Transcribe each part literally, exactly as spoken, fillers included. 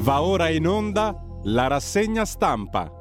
Va ora in onda la rassegna stampa.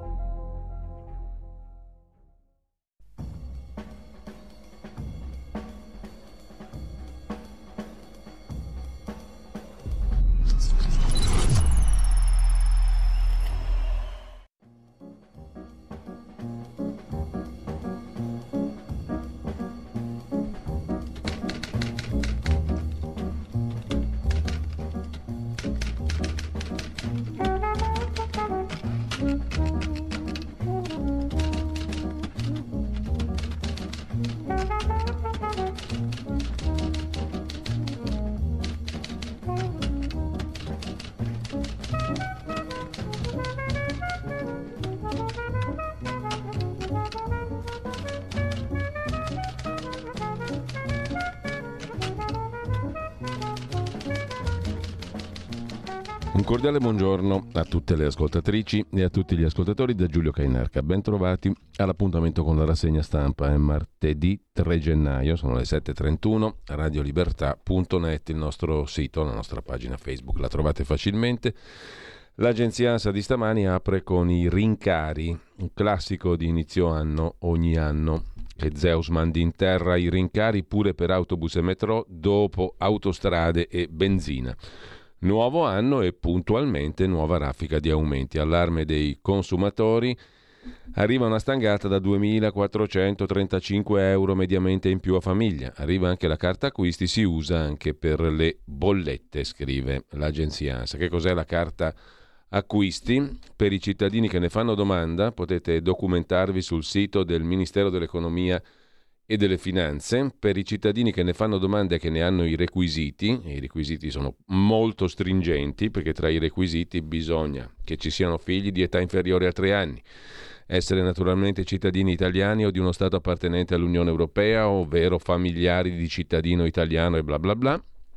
Un cordiale buongiorno a tutte le ascoltatrici e a tutti gli ascoltatori da Giulio Cainarca. Ben trovati all'appuntamento con la rassegna stampa. È martedì tre gennaio, sono le sette e trentuno, radiolibertà punto net, il nostro sito, la nostra pagina Facebook. La trovate facilmente. L'agenzia ANSA di stamani apre con i rincari, un classico di inizio anno ogni anno. E Zeus manda in terra i rincari pure per autobus e metro dopo autostrade e benzina. Nuovo anno e puntualmente nuova raffica di aumenti. Allarme dei consumatori. Arriva una stangata da duemilaquattrocentotrentacinque euro mediamente in più a famiglia. Arriva anche la carta acquisti, si usa anche per le bollette, scrive l'agenzia ANSA. Che cos'è la carta acquisti? Per i cittadini che ne fanno domanda potete documentarvi sul sito del Ministero dell'Economia e delle Finanze. Per i cittadini che ne fanno domande e che ne hanno i requisiti, e i requisiti sono molto stringenti perché tra i requisiti bisogna che ci siano figli di età inferiore a tre anni, essere naturalmente cittadini italiani o di uno Stato appartenente all'Unione Europea, ovvero familiari di cittadino italiano e bla bla bla,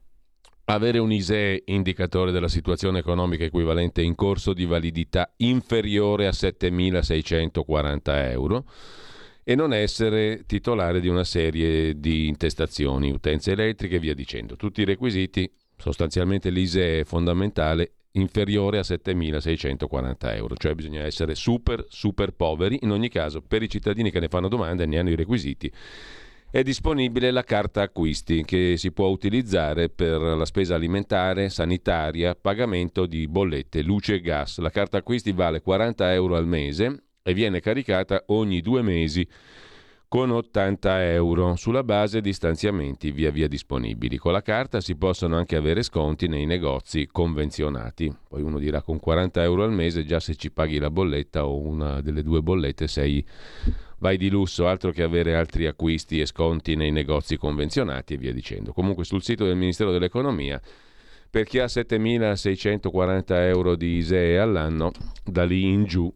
avere un I S E E indicatore della situazione economica equivalente in corso di validità inferiore a settemilaseicentoquaranta euro, e non essere titolare di una serie di intestazioni, utenze elettriche e via dicendo. Tutti i requisiti, sostanzialmente l'I S E E fondamentale, inferiore a settemilaseicentoquaranta euro, cioè bisogna essere super, super poveri. In ogni caso, per i cittadini che ne fanno domanda e ne hanno i requisiti, è disponibile la carta acquisti che si può utilizzare per la spesa alimentare, sanitaria, pagamento di bollette, luce e gas. La carta acquisti vale quaranta euro al mese e viene caricata ogni due mesi con ottanta euro sulla base di stanziamenti via via disponibili. Con la carta si possono anche avere sconti nei negozi convenzionati. Poi uno dirà, con quaranta euro al mese già se ci paghi la bolletta o una delle due bollette sei, vai di lusso, altro che avere altri acquisti e sconti nei negozi convenzionati e via dicendo. Comunque sul sito del Ministero dell'Economia, per chi ha settemilaseicentoquaranta euro di I S E E all'anno, da lì in giù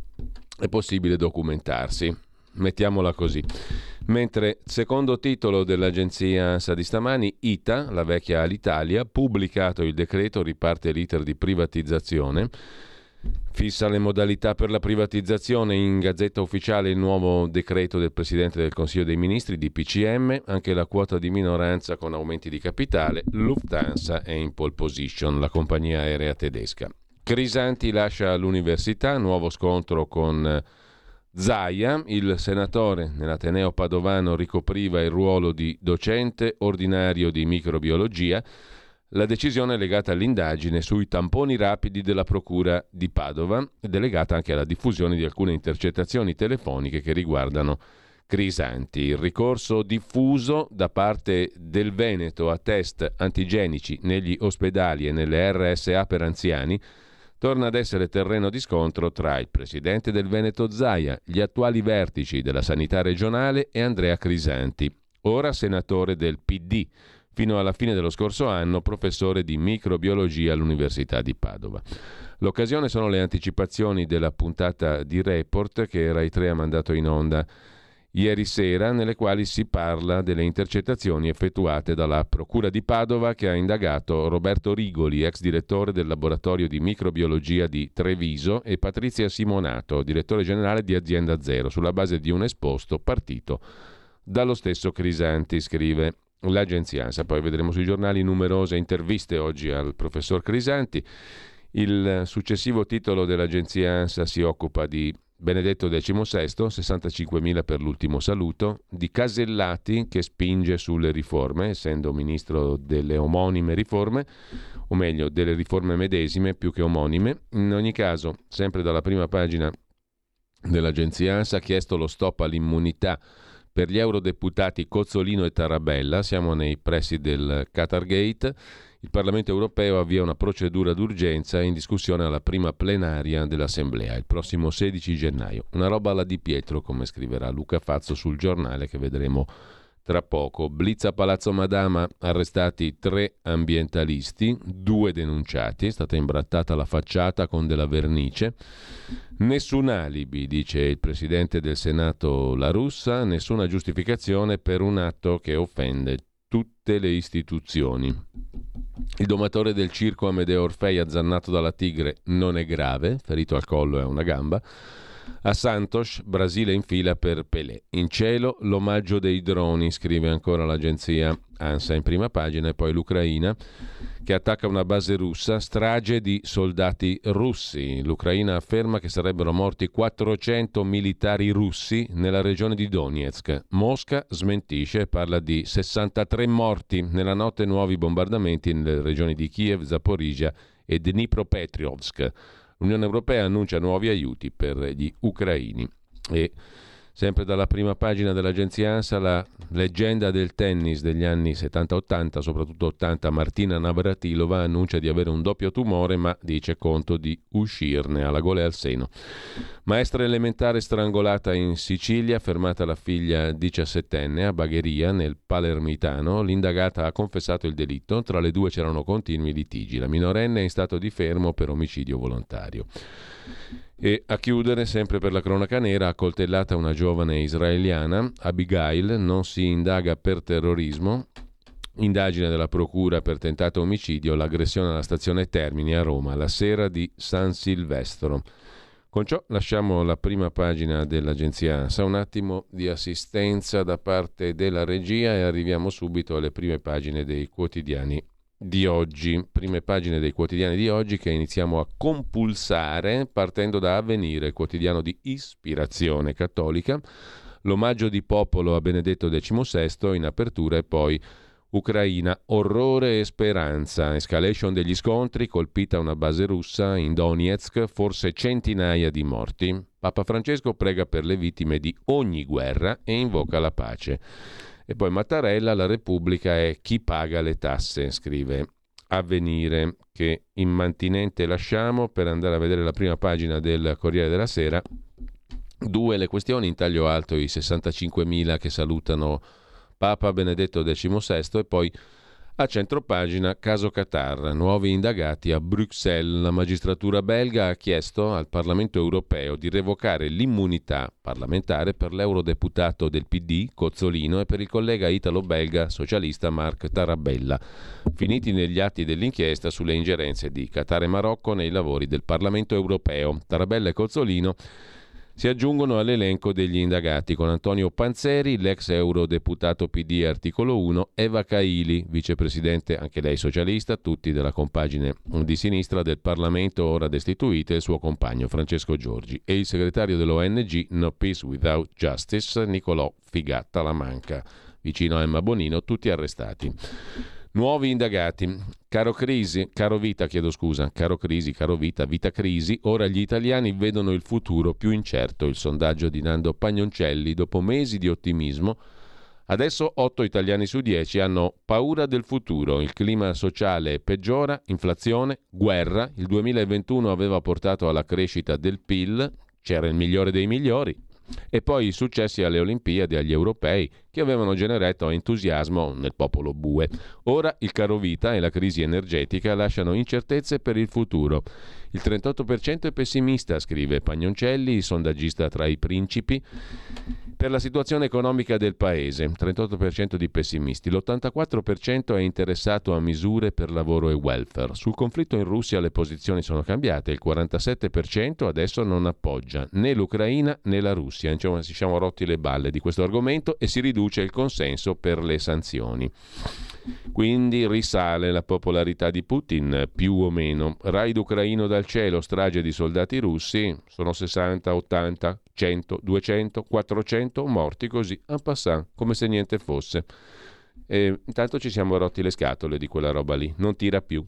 è possibile documentarsi, mettiamola così. Mentre, secondo titolo dell'agenzia ANSA di stamani, I T A, la vecchia Alitalia, pubblicato il decreto, riparte l'iter di privatizzazione, fissa le modalità per la privatizzazione, in Gazzetta Ufficiale il nuovo decreto del Presidente del Consiglio dei Ministri, D P C M, anche la quota di minoranza con aumenti di capitale. Lufthansa è in pole position, la compagnia aerea tedesca. Crisanti lascia l'università, nuovo scontro con Zaia. Il senatore nell'Ateneo padovano ricopriva il ruolo di docente ordinario di microbiologia. La decisione è legata all'indagine sui tamponi rapidi della Procura di Padova ed è legata anche alla diffusione di alcune intercettazioni telefoniche che riguardano Crisanti. Il ricorso diffuso da parte del Veneto a test antigenici negli ospedali e nelle R S A per anziani torna ad essere terreno di scontro tra il presidente del Veneto Zaia, gli attuali vertici della sanità regionale e Andrea Crisanti, ora senatore del P D, fino alla fine dello scorso anno professore di microbiologia all'Università di Padova. L'occasione sono le anticipazioni della puntata di Report che Rai tre ha mandato in onda ieri sera, nelle quali si parla delle intercettazioni effettuate dalla Procura di Padova, che ha indagato Roberto Rigoli, ex direttore del laboratorio di microbiologia di Treviso, e Patrizia Simonato, direttore generale di Azienda Zero, sulla base di un esposto partito dallo stesso Crisanti, scrive l'agenzia ANSA. Poi vedremo sui giornali numerose interviste oggi al professor Crisanti. Il successivo titolo dell'agenzia ANSA si occupa di Benedetto diciassette, sessantacinquemila per l'ultimo saluto, di Casellati che spinge sulle riforme, essendo ministro delle omonime riforme, o meglio delle riforme medesime più che omonime. In ogni caso, sempre dalla prima pagina dell'agenzia ANSA, ha chiesto lo stop all'immunità per gli eurodeputati Cozzolino e Tarabella. Siamo nei pressi del Qatargate. Il Parlamento europeo avvia una procedura d'urgenza in discussione alla prima plenaria dell'Assemblea il prossimo sedici gennaio. Una roba alla Di Pietro, come scriverà Luca Fazzo sul giornale, che vedremo tra poco. Blitz a Palazzo Madama, arrestati tre ambientalisti, due denunciati, è stata imbrattata la facciata con della vernice. Nessun alibi, dice il presidente del Senato La Russa, nessuna giustificazione per un atto che offende tutte le istituzioni. Il domatore del circo Amedeo Orfei, azzannato dalla tigre, non è grave, ferito al collo e a una gamba. A Santos, Brasile in fila per Pelé. In cielo l'omaggio dei droni, scrive ancora l'agenzia ANSA in prima pagina, e poi l'Ucraina che attacca una base russa, strage di soldati russi. L'Ucraina afferma che sarebbero morti quattrocento militari russi nella regione di Donetsk. Mosca smentisce e parla di sessantatré morti. Nella notte nuovi bombardamenti nelle regioni di Kiev, Zaporizhia e Dnipropetrovsk. L'Unione Europea annuncia nuovi aiuti per gli ucraini. E sempre dalla prima pagina dell'agenzia ANSA, la leggenda del tennis degli anni settanta ottanta, soprattutto ottanta, Martina Navratilova, annuncia di avere un doppio tumore, ma dice conto di uscirne, alla gola e al seno. Maestra elementare strangolata in Sicilia, fermata la figlia diciassettenne a Bagheria nel Palermitano. L'indagata ha confessato il delitto, tra le due c'erano continui litigi. La minorenne è in stato di fermo per omicidio volontario. E a chiudere, sempre per la cronaca nera, accoltellata una giovane israeliana, Abigail, non si indaga per terrorismo, indagine della procura per tentato omicidio, l'aggressione alla stazione Termini a Roma la sera di San Silvestro. Con ciò lasciamo la prima pagina dell'agenzia ANSA, un attimo di assistenza da parte della regia e arriviamo subito alle prime pagine dei quotidiani di oggi. Prime pagine dei quotidiani di oggi che iniziamo a compulsare partendo da Avvenire, quotidiano di ispirazione cattolica. L'omaggio di popolo a Benedetto diciassette in apertura e poi Ucraina, orrore e speranza, escalation degli scontri, colpita una base russa in Donetsk, forse centinaia di morti. Papa Francesco prega per le vittime di ogni guerra e invoca la pace. E poi Mattarella, la Repubblica è chi paga le tasse, scrive Avvenire, che immantinente lasciamo per andare a vedere la prima pagina del Corriere della Sera. Due le questioni, in taglio alto i sessantacinquemila che salutano Papa Benedetto diciassette e poi a centropagina caso Qatar, nuovi indagati a Bruxelles. La magistratura belga ha chiesto al Parlamento europeo di revocare l'immunità parlamentare per l'eurodeputato del P D Cozzolino e per il collega italo-belga socialista Marc Tarabella, finiti negli atti dell'inchiesta sulle ingerenze di Qatar e Marocco nei lavori del Parlamento europeo. Tarabella e Cozzolino si aggiungono all'elenco degli indagati con Antonio Panzeri, l'ex eurodeputato P D articolo uno, Eva Kaili, vicepresidente, anche lei socialista, tutti della compagine di sinistra del Parlamento ora destituite, e il suo compagno Francesco Giorgi, e il segretario dell'O N G No Peace Without Justice, Nicolò Figatta Lamanca, vicino a Emma Bonino, tutti arrestati. Nuovi indagati. Caro crisi, caro vita, chiedo scusa, caro crisi, caro vita, vita crisi, ora gli italiani vedono il futuro più incerto. Il sondaggio di Nando Pagnoncelli, dopo mesi di ottimismo, adesso otto italiani su dieci hanno paura del futuro. Il clima sociale peggiora, inflazione, guerra. Il duemilaventuno aveva portato alla crescita del P I L, c'era il migliore dei migliori. E poi i successi alle Olimpiadi, agli europei, che avevano generato entusiasmo nel popolo bue. Ora il caro vita e la crisi energetica lasciano incertezze per il futuro. Il trentotto per cento è pessimista, scrive Pagnoncelli, il sondaggista tra i principi, per la situazione economica del paese. trentotto per cento di pessimisti. L'ottantaquattro per cento è interessato a misure per lavoro e welfare. Sul conflitto in Russia le posizioni sono cambiate. Il quarantasette per cento adesso non appoggia né l'Ucraina né la Russia. Insomma, ci siamo rotti le balle di questo argomento e si riduce riduce il consenso per le sanzioni. Quindi risale la popolarità di Putin, più o meno. Raid ucraino dal cielo, strage di soldati russi, sono sessanta, ottanta, cento, duecento, quattrocento morti così, en passant, come se niente fosse. E intanto ci siamo rotti le scatole di quella roba lì, non tira più.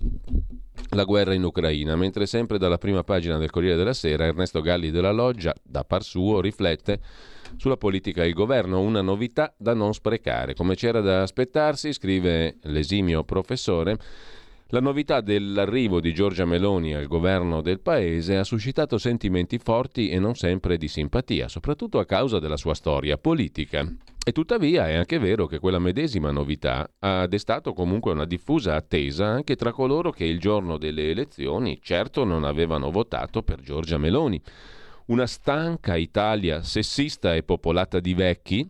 La guerra in Ucraina, mentre sempre dalla prima pagina del Corriere della Sera Ernesto Galli della Loggia, da par suo, riflette sulla politica del governo, una novità da non sprecare. Come c'era da aspettarsi, scrive l'esimio professore, la novità dell'arrivo di Giorgia Meloni al governo del paese ha suscitato sentimenti forti e non sempre di simpatia, soprattutto a causa della sua storia politica. E tuttavia è anche vero che quella medesima novità ha destato comunque una diffusa attesa anche tra coloro che il giorno delle elezioni certo non avevano votato per Giorgia Meloni. Una stanca Italia sessista e popolata di vecchi,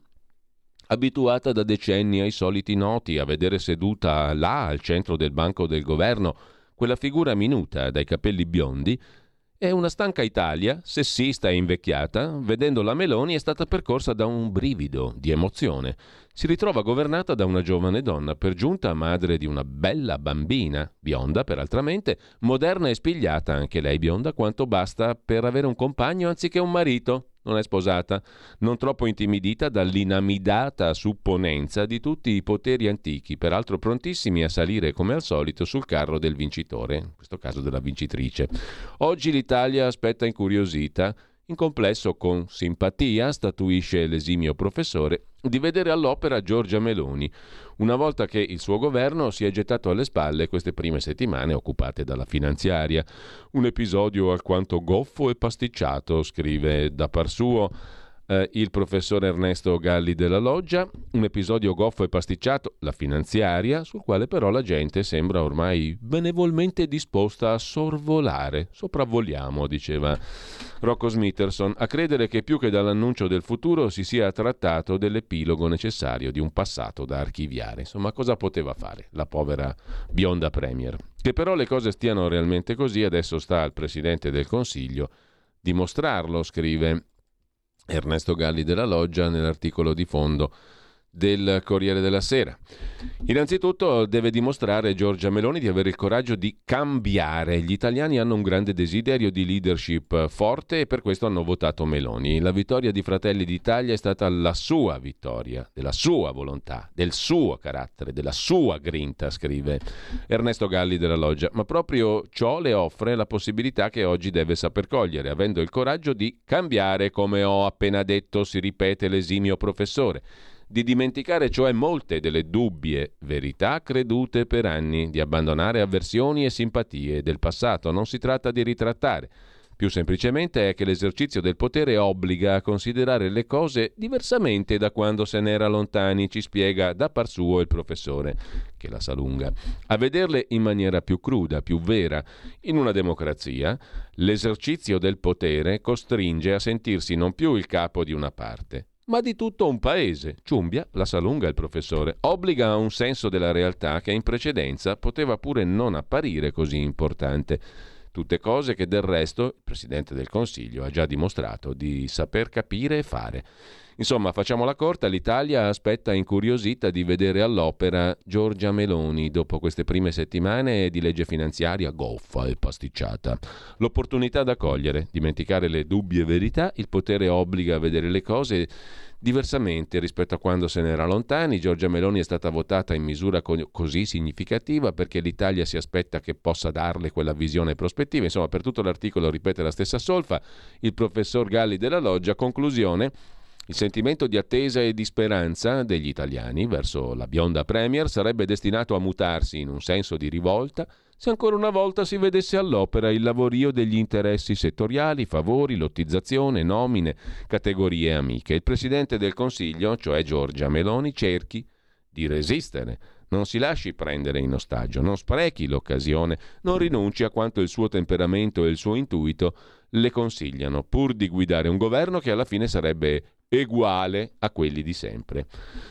abituata da decenni ai soliti noti, a vedere seduta là al centro del banco del governo quella figura minuta dai capelli biondi, è una stanca Italia, sessista e invecchiata, vedendo la Meloni è stata percorsa da un brivido di emozione. Si ritrova governata da una giovane donna, per giunta madre di una bella bambina, bionda peraltramente, moderna e spigliata, anche lei bionda, quanto basta per avere un compagno anziché un marito. Non è sposata, non troppo intimidita dall'inamidata supponenza di tutti i poteri antichi, peraltro prontissimi a salire come al solito sul carro del vincitore, in questo caso della vincitrice. Oggi l'Italia aspetta incuriosita, in complesso con simpatia, statuisce l'esimio professore, di vedere all'opera Giorgia Meloni, una volta che il suo governo si è gettato alle spalle queste prime settimane occupate dalla finanziaria. Un episodio alquanto goffo e pasticciato, scrive da par suo eh, il professor Ernesto Galli della Loggia, un episodio goffo e pasticciato, la finanziaria, sul quale però la gente sembra ormai benevolmente disposta a sorvolare. Sopravvoliamo, diceva Rocco Smitherson, a credere che più che dall'annuncio del futuro si sia trattato dell'epilogo necessario di un passato da archiviare. Insomma, cosa poteva fare la povera bionda premier? Che però le cose stiano realmente così adesso sta al Presidente del Consiglio dimostrarlo, scrive Ernesto Galli della Loggia nell'articolo di fondo del Corriere della Sera. Innanzitutto deve dimostrare Giorgia Meloni di avere il coraggio di cambiare. Gli italiani hanno un grande desiderio di leadership forte e per questo hanno votato Meloni. La vittoria di Fratelli d'Italia è stata la sua vittoria, della sua volontà, del suo carattere, della sua grinta, scrive Ernesto Galli della Loggia. Ma proprio ciò le offre la possibilità che oggi deve saper cogliere, avendo il coraggio di cambiare, come ho appena detto, si ripete l'esimio professore. Di dimenticare cioè molte delle dubbie verità credute per anni, di abbandonare avversioni e simpatie del passato. Non si tratta di ritrattare, più semplicemente è che l'esercizio del potere obbliga a considerare le cose diversamente da quando se n'era lontani, ci spiega da par suo il professore, che la sa lunga, a vederle in maniera più cruda, più vera. In una democrazia l'esercizio del potere costringe a sentirsi non più il capo di una parte, ma di tutto un paese. Ciumbia, la sa lunga il professore, obbliga a un senso della realtà che in precedenza poteva pure non apparire così importante. Tutte cose che del resto il Presidente del Consiglio ha già dimostrato di saper capire e fare. Insomma, facciamola corta, l'Italia aspetta incuriosita di vedere all'opera Giorgia Meloni dopo queste prime settimane di legge finanziaria goffa e pasticciata. L'opportunità da cogliere, dimenticare le dubbie verità, il potere obbliga a vedere le cose diversamente rispetto a quando se n'era lontani. Giorgia Meloni è stata votata in misura co- così significativa perché l'Italia si aspetta che possa darle quella visione e prospettiva. Insomma, per tutto l'articolo ripete la stessa solfa il professor Galli della Loggia. Conclusione: il sentimento di attesa e di speranza degli italiani verso la bionda premier sarebbe destinato a mutarsi in un senso di rivolta se ancora una volta si vedesse all'opera il lavorio degli interessi settoriali, favori, lottizzazione, nomine, categorie amiche. Il Presidente del Consiglio, cioè Giorgia Meloni, cerchi di resistere. Non si lasci prendere in ostaggio, non sprechi l'occasione, non rinunci a quanto il suo temperamento e il suo intuito le consigliano, pur di guidare un governo che alla fine sarebbe uguale a quelli di sempre.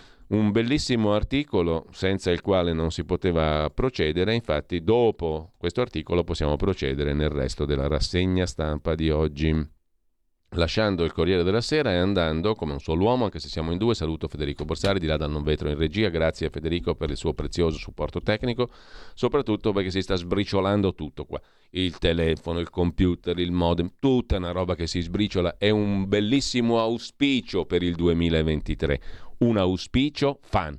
Un bellissimo articolo senza il quale non si poteva procedere, infatti dopo questo articolo possiamo procedere nel resto della rassegna stampa di oggi. lasciando il Corriere della Sera e andando come un solo uomo, anche se siamo in due. Saluto Federico Borsari di là dal non vetro in regia, grazie a Federico per il suo prezioso supporto tecnico, soprattutto perché si sta sbriciolando tutto qua, il telefono, il computer, il modem, tutta una roba che si sbriciola. È un bellissimo auspicio per il duemilaventitré, un auspicio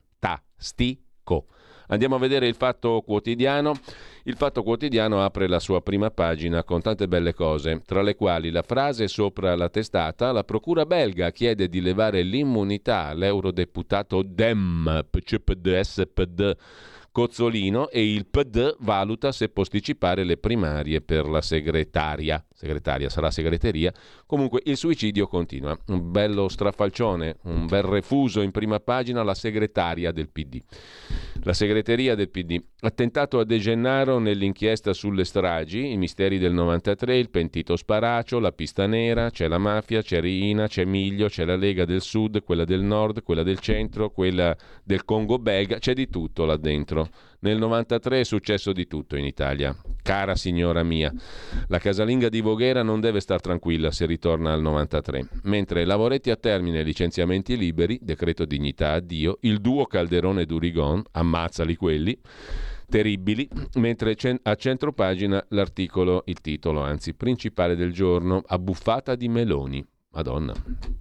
fantastico. Andiamo a vedere il Fatto Quotidiano. Il Fatto Quotidiano apre la sua prima pagina con tante belle cose, tra le quali la frase sopra la testata: la procura belga chiede di levare l'immunità all'eurodeputato Dem, P C P D S P D Cozzolino, e il P D valuta se posticipare le primarie per la segretaria. Segretaria sarà segreteria. Comunque il suicidio continua. Un bello strafalcione, un bel refuso in prima pagina, la segretaria del P D. La segreteria del P D. Attentato a De Gennaro nell'inchiesta sulle stragi, i misteri del novantatré, il pentito Sparacio, la pista nera, c'è la mafia, c'è Riina, c'è Miglio, c'è la Lega del Sud, quella del Nord, quella del Centro, quella del Congo belga, c'è di tutto là dentro. Nel novantatré è successo di tutto in Italia, cara signora mia. La casalinga di Voghera non deve star tranquilla se ritorna al novantatré. Mentre lavoretti a termine, licenziamenti liberi, decreto dignità addio, il duo Calderone-Durigon, ammazzali quelli, terribili, mentre a centropagina l'articolo, il titolo anzi principale del giorno: abbuffata di Meloni. Madonna.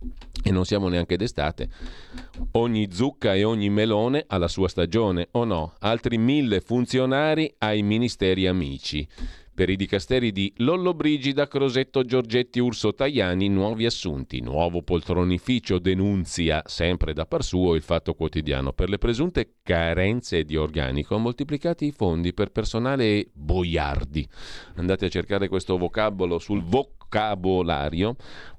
E non siamo neanche d'estate. Ogni zucca e ogni melone ha la sua stagione, o no? Altri mille funzionari ai ministeri amici. Per i dicasteri di Lollobrigida, Crosetto, Giorgetti, Urso, Tajani, nuovi assunti. Nuovo poltronificio, denunzia, sempre da par suo, il Fatto Quotidiano. Per le presunte carenze di organico, moltiplicati i fondi per personale boiardi. Andate a cercare questo vocabolo sul vocabolario.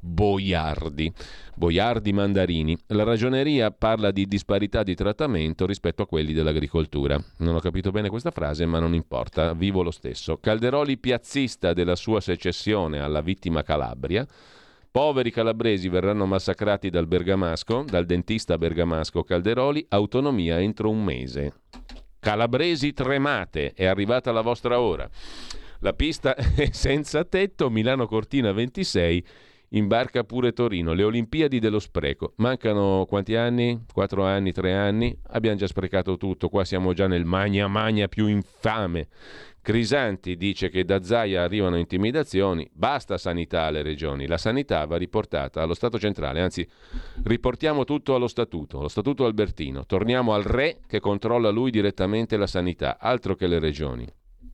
Boiardi. Boiardi mandarini. La ragioneria parla di disparità di trattamento rispetto a quelli dell'agricoltura. Non ho capito bene questa frase, ma non importa, vivo lo stesso. Calderoli piazzista della sua secessione alla vittima Calabria. Poveri calabresi verranno massacrati dal bergamasco, dal dentista bergamasco Calderoli. Autonomia entro un mese. Calabresi tremate, è arrivata la vostra ora. La pista è senza tetto, Milano Cortina ventisei, imbarca pure Torino, le Olimpiadi dello spreco. Mancano quanti anni? Quattro anni, tre anni? Abbiamo già sprecato tutto, qua siamo già nel magna magna più infame. Crisanti dice che da Zaia arrivano intimidazioni, basta sanità alle regioni, la sanità va riportata allo Stato centrale, anzi riportiamo tutto allo Statuto, lo Statuto Albertino, torniamo al re che controlla lui direttamente la sanità, altro che le regioni.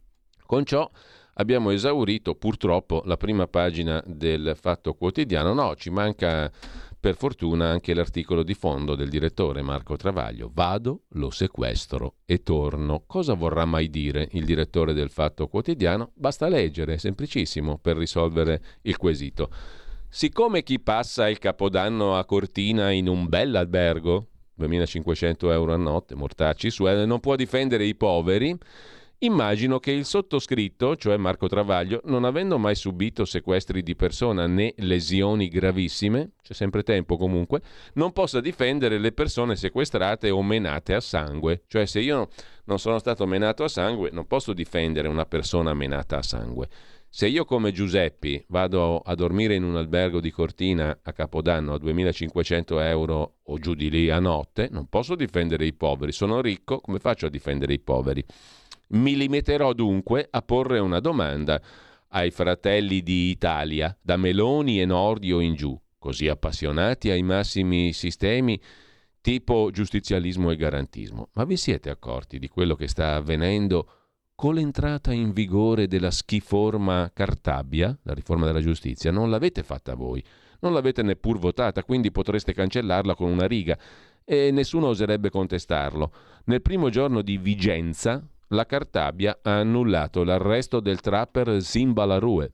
Con ciò abbiamo esaurito purtroppo la prima pagina del Fatto Quotidiano. No, ci manca per fortuna anche l'articolo di fondo del direttore Marco Travaglio. Vado, lo sequestro e torno. Cosa vorrà mai dire il direttore del Fatto Quotidiano? Basta leggere, è semplicissimo per risolvere il quesito. Siccome chi passa il Capodanno a Cortina in un bel albergo, duemilacinquecento euro a notte, mortacci su, non può difendere i poveri, immagino che il sottoscritto, cioè Marco Travaglio, non avendo mai subito sequestri di persona né lesioni gravissime, c'è sempre tempo comunque, non possa difendere le persone sequestrate o menate a sangue. Cioè, se io non sono stato menato a sangue, non posso difendere una persona menata a sangue. Se io come Giuseppi vado a dormire in un albergo di Cortina a Capodanno a duemilacinquecento euro o giù di lì a notte, non posso difendere i poveri. Sono ricco, come faccio a difendere i poveri? Mi limiterò dunque a porre una domanda ai fratelli di Italia, da Meloni e Nordio in giù, così appassionati ai massimi sistemi tipo giustizialismo e garantismo. Ma vi siete accorti di quello che sta avvenendo con l'entrata in vigore della schiforma Cartabia, la riforma della giustizia? Non l'avete fatta voi, non l'avete neppur votata, quindi potreste cancellarla con una riga e nessuno oserebbe contestarlo. Nel primo giorno di vigenza la Cartabia ha annullato l'arresto del trapper Simba Larue,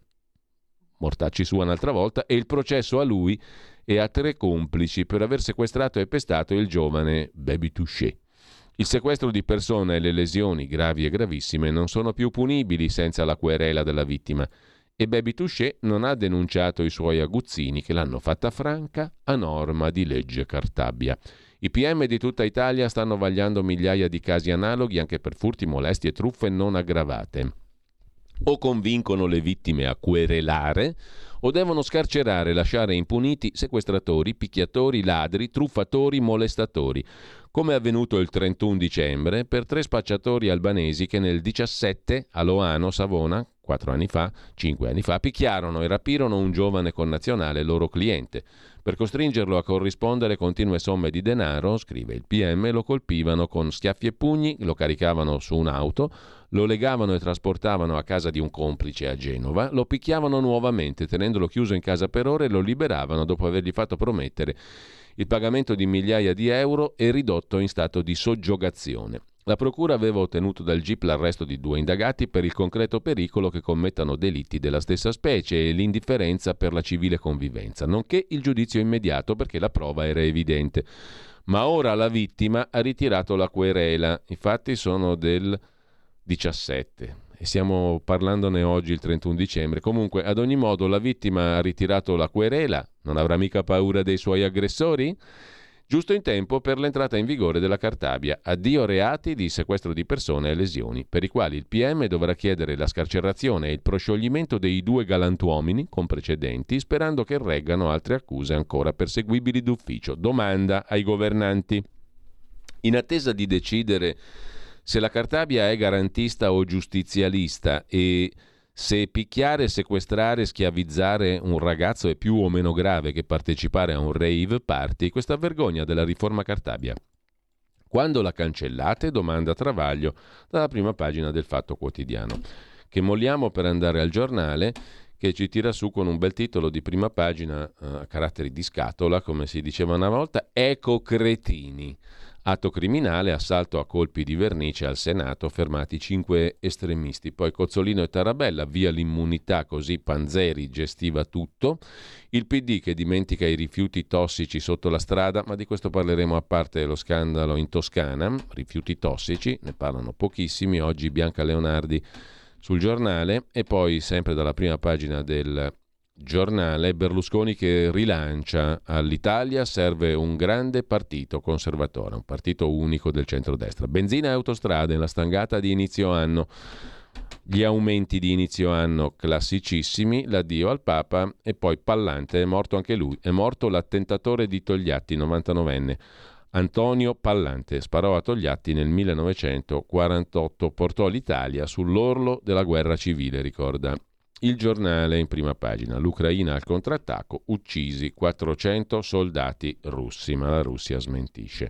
mortacci sua un'altra volta, e il processo a lui e a tre complici per aver sequestrato e pestato il giovane Baby Touché. Il sequestro di persona e le lesioni gravi e gravissime non sono più punibili senza la querela della vittima e Baby Touché non ha denunciato i suoi aguzzini che l'hanno fatta franca a norma di legge Cartabia. I P M di tutta Italia stanno vagliando migliaia di casi analoghi anche per furti, molestie e truffe non aggravate. O convincono le vittime a querelare o devono scarcerare e lasciare impuniti sequestratori, picchiatori, ladri, truffatori, molestatori, come è avvenuto il trentuno dicembre per tre spacciatori albanesi che nel diciassette a Loano, Savona, quattro anni fa, cinque anni fa, picchiarono e rapirono un giovane connazionale, loro cliente. Per costringerlo a corrispondere continue somme di denaro, scrive il P M, lo colpivano con schiaffi e pugni, lo caricavano su un'auto, lo legavano e trasportavano a casa di un complice a Genova, lo picchiavano nuovamente, tenendolo chiuso in casa per ore, e lo liberavano dopo avergli fatto promettere il pagamento di migliaia di euro e ridotto in stato di soggiogazione. La procura aveva ottenuto dal G I P l'arresto di due indagati per il concreto pericolo che commettano delitti della stessa specie e l'indifferenza per la civile convivenza, nonché il giudizio immediato perché la prova era evidente. Ma ora la vittima ha ritirato la querela, i fatti sono del diciassette e stiamo parlandone oggi il trentuno dicembre. Comunque, ad ogni modo, la vittima ha ritirato la querela, non avrà mica paura dei suoi aggressori? Giusto in tempo per l'entrata in vigore della Cartabia. Addio reati di sequestro di persone e lesioni, per i quali il P M dovrà chiedere la scarcerazione e il proscioglimento dei due galantuomini con precedenti, sperando che reggano altre accuse ancora perseguibili d'ufficio. Domanda ai governanti. In attesa di decidere se la Cartabia è garantista o giustizialista e se picchiare, sequestrare, schiavizzare un ragazzo è più o meno grave che partecipare a un rave party, questa vergogna della riforma Cartabia. Quando la cancellate? Domanda Travaglio dalla prima pagina del Fatto Quotidiano, che molliamo per andare al Giornale, che ci tira su con un bel titolo di prima pagina a uh, caratteri di scatola, come si diceva una volta, Eco cretini. Atto criminale, assalto a colpi di vernice al Senato, fermati cinque estremisti. Poi Cozzolino e Tarabella, via l'immunità, così Panzeri gestiva tutto. Il P D che dimentica i rifiuti tossici sotto la strada, ma di questo parleremo a parte lo scandalo in Toscana. Rifiuti tossici, ne parlano pochissimi. Oggi Bianca Leonardi sul Giornale. E poi, sempre dalla prima pagina del Giornale, Berlusconi che rilancia: all'Italia serve un grande partito conservatore, un partito unico del centrodestra. Benzina e autostrade nella stangata di inizio anno, gli aumenti di inizio anno classicissimi, l'addio al Papa e poi Pallante, è morto anche lui, è morto l'attentatore di Togliatti, novantanovenne. Antonio Pallante sparò a Togliatti nel millenovecentoquarantotto, portò l'Italia sull'orlo della guerra civile, ricorda il Giornale in prima pagina. L'Ucraina al contrattacco, uccisi quattrocento soldati russi, ma la Russia smentisce.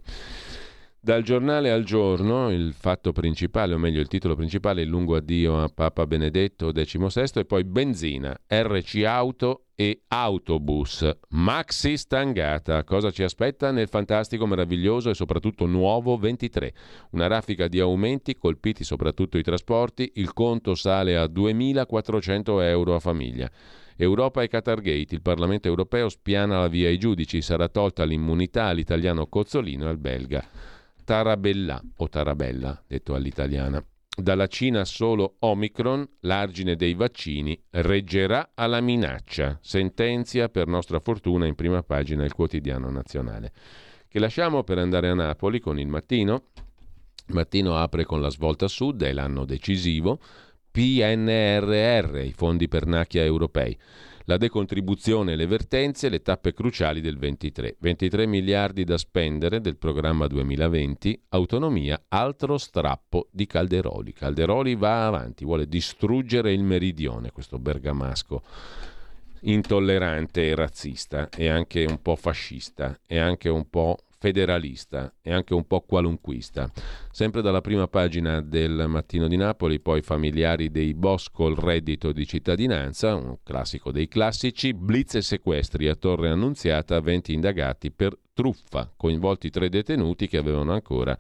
Dal Giornale al Giorno, il fatto principale, o meglio il titolo principale, il lungo addio a Papa Benedetto diciannovesimo, e poi benzina, R C Auto e autobus, maxi stangata. Cosa ci aspetta nel fantastico, meraviglioso e soprattutto nuovo ventitré? Una raffica di aumenti, colpiti soprattutto i trasporti, il conto sale a duemilaquattrocento euro a famiglia. Europa e Qatargate, il Parlamento europeo spiana la via ai giudici, sarà tolta l'immunità all'italiano Cozzolino e al belga Tarabella, o Tarabella, detto all'italiana. Dalla Cina solo Omicron, l'argine dei vaccini reggerà alla minaccia, sentenzia per nostra fortuna in prima pagina il Quotidiano Nazionale, che lasciamo per andare a Napoli con il Mattino. Il Mattino apre con la svolta sud, è l'anno decisivo, P N R R, i fondi per Nakia europei. La decontribuzione e le vertenze, le tappe cruciali del ventitré. ventitré miliardi da spendere del programma duemilaventi, autonomia, altro strappo di Calderoli. Calderoli va avanti, vuole distruggere il meridione, questo bergamasco intollerante e razzista, e anche un po' fascista, e anche un po' federalista e anche un po' qualunquista. Sempre dalla prima pagina del Mattino di Napoli, poi familiari dei boss col reddito di cittadinanza, un classico dei classici, blitz e sequestri a Torre Annunziata, venti indagati per truffa, coinvolti tre detenuti che avevano ancora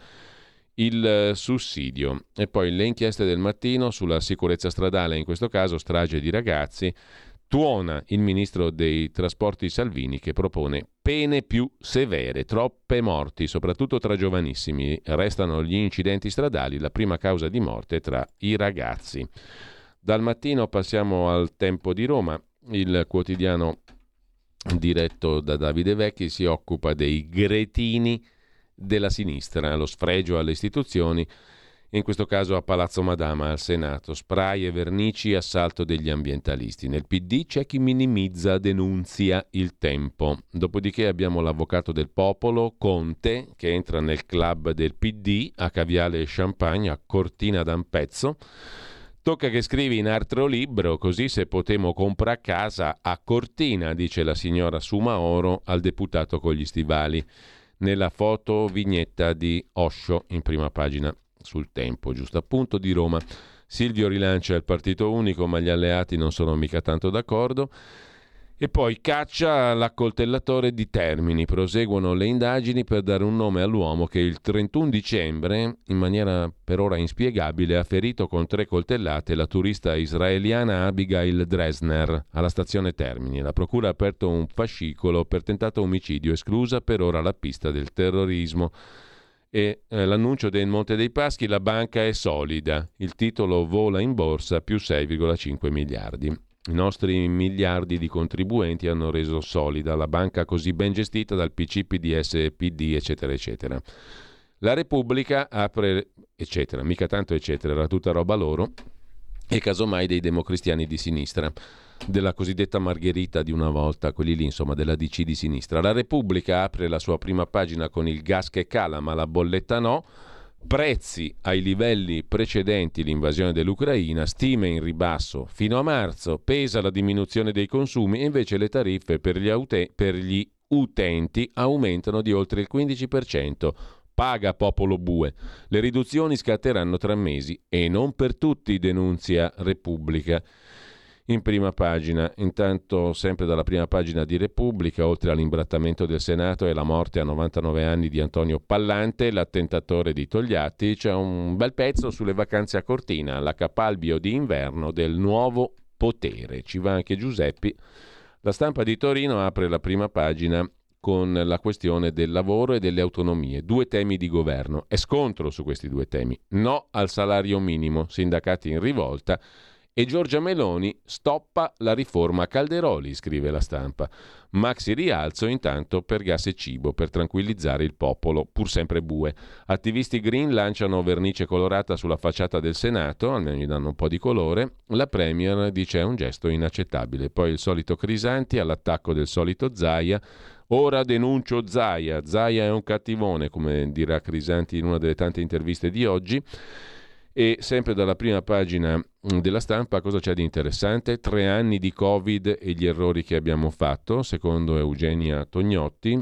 il sussidio. E poi le inchieste del Mattino sulla sicurezza stradale, in questo caso strage di ragazzi. Tuona il ministro dei trasporti Salvini che propone pene più severe, troppe morti, soprattutto tra giovanissimi. Restano gli incidenti stradali, la prima causa di morte tra i ragazzi. Dal Mattino passiamo al Tempo di Roma. Il quotidiano diretto da Davide Vecchi si occupa dei gretini della sinistra, lo sfregio alle istituzioni. in questo caso a Palazzo Madama, al Senato. Spray e vernici, assalto degli ambientalisti. Nel P D c'è chi minimizza, denunzia il tempo. Dopodiché abbiamo l'avvocato del popolo, Conte, che entra nel club del P D, a caviale e champagne, a Cortina d'Ampezzo. Tocca che scrivi in altro libro, così se potemo comprare casa a Cortina, dice la signora Sumaoro al deputato con gli stivali. Nella foto vignetta di Osho in prima pagina sul Tempo, giusto appunto, di Roma. Silvio rilancia il partito unico, ma gli alleati non sono mica tanto d'accordo. E poi caccia l'accoltellatore di Termini. Proseguono le indagini per dare un nome all'uomo che il trentuno dicembre, in maniera per ora inspiegabile, ha ferito con tre coltellate la turista israeliana Abigail Dresner alla stazione Termini. La procura ha aperto un fascicolo per tentato omicidio, esclusa per ora la pista del terrorismo. E eh, l'annuncio del Monte dei Paschi: la banca è solida, il titolo vola in borsa, più sei virgola cinque miliardi. I nostri miliardi di contribuenti hanno reso solida la banca così ben gestita dal P C, P D S, P D, eccetera, eccetera. La Repubblica apre, eccetera, mica tanto eccetera, era tutta roba loro, e casomai dei democristiani di sinistra, della cosiddetta Margherita di una volta, quelli lì insomma della D C di sinistra. La Repubblica apre la sua prima pagina con il gas che cala ma la bolletta no, prezzi ai livelli precedenti l'invasione dell'Ucraina, stime in ribasso fino a marzo, pesa la diminuzione dei consumi e invece le tariffe per gli, aute- per gli utenti aumentano di oltre il quindici per cento. Paga popolo bue. Le riduzioni scatteranno tra mesi e non per tutti, denunzia Repubblica. In prima pagina, intanto sempre dalla prima pagina di Repubblica, oltre all'imbrattamento del Senato e la morte a novantanove anni di Antonio Pallante, l'attentatore di Togliatti, c'è un bel pezzo sulle vacanze a Cortina, la capalbio di inverno del nuovo potere. Ci va anche Giuseppi. La Stampa di Torino apre la prima pagina con la questione del lavoro e delle autonomie, due temi di governo. È scontro su questi due temi. No al salario minimo, sindacati in rivolta. E Giorgia Meloni stoppa la riforma Calderoli, scrive la Stampa. Maxi rialzo intanto per gas e cibo, per tranquillizzare il popolo, pur sempre bue. Attivisti green lanciano vernice colorata sulla facciata del Senato, almeno gli danno un po' di colore. La Premier dice è un gesto inaccettabile. Poi il solito Crisanti all'attacco del solito Zaia. Ora denuncio Zaia. Zaia è un cattivone, come dirà Crisanti in una delle tante interviste di oggi. E sempre dalla prima pagina della Stampa cosa c'è di interessante? Tre anni di Covid e gli errori che abbiamo fatto, secondo Eugenia Tognotti.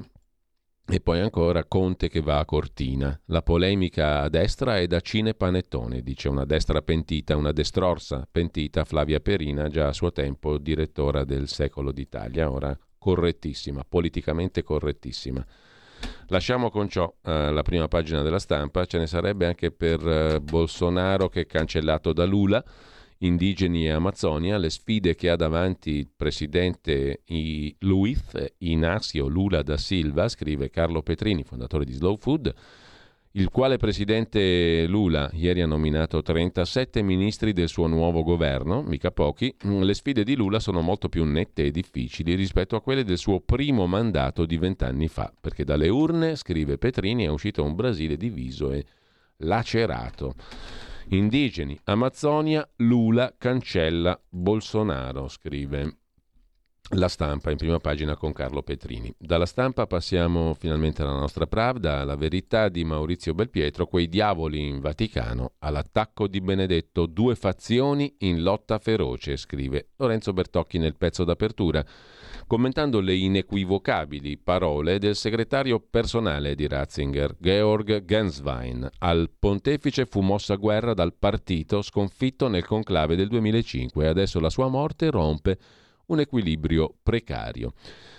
E poi ancora Conte che va a Cortina. La polemica a destra è da cinepanettone, dice una destra pentita, una destrorsa pentita, Flavia Perina, già a suo tempo direttora del Secolo d'Italia, ora correttissima, politicamente correttissima. Lasciamo con ciò eh, la prima pagina della Stampa. Ce ne sarebbe anche per eh, Bolsonaro che è cancellato da Lula, indigeni e Amazzonia, le sfide che ha davanti il presidente I- Luiz Inácio Lula da Silva, scrive Carlo Petrini, fondatore di Slow Food, il quale presidente Lula ieri ha nominato trentasette ministri del suo nuovo governo, mica pochi. Le sfide di Lula sono molto più nette e difficili rispetto a quelle del suo primo mandato di vent'anni fa, perché dalle urne, scrive Petrini, è uscito un Brasile diviso e lacerato. Indigeni, Amazzonia, Lula cancella Bolsonaro, scrive La Stampa in prima pagina con Carlo Petrini. Dalla Stampa passiamo finalmente alla nostra Pravda, La Verità di Maurizio Belpietro, quei diavoli in Vaticano, all'attacco di Benedetto, due fazioni in lotta feroce, scrive Lorenzo Bertocchi nel pezzo d'apertura, commentando le inequivocabili parole del segretario personale di Ratzinger, Georg Genswein. Al pontefice fu mossa guerra dal partito sconfitto nel conclave del duemilacinque e adesso la sua morte rompe un equilibrio precario.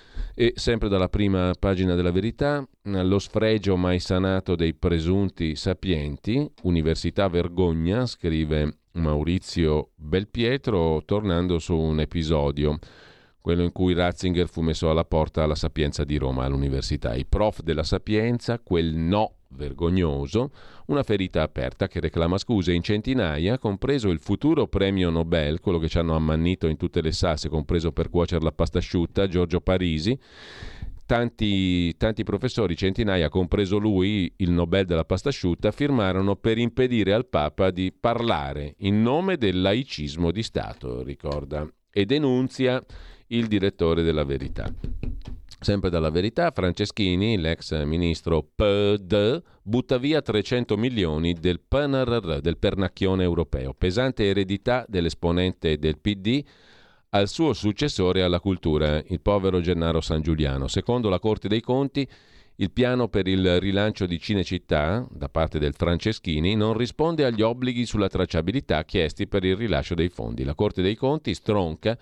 E sempre dalla prima pagina della Verità, lo sfregio mai sanato dei presunti sapienti, Università vergogna, scrive Maurizio Belpietro, tornando su un episodio, quello in cui Ratzinger fu messo alla porta alla Sapienza di Roma, all'università. I prof della Sapienza, quel no vergognoso, una ferita aperta che reclama scuse in centinaia, compreso il futuro premio Nobel, quello che ci hanno ammannito in tutte le salse, compreso per cuocere la pasta asciutta, Giorgio Parisi. tanti, tanti professori, centinaia, compreso lui, il Nobel della pasta asciutta, firmarono per impedire al Papa di parlare in nome del laicismo di Stato, ricorda, e denunzia il direttore della Verità. Sempre dalla Verità, Franceschini, l'ex ministro P D, butta via trecento milioni del P N R R, del pernacchione europeo, pesante eredità dell'esponente del P D al suo successore alla cultura, il povero Gennaro San Giuliano. Secondo la Corte dei Conti, il piano per il rilancio di Cinecittà, da parte del Franceschini, non risponde agli obblighi sulla tracciabilità chiesti per il rilascio dei fondi. La Corte dei Conti stronca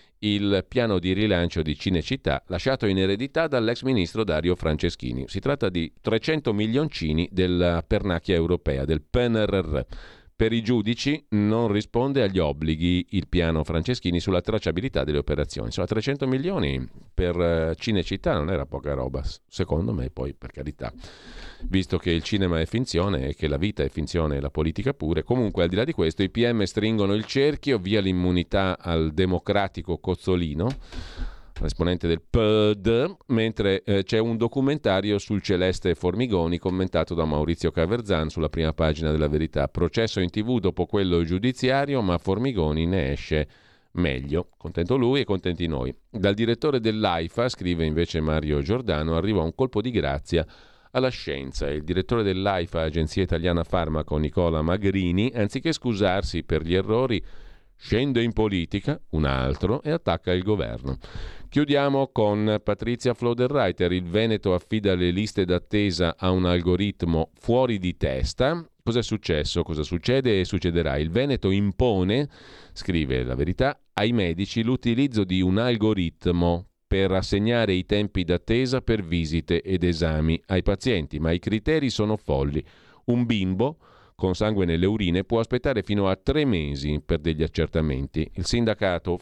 il piano di rilancio di Cinecittà lasciato in eredità dall'ex ministro Dario Franceschini. Si tratta di trecento milioncini della pernacchia europea, del P N R R. Per i giudici non risponde agli obblighi il piano Franceschini sulla tracciabilità delle operazioni. Insomma, trecento milioni per Cinecittà non era poca roba, secondo me, poi per carità, visto che il cinema è finzione e che la vita è finzione e la politica pure. Comunque, al di là di questo, i P M stringono il cerchio, via l'immunità al democratico Cozzolino, l'esponente del P D, mentre eh, c'è un documentario sul Celeste Formigoni commentato da Maurizio Caverzan sulla prima pagina della Verità. Processo in tv dopo quello giudiziario, ma Formigoni ne esce meglio. Contento lui e contenti noi. Dal direttore dell'AIFA, scrive invece Mario Giordano, arriva un colpo di grazia alla scienza. Il direttore dell'AIFA, Agenzia Italiana Farmaco, Nicola Magrini, anziché scusarsi per gli errori, scende in politica, un altro, e attacca il governo. Chiudiamo con Patrizia Floderreiter. Il Veneto affida le liste d'attesa a un algoritmo fuori di testa. Cosa è successo? Cosa succede e succederà? Il Veneto impone, scrive La Verità, ai medici l'utilizzo di un algoritmo per assegnare i tempi d'attesa per visite ed esami ai pazienti, ma i criteri sono folli. Un bimbo con sangue nelle urine può aspettare fino a tre mesi per degli accertamenti. Il sindacato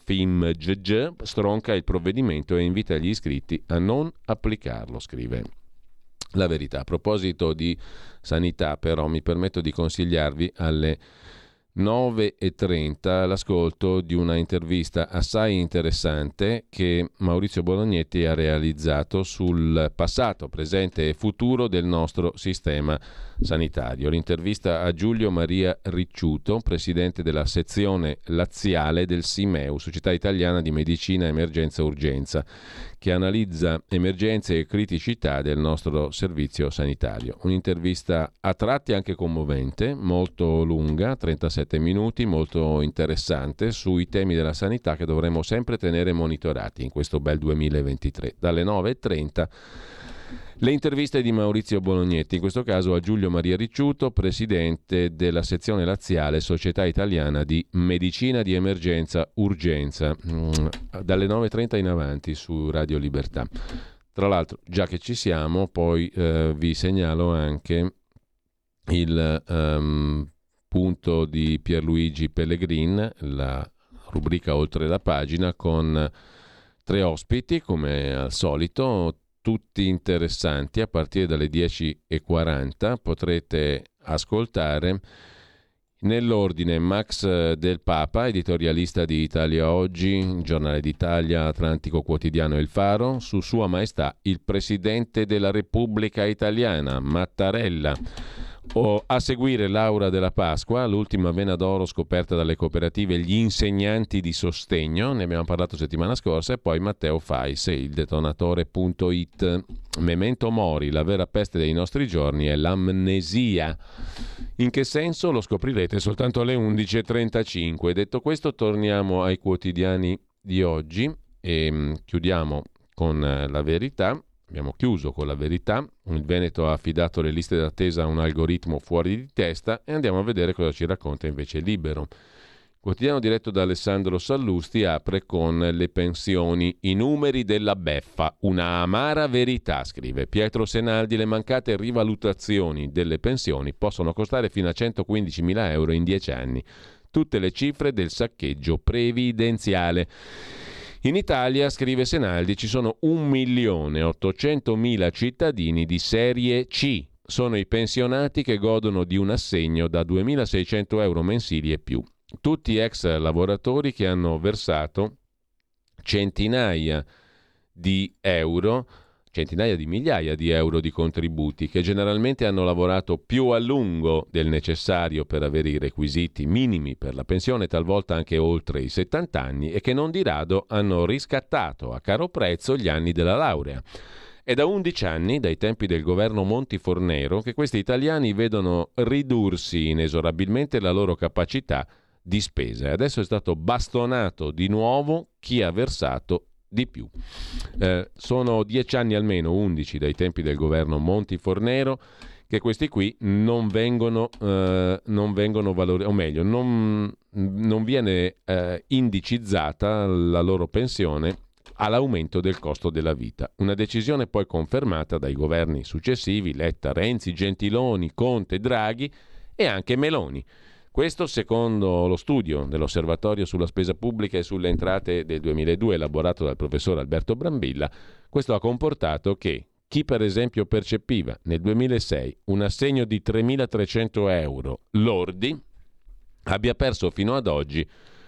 FIMGG stronca il provvedimento e invita gli iscritti a non applicarlo, scrive La Verità. A proposito di sanità, però, mi permetto di consigliarvi alle nove e trenta l'ascolto di una intervista assai interessante che Maurizio Bolognetti ha realizzato sul passato, presente e futuro del nostro sistema sanitario. L'intervista a Giulio Maria Ricciuto, presidente della sezione laziale del SIMEU, Società Italiana di Medicina Emergenza Urgenza, che analizza emergenze e criticità del nostro servizio sanitario. Un'intervista a tratti anche commovente, molto lunga, trentasette minuti, molto interessante, sui temi della sanità che dovremo sempre tenere monitorati in questo bel duemilaventitré. Dalle nove e trenta le interviste di Maurizio Bolognetti, in questo caso a Giulio Maria Ricciuto, presidente della sezione laziale Società Italiana di Medicina di Emergenza Urgenza, dalle nove e trenta in avanti su Radio Libertà. Tra l'altro, già che ci siamo, poi eh, vi segnalo anche il um, punto di Pierluigi Pellegrin, la rubrica Oltre la pagina, con tre ospiti, come al solito, tutti interessanti. A partire dalle dieci e quaranta potrete ascoltare nell'ordine Max Del Papa, editorialista di Italia Oggi, Giornale d'Italia, Atlantico Quotidiano e Il Faro, su Sua Maestà il Presidente della Repubblica Italiana, Mattarella. O a seguire Laura della Pasqua, l'ultima vena d'oro scoperta dalle cooperative e gli insegnanti di sostegno, ne abbiamo parlato settimana scorsa, e poi Matteo Fais, il detonatore punto it. Memento mori, la vera peste dei nostri giorni è l'amnesia. In che senso? Lo scoprirete soltanto alle undici e trentacinque. Detto questo, torniamo ai quotidiani di oggi e mh, chiudiamo con uh, La Verità. Abbiamo chiuso con La Verità. Il Veneto ha affidato le liste d'attesa a un algoritmo fuori di testa e andiamo a vedere cosa ci racconta invece Libero. Il quotidiano diretto da Alessandro Sallusti apre con le pensioni, i numeri della beffa, una amara verità, scrive Pietro Senaldi. Le mancate rivalutazioni delle pensioni possono costare fino a centoquindicimila euro in dieci anni. Tutte le cifre del saccheggio previdenziale. In Italia, scrive Senaldi, ci sono un milione ottocentomila cittadini di serie C. Sono i pensionati che godono di un assegno da duemilaseicento euro mensili e più. Tutti ex lavoratori che hanno versato centinaia di euro, centinaia di migliaia di euro di contributi che generalmente hanno lavorato più a lungo del necessario per avere i requisiti minimi per la pensione, talvolta anche oltre i settanta anni, e che non di rado hanno riscattato a caro prezzo gli anni della laurea. È da undici anni, dai tempi del governo Monti Fornero, che questi italiani vedono ridursi inesorabilmente la loro capacità di spesa e adesso è stato bastonato di nuovo chi ha versato di più. Eh, sono dieci anni almeno, undici dai tempi del governo Monti Fornero, che questi qui non vengono, eh, non vengono valorizzati, o meglio, non, non viene eh, indicizzata la loro pensione all'aumento del costo della vita. Una decisione poi confermata dai governi successivi, Letta, Renzi, Gentiloni, Conte, Draghi e anche Meloni. Questo secondo lo studio dell'Osservatorio sulla spesa pubblica e sulle entrate del duemiladue elaborato dal professor Alberto Brambilla. Questo ha comportato che chi per esempio percepiva nel duemilasei un assegno di tremilatrecento euro lordi abbia perso fino ad oggi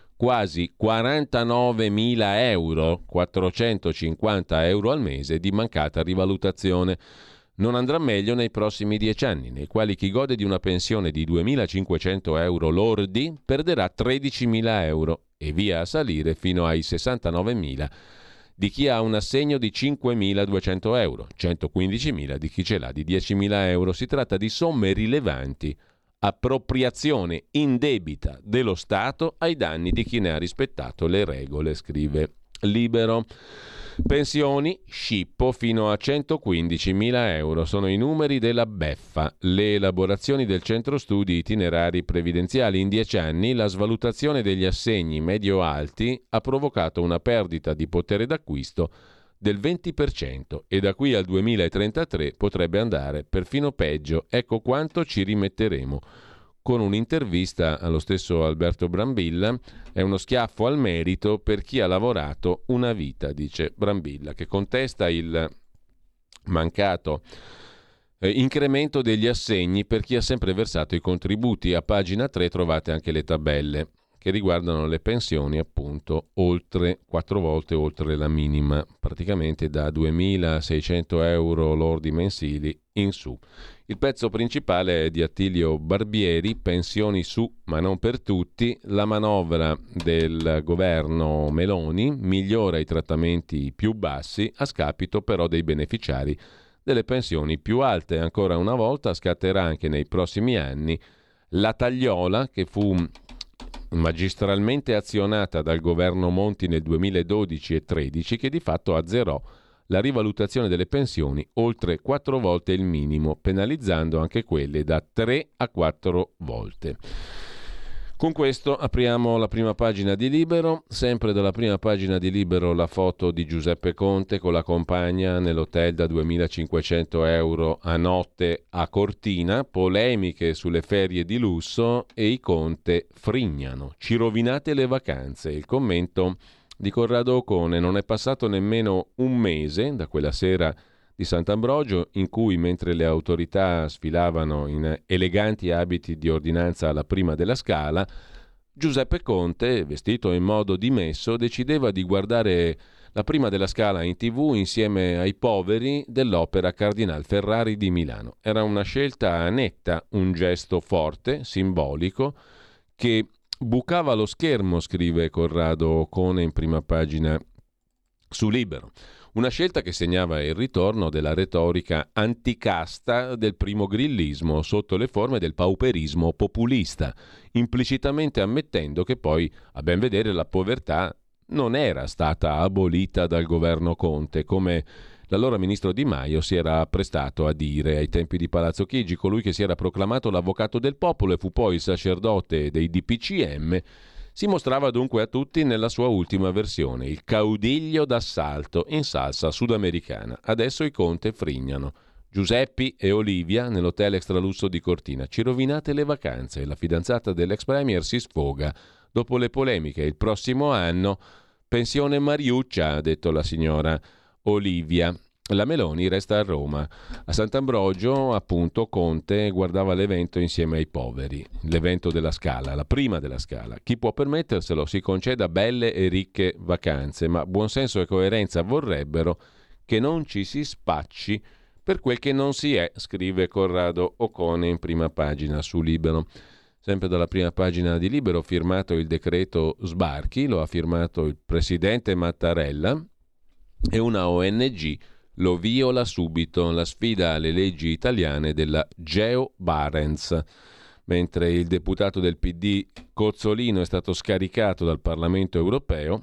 quasi quarantanovemila euro, quattrocentocinquanta euro al mese di mancata rivalutazione. Non andrà meglio nei prossimi dieci anni, nei quali chi gode di una pensione di duemilacinquecento euro lordi perderà tredicimila euro e via a salire fino ai sessantanovemila di chi ha un assegno di cinquemiladuecento euro, centoquindicimila di chi ce l'ha di diecimila euro. Si tratta di somme rilevanti, appropriazione indebita dello Stato ai danni di chi ne ha rispettato le regole, scrive Libero. Pensioni, scippo fino a centoquindicimila euro, sono i numeri della beffa. Le elaborazioni del Centro Studi Itinerari Previdenziali: in dieci anni la svalutazione degli assegni medio-alti ha provocato una perdita di potere d'acquisto del venti per cento e da qui al duemilatrentatré potrebbe andare perfino peggio. Ecco quanto ci rimetteremo. Con un'intervista allo stesso Alberto Brambilla, è uno schiaffo al merito per chi ha lavorato una vita, dice Brambilla, che contesta il mancato eh, incremento degli assegni per chi ha sempre versato i contributi. A pagina tre trovate anche le tabelle che riguardano le pensioni, appunto, oltre quattro volte oltre la minima, praticamente da duemilaseicento euro lordi mensili in su. Il pezzo principale è di Attilio Barbieri, pensioni su ma non per tutti, la manovra del governo Meloni migliora i trattamenti più bassi a scapito però dei beneficiari delle pensioni più alte. Ancora una volta scatterà anche nei prossimi anni la tagliola che fu magistralmente azionata dal governo Monti nel duemiladodici e tredici, che di fatto azzerò la rivalutazione delle pensioni oltre quattro volte il minimo, penalizzando anche quelle da tre a quattro volte. Con questo apriamo la prima pagina di Libero. Sempre dalla prima pagina di Libero la foto di Giuseppe Conte con la compagna nell'hotel da duemilacinquecento euro a notte a Cortina, polemiche sulle ferie di lusso e i Conte frignano. Ci rovinate le vacanze. Il commento di Corrado Ocone: non è passato nemmeno un mese da quella sera di Sant'Ambrogio in cui, mentre le autorità sfilavano in eleganti abiti di ordinanza alla Prima della Scala, Giuseppe Conte, vestito in modo dimesso, decideva di guardare la Prima della Scala in tv insieme ai poveri dell'Opera Cardinal Ferrari di Milano. Era una scelta netta, un gesto forte, simbolico, che bucava lo schermo, scrive Corrado Ocone in prima pagina su Libero. Una scelta che segnava il ritorno della retorica anticasta del primo grillismo sotto le forme del pauperismo populista, implicitamente ammettendo che poi, a ben vedere, la povertà non era stata abolita dal governo Conte, come l'allora ministro Di Maio si era prestato a dire ai tempi di Palazzo Chigi, colui che si era proclamato l'avvocato del popolo e fu poi il sacerdote dei D P C M. Si mostrava dunque a tutti nella sua ultima versione, il caudiglio d'assalto in salsa sudamericana. Adesso i Conte frignano. Giuseppi e Olivia nell'hotel extralusso di Cortina. Ci rovinate le vacanze. La fidanzata dell'ex premier si sfoga dopo le polemiche. Il prossimo anno pensione Mariuccia, ha detto la signora Olivia. La Meloni resta a Roma. A Sant'Ambrogio, appunto, Conte guardava l'evento insieme ai poveri. L'evento della Scala, la Prima della Scala. Chi può permetterselo si conceda belle e ricche vacanze, ma buonsenso e coerenza vorrebbero che non ci si spacci per quel che non si è, scrive Corrado Ocone in prima pagina su Libero. Sempre dalla prima pagina di Libero, ho firmato il decreto sbarchi, lo ha firmato il presidente Mattarella e una O N G lo viola subito, la sfida alle leggi italiane della Geo Barents. Mentre il deputato del P D Cozzolino è stato scaricato dal Parlamento europeo.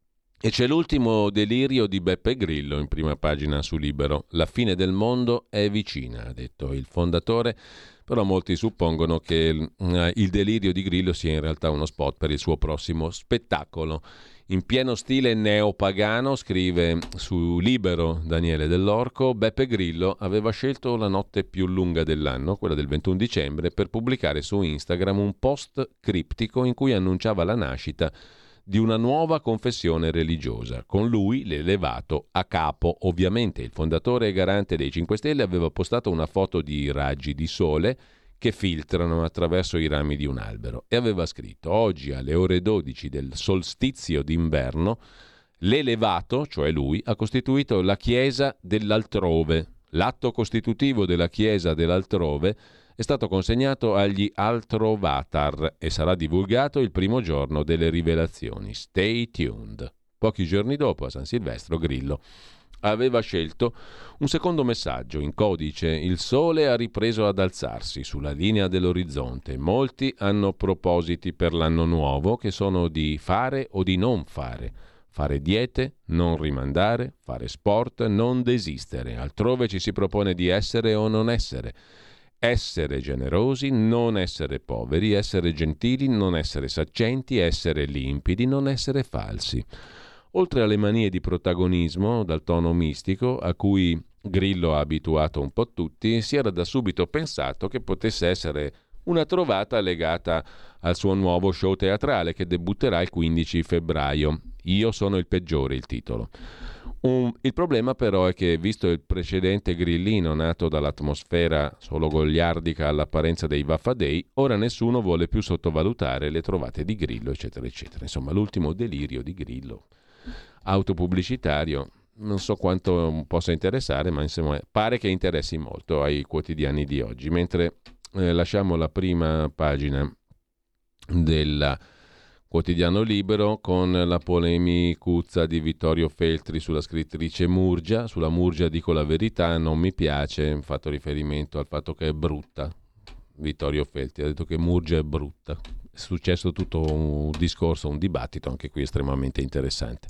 E c'è l'ultimo delirio di Beppe Grillo in prima pagina su Libero. La fine del mondo è vicina, ha detto il fondatore, però molti suppongono che il delirio di Grillo sia in realtà uno spot per il suo prossimo spettacolo. In pieno stile neopagano, scrive su Libero Daniele Dell'Orco, Beppe Grillo aveva scelto la notte più lunga dell'anno, quella del ventuno dicembre, per pubblicare su Instagram un post criptico in cui annunciava la nascita di una nuova confessione religiosa. Con lui l'elevato a capo. Ovviamente il fondatore e garante dei cinque Stelle aveva postato una foto di raggi di sole che filtrano attraverso i rami di un albero e aveva scritto: oggi alle ore dodici del solstizio d'inverno l'elevato, cioè lui, ha costituito la chiesa dell'altrove. L'atto costitutivo della chiesa dell'altrove è stato consegnato agli Altrovatar e sarà divulgato il primo giorno delle rivelazioni. Stay tuned. Pochi giorni dopo, a San Silvestro, Grillo aveva scelto un secondo messaggio in codice: il sole ha ripreso ad alzarsi sulla linea dell'orizzonte. Molti hanno propositi per l'anno nuovo che sono di fare o di non fare. Fare diete, non rimandare, fare sport, non desistere. Altrove ci si propone di essere o non essere. Essere generosi, non essere poveri, essere gentili, non essere saccenti, essere limpidi, non essere falsi. Oltre alle manie di protagonismo dal tono mistico a cui Grillo ha abituato un po' tutti, si era da subito pensato che potesse essere una trovata legata al suo nuovo show teatrale che debutterà il quindici febbraio. Io sono il peggiore, il titolo. Un, il problema però è che, visto il precedente grillino nato dall'atmosfera solo goliardica all'apparenza dei Vaffa Day, ora nessuno vuole più sottovalutare le trovate di Grillo, eccetera, eccetera. Insomma, l'ultimo delirio di Grillo, autopubblicitario, non so quanto possa interessare, ma insomma pare che interessi molto ai quotidiani di oggi. Mentre eh, lasciamo la prima pagina del Quotidiano Libero con la polemicuzza di Vittorio Feltri sulla scrittrice Murgia. Sulla Murgia dico la verità, non mi piace, ho fatto riferimento al fatto che è brutta. Vittorio Feltri ha detto che Murgia è brutta. È successo tutto un discorso, un dibattito anche qui estremamente interessante.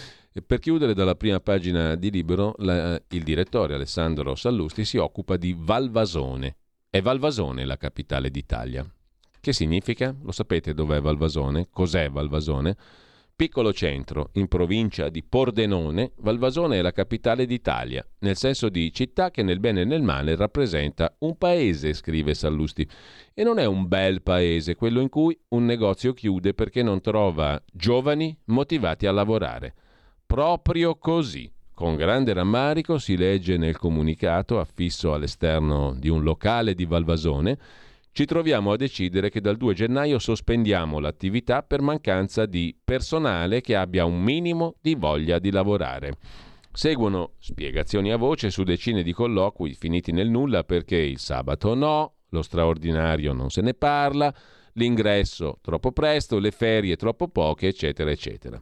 E per chiudere, dalla prima pagina di Libero, la, il direttore Alessandro Sallusti si occupa di Valvasone. È Valvasone la capitale d'Italia. Che significa? Lo sapete dov'è Valvasone? Cos'è Valvasone? Piccolo centro, in provincia di Pordenone, Valvasone è la capitale d'Italia, nel senso di città che nel bene e nel male rappresenta un paese, scrive Sallusti. E non è un bel paese, quello in cui un negozio chiude perché non trova giovani motivati a lavorare. Proprio così. Con grande rammarico si legge nel comunicato affisso all'esterno di un locale di Valvasone: ci troviamo a decidere che dal due gennaio sospendiamo l'attività per mancanza di personale che abbia un minimo di voglia di lavorare. Seguono spiegazioni a voce su decine di colloqui finiti nel nulla perché il sabato no, lo straordinario non se ne parla, l'ingresso troppo presto, le ferie troppo poche, eccetera, eccetera.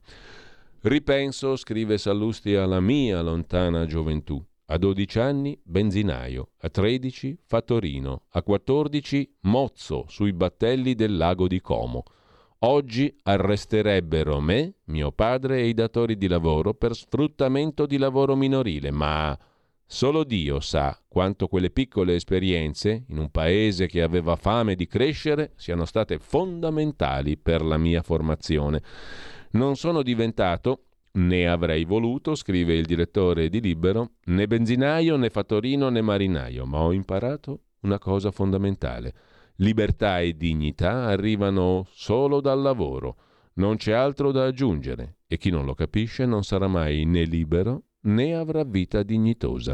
Ripenso, scrive Sallusti, alla mia lontana gioventù. A dodici anni benzinaio, a tredici fattorino, a quattordici mozzo sui battelli del lago di Como. Oggi arresterebbero me, mio padre e i datori di lavoro per sfruttamento di lavoro minorile, ma solo Dio sa quanto quelle piccole esperienze, in un paese che aveva fame di crescere, siano state fondamentali per la mia formazione. Non sono diventato, né avrei voluto, scrive il direttore di Libero, né benzinaio, né fattorino, né marinaio, ma ho imparato una cosa fondamentale. Libertà e dignità arrivano solo dal lavoro, non c'è altro da aggiungere, e chi non lo capisce non sarà mai né libero né avrà vita dignitosa.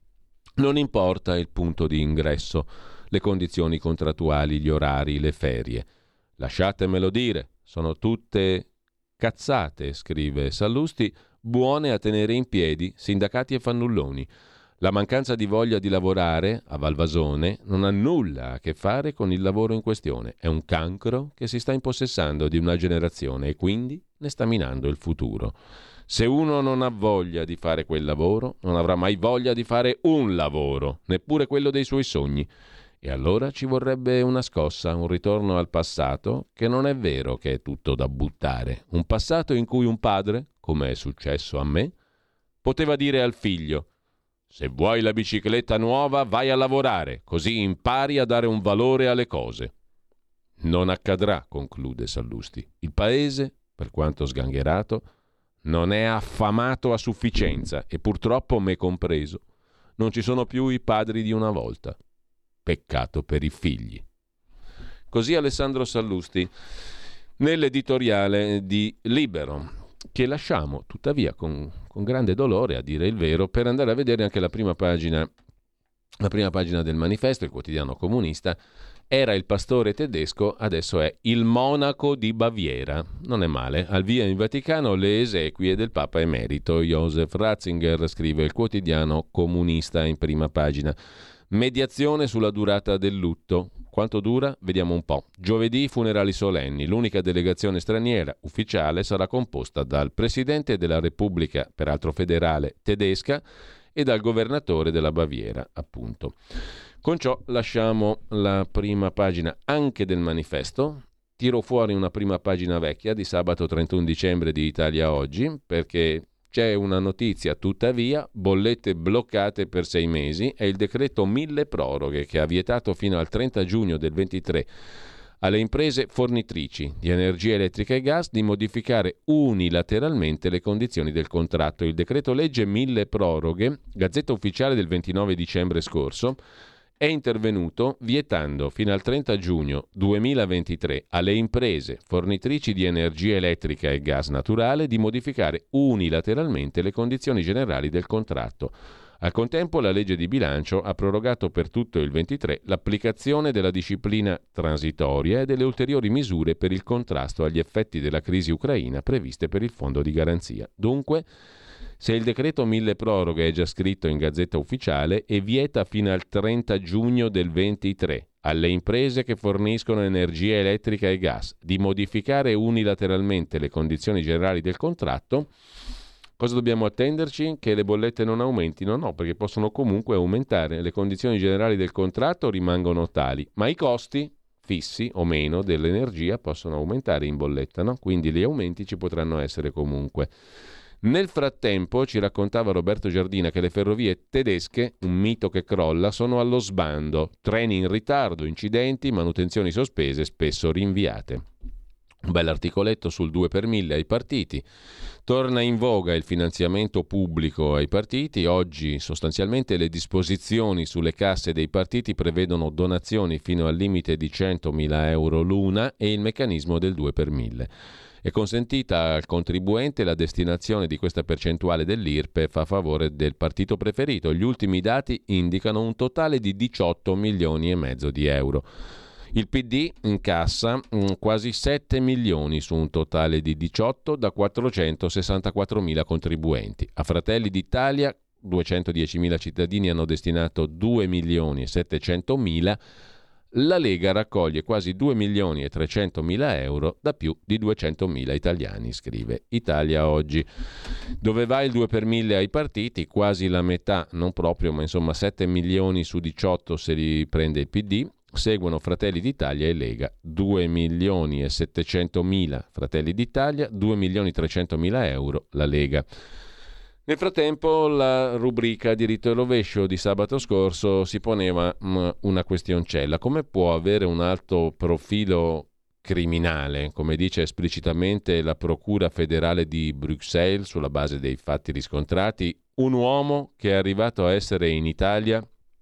Non importa il punto di ingresso, le condizioni contrattuali, gli orari, le ferie. Lasciatemelo dire, sono tutte Cazzate, scrive Sallusti, buone a tenere in piedi sindacati e fannulloni. La mancanza di voglia di lavorare a Valvasone non ha nulla a che fare con il lavoro in questione. È un cancro che si sta impossessando di una generazione e quindi ne sta minando il futuro. Se uno non ha voglia di fare quel lavoro, non avrà mai voglia di fare un lavoro, neppure quello dei suoi sogni. E allora ci vorrebbe una scossa, un ritorno al passato, che non è vero che è tutto da buttare. Un passato in cui un padre, come è successo a me, poteva dire al figlio: se vuoi la bicicletta nuova, vai a lavorare, così impari a dare un valore alle cose. Non accadrà, conclude Sallusti. Il paese, per quanto sgangherato, non è affamato a sufficienza e purtroppo, me compreso, non ci sono più i padri di una volta. Peccato per i figli. Così Alessandro Sallusti nell'editoriale di Libero, che lasciamo tuttavia con, con grande dolore, a dire il vero, per andare a vedere anche la prima pagina, la prima pagina del Manifesto, il quotidiano comunista. Era il pastore tedesco, adesso è il monaco di Baviera. Non è male. Al via in Vaticano le esequie del Papa emerito. Josef Ratzinger, scrive il quotidiano comunista in prima pagina. Mediazione sulla durata del lutto. Quanto dura? Vediamo un po'. Giovedì funerali solenni. L'unica delegazione straniera ufficiale sarà composta dal Presidente della Repubblica, peraltro federale, tedesca, e dal Governatore della Baviera, appunto. Con ciò lasciamo la prima pagina anche del Manifesto. Tiro fuori una prima pagina vecchia di sabato trentuno dicembre di Italia Oggi, perché c'è una notizia, tuttavia, bollette bloccate per sei mesi, è il decreto mille proroghe che ha vietato fino al trenta giugno del ventitré alle imprese fornitrici di energia elettrica e gas di modificare unilateralmente le condizioni del contratto. Il decreto legge mille proroghe, Gazzetta Ufficiale del ventinove dicembre scorso, è intervenuto vietando fino al trenta giugno duemilaventitré alle imprese fornitrici di energia elettrica e gas naturale di modificare unilateralmente le condizioni generali del contratto. Al contempo la legge di bilancio ha prorogato per tutto il ventitré l'applicazione della disciplina transitoria e delle ulteriori misure per il contrasto agli effetti della crisi ucraina previste per il fondo di garanzia. Dunque, se il decreto mille proroghe è già scritto in Gazzetta Ufficiale e vieta fino al trenta giugno del ventitré alle imprese che forniscono energia elettrica e gas di modificare unilateralmente le condizioni generali del contratto, cosa dobbiamo attenderci? Che le bollette non aumentino? No, perché possono comunque aumentare. Le condizioni generali del contratto rimangono tali, ma i costi fissi o meno dell'energia possono aumentare in bolletta, no? Quindi gli aumenti ci potranno essere comunque. Nel frattempo, ci raccontava Roberto Giardina, che le ferrovie tedesche, un mito che crolla, sono allo sbando. Treni in ritardo, incidenti, manutenzioni sospese, spesso rinviate. Un bell'articoletto sul due per mille ai partiti. Torna in voga il finanziamento pubblico ai partiti. Oggi sostanzialmente le disposizioni sulle casse dei partiti prevedono donazioni fino al limite di centomila euro l'una e il meccanismo del due per mille. È consentita al contribuente la destinazione di questa percentuale dell'I R P E F a favore del partito preferito. Gli ultimi dati indicano un totale di diciotto milioni e mezzo di euro. Il P D incassa mh, quasi sette milioni su un totale di diciotto da quattrocentosessantaquattromila contribuenti. A Fratelli d'Italia duecentodiecimila cittadini hanno destinato due milioni e settecentomila. La Lega raccoglie quasi due milioni e trecentomila euro da più di duecentomila italiani, scrive Italia Oggi. Dove va il due per mille ai partiti? Quasi la metà, non proprio, ma insomma sette milioni su diciotto se li prende il P D. Seguono Fratelli d'Italia e Lega, due milioni e settecentomila Fratelli d'Italia, due milioni e trecentomila euro la Lega. Nel frattempo la rubrica Diritto e Rovescio di sabato scorso si poneva mh, una questioncella: come può avere un alto profilo criminale, come dice esplicitamente la Procura federale di Bruxelles sulla base dei fatti riscontrati, un uomo che è arrivato a essere in Italia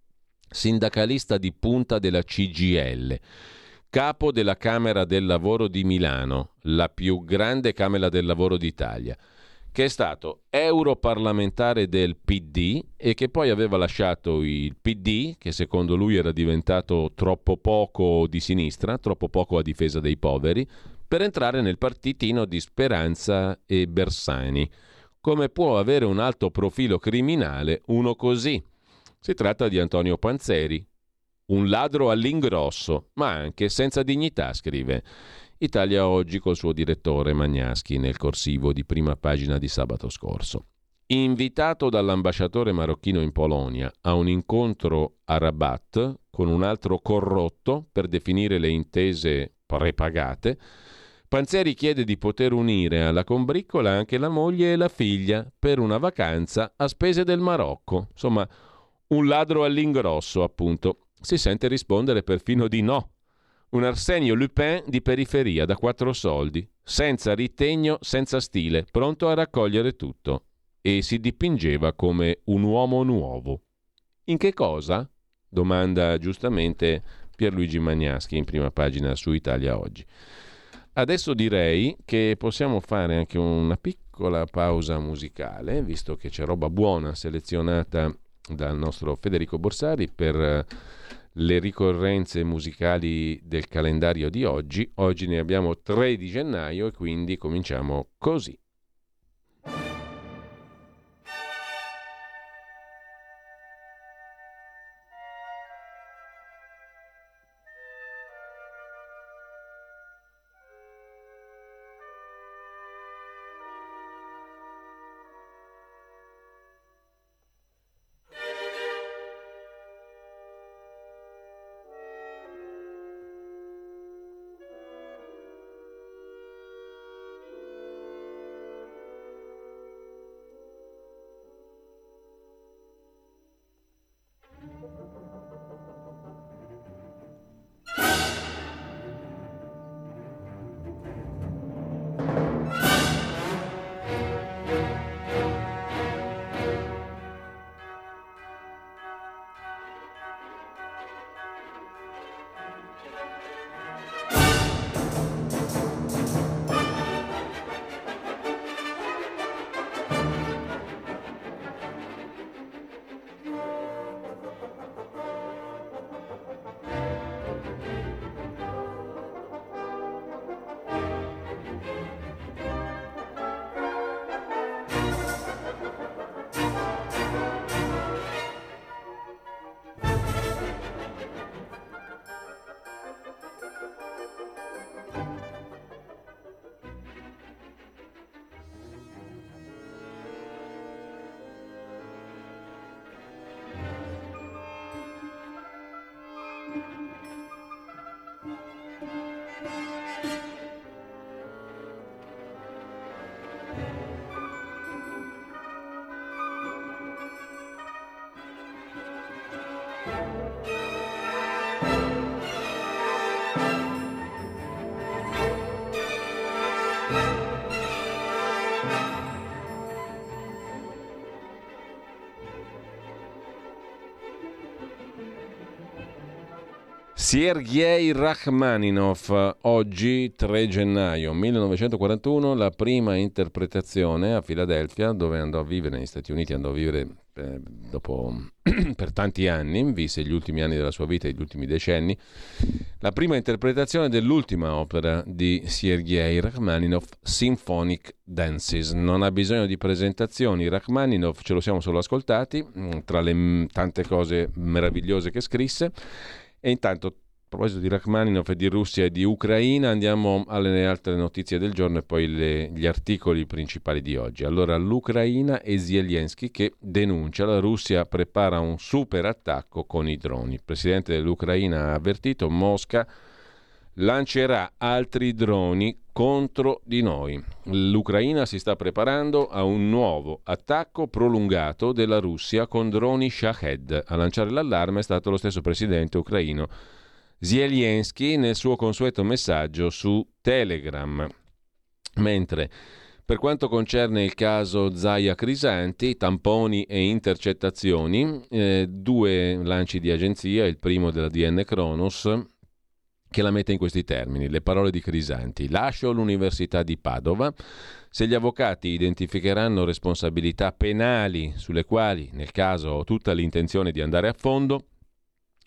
sindacalista di punta della C G I L, capo della Camera del Lavoro di Milano, la più grande Camera del Lavoro d'Italia, che è stato europarlamentare del P D e che poi aveva lasciato il P D, che secondo lui era diventato troppo poco di sinistra, troppo poco a difesa dei poveri, per entrare nel partitino di Speranza e Bersani. Come può avere un alto profilo criminale uno così? Si tratta di Antonio Panzeri, un ladro all'ingrosso, ma anche senza dignità, scrive Italia Oggi col suo direttore Magnaschi nel corsivo di prima pagina di sabato scorso. Invitato dall'ambasciatore marocchino in Polonia a un incontro a Rabat con un altro corrotto per definire le intese prepagate, Panzeri chiede di poter unire alla combriccola anche la moglie e la figlia per una vacanza a spese del Marocco. Insomma, un ladro all'ingrosso, appunto. Si sente rispondere perfino di no. Un Arsenio Lupin di periferia da quattro soldi, senza ritegno, senza stile, pronto a raccogliere tutto. E si dipingeva come un uomo nuovo. In che cosa? Domanda giustamente Pierluigi Magnaschi in prima pagina su Italia Oggi. Adesso direi che possiamo fare anche una piccola pausa musicale, visto che c'è roba buona selezionata dal nostro Federico Borsari per le ricorrenze musicali del calendario di oggi. Oggi ne abbiamo tre di gennaio e quindi cominciamo così. Sergei Rachmaninov, oggi tre gennaio millenovecentoquarantuno, la prima interpretazione a Filadelfia, dove andò a vivere, negli Stati Uniti andò a vivere eh, dopo per tanti anni, visse gli ultimi anni della sua vita e gli ultimi decenni, la prima interpretazione dell'ultima opera di Sergei Rachmaninov, Symphonic Dances. Non ha bisogno di presentazioni, Rachmaninov ce lo siamo solo ascoltati, tra le tante cose meravigliose che scrisse. E intanto, a proposito di Rachmaninov e di Russia e di Ucraina, andiamo alle altre notizie del giorno e poi le, gli articoli principali di oggi. Allora, l'Ucraina e Zelensky che denuncia la Russia prepara un super attacco con i droni. Il presidente dell'Ucraina ha avvertito: Mosca lancerà altri droni contro di noi. L'Ucraina si sta preparando a un nuovo attacco prolungato della Russia con droni Shahed. A lanciare l'allarme è stato lo stesso presidente ucraino Zelensky nel suo consueto messaggio su Telegram. Mentre per quanto concerne il caso Zaia Crisanti, tamponi e intercettazioni, eh, due lanci di agenzia, il primo della D N Kronos, che la mette in questi termini, le parole di Crisanti: lascio l'Università di Padova se gli avvocati identificheranno responsabilità penali sulle quali, nel caso, ho tutta l'intenzione di andare a fondo.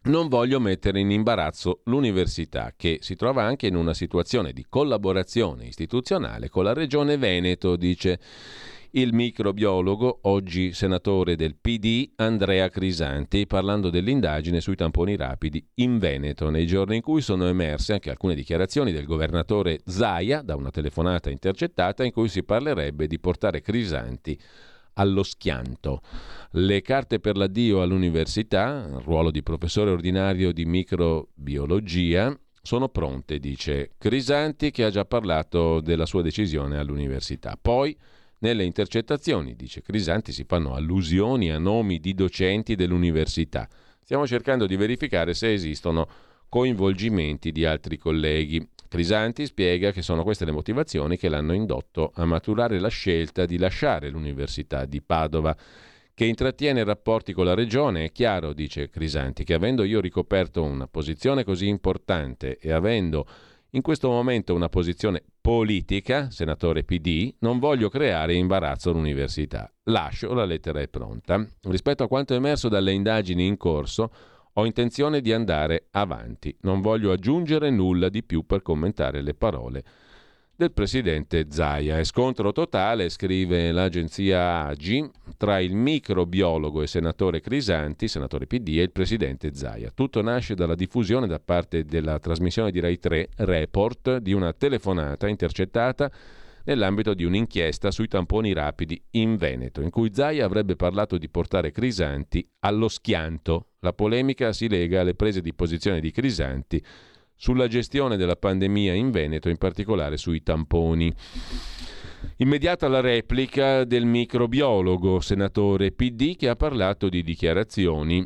Non voglio mettere in imbarazzo l'università, che si trova anche in una situazione di collaborazione istituzionale con la Regione Veneto, dice il microbiologo, oggi senatore del P D, Andrea Crisanti, parlando dell'indagine sui tamponi rapidi in Veneto, nei giorni in cui sono emerse anche alcune dichiarazioni del governatore Zaia da una telefonata intercettata in cui si parlerebbe di portare Crisanti allo schianto. Le carte per l'addio all'università, il ruolo di professore ordinario di microbiologia, sono pronte, dice Crisanti, che ha già parlato della sua decisione all'università. Poi, nelle intercettazioni, dice Crisanti, si fanno allusioni a nomi di docenti dell'università. Stiamo cercando di verificare se esistono coinvolgimenti di altri colleghi. Crisanti spiega che sono queste le motivazioni che l'hanno indotto a maturare la scelta di lasciare l'Università di Padova, che intrattiene rapporti con la regione. È chiaro, dice Crisanti, che avendo io ricoperto una posizione così importante e avendo in questo momento una posizione politica, senatore P D, non voglio creare imbarazzo all'università. Lascio, la lettera è pronta. Rispetto a quanto emerso dalle indagini in corso, ho intenzione di andare avanti. Non voglio aggiungere nulla di più per commentare le parole del presidente Zaia. È scontro totale, scrive l'agenzia A G I, tra il microbiologo e senatore Crisanti, senatore P D, e il presidente Zaia. Tutto nasce dalla diffusione da parte della trasmissione di Rai tre, Report, di una telefonata intercettata nell'ambito di un'inchiesta sui tamponi rapidi in Veneto, in cui Zaia avrebbe parlato di portare Crisanti allo schianto. La polemica si lega alle prese di posizione di Crisanti sulla gestione della pandemia in Veneto, in particolare sui tamponi. Immediata la replica del microbiologo, senatore P D, che ha parlato di dichiarazioni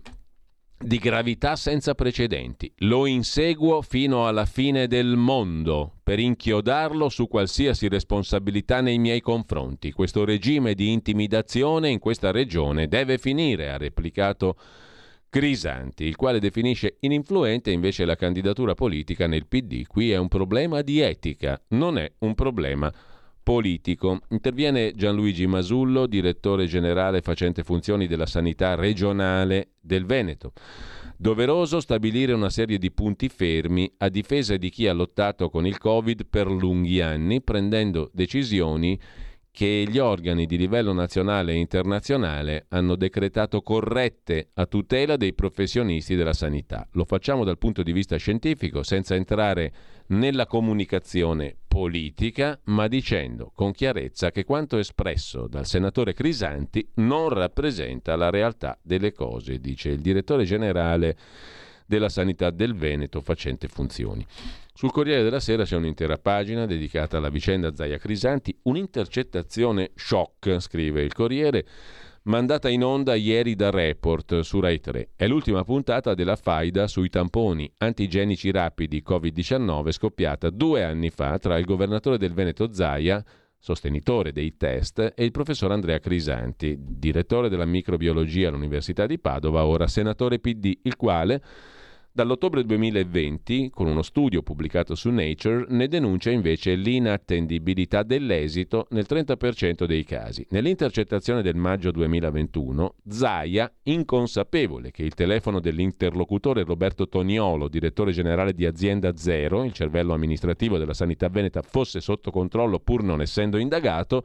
di gravità senza precedenti. Lo inseguo fino alla fine del mondo per inchiodarlo su qualsiasi responsabilità nei miei confronti. Questo regime di intimidazione in questa regione deve finire, ha replicato Crisanti, il quale definisce ininfluente invece la candidatura politica nel P D. Qui è un problema di etica, non è un problema politico. Interviene Gianluigi Masullo, direttore generale facente funzioni della sanità regionale del Veneto. Doveroso stabilire una serie di punti fermi a difesa di chi ha lottato con il Covid per lunghi anni, prendendo decisioni che gli organi di livello nazionale e internazionale hanno decretato corrette a tutela dei professionisti della sanità. Lo facciamo dal punto di vista scientifico, senza entrare nella comunicazione politica, ma dicendo con chiarezza che quanto espresso dal senatore Crisanti non rappresenta la realtà delle cose, dice il direttore generale della sanità del Veneto facente funzioni. Sul Corriere della Sera c'è un'intera pagina dedicata alla vicenda Zaia Crisanti, un'intercettazione shock, scrive il Corriere, mandata in onda ieri da Report su Rai tre. È l'ultima puntata della faida sui tamponi antigenici rapidi covid diciannove scoppiata due anni fa tra il governatore del Veneto Zaia, sostenitore dei test, e il professor Andrea Crisanti, direttore della microbiologia all'Università di Padova, ora senatore P D, il quale dall'ottobre duemilaventi, con uno studio pubblicato su Nature, ne denuncia invece l'inattendibilità dell'esito nel trenta per cento dei casi. Nell'intercettazione del maggio duemilaventuno, Zaia, inconsapevole che il telefono dell'interlocutore Roberto Toniolo, direttore generale di Azienda Zero, il cervello amministrativo della sanità veneta, fosse sotto controllo pur non essendo indagato,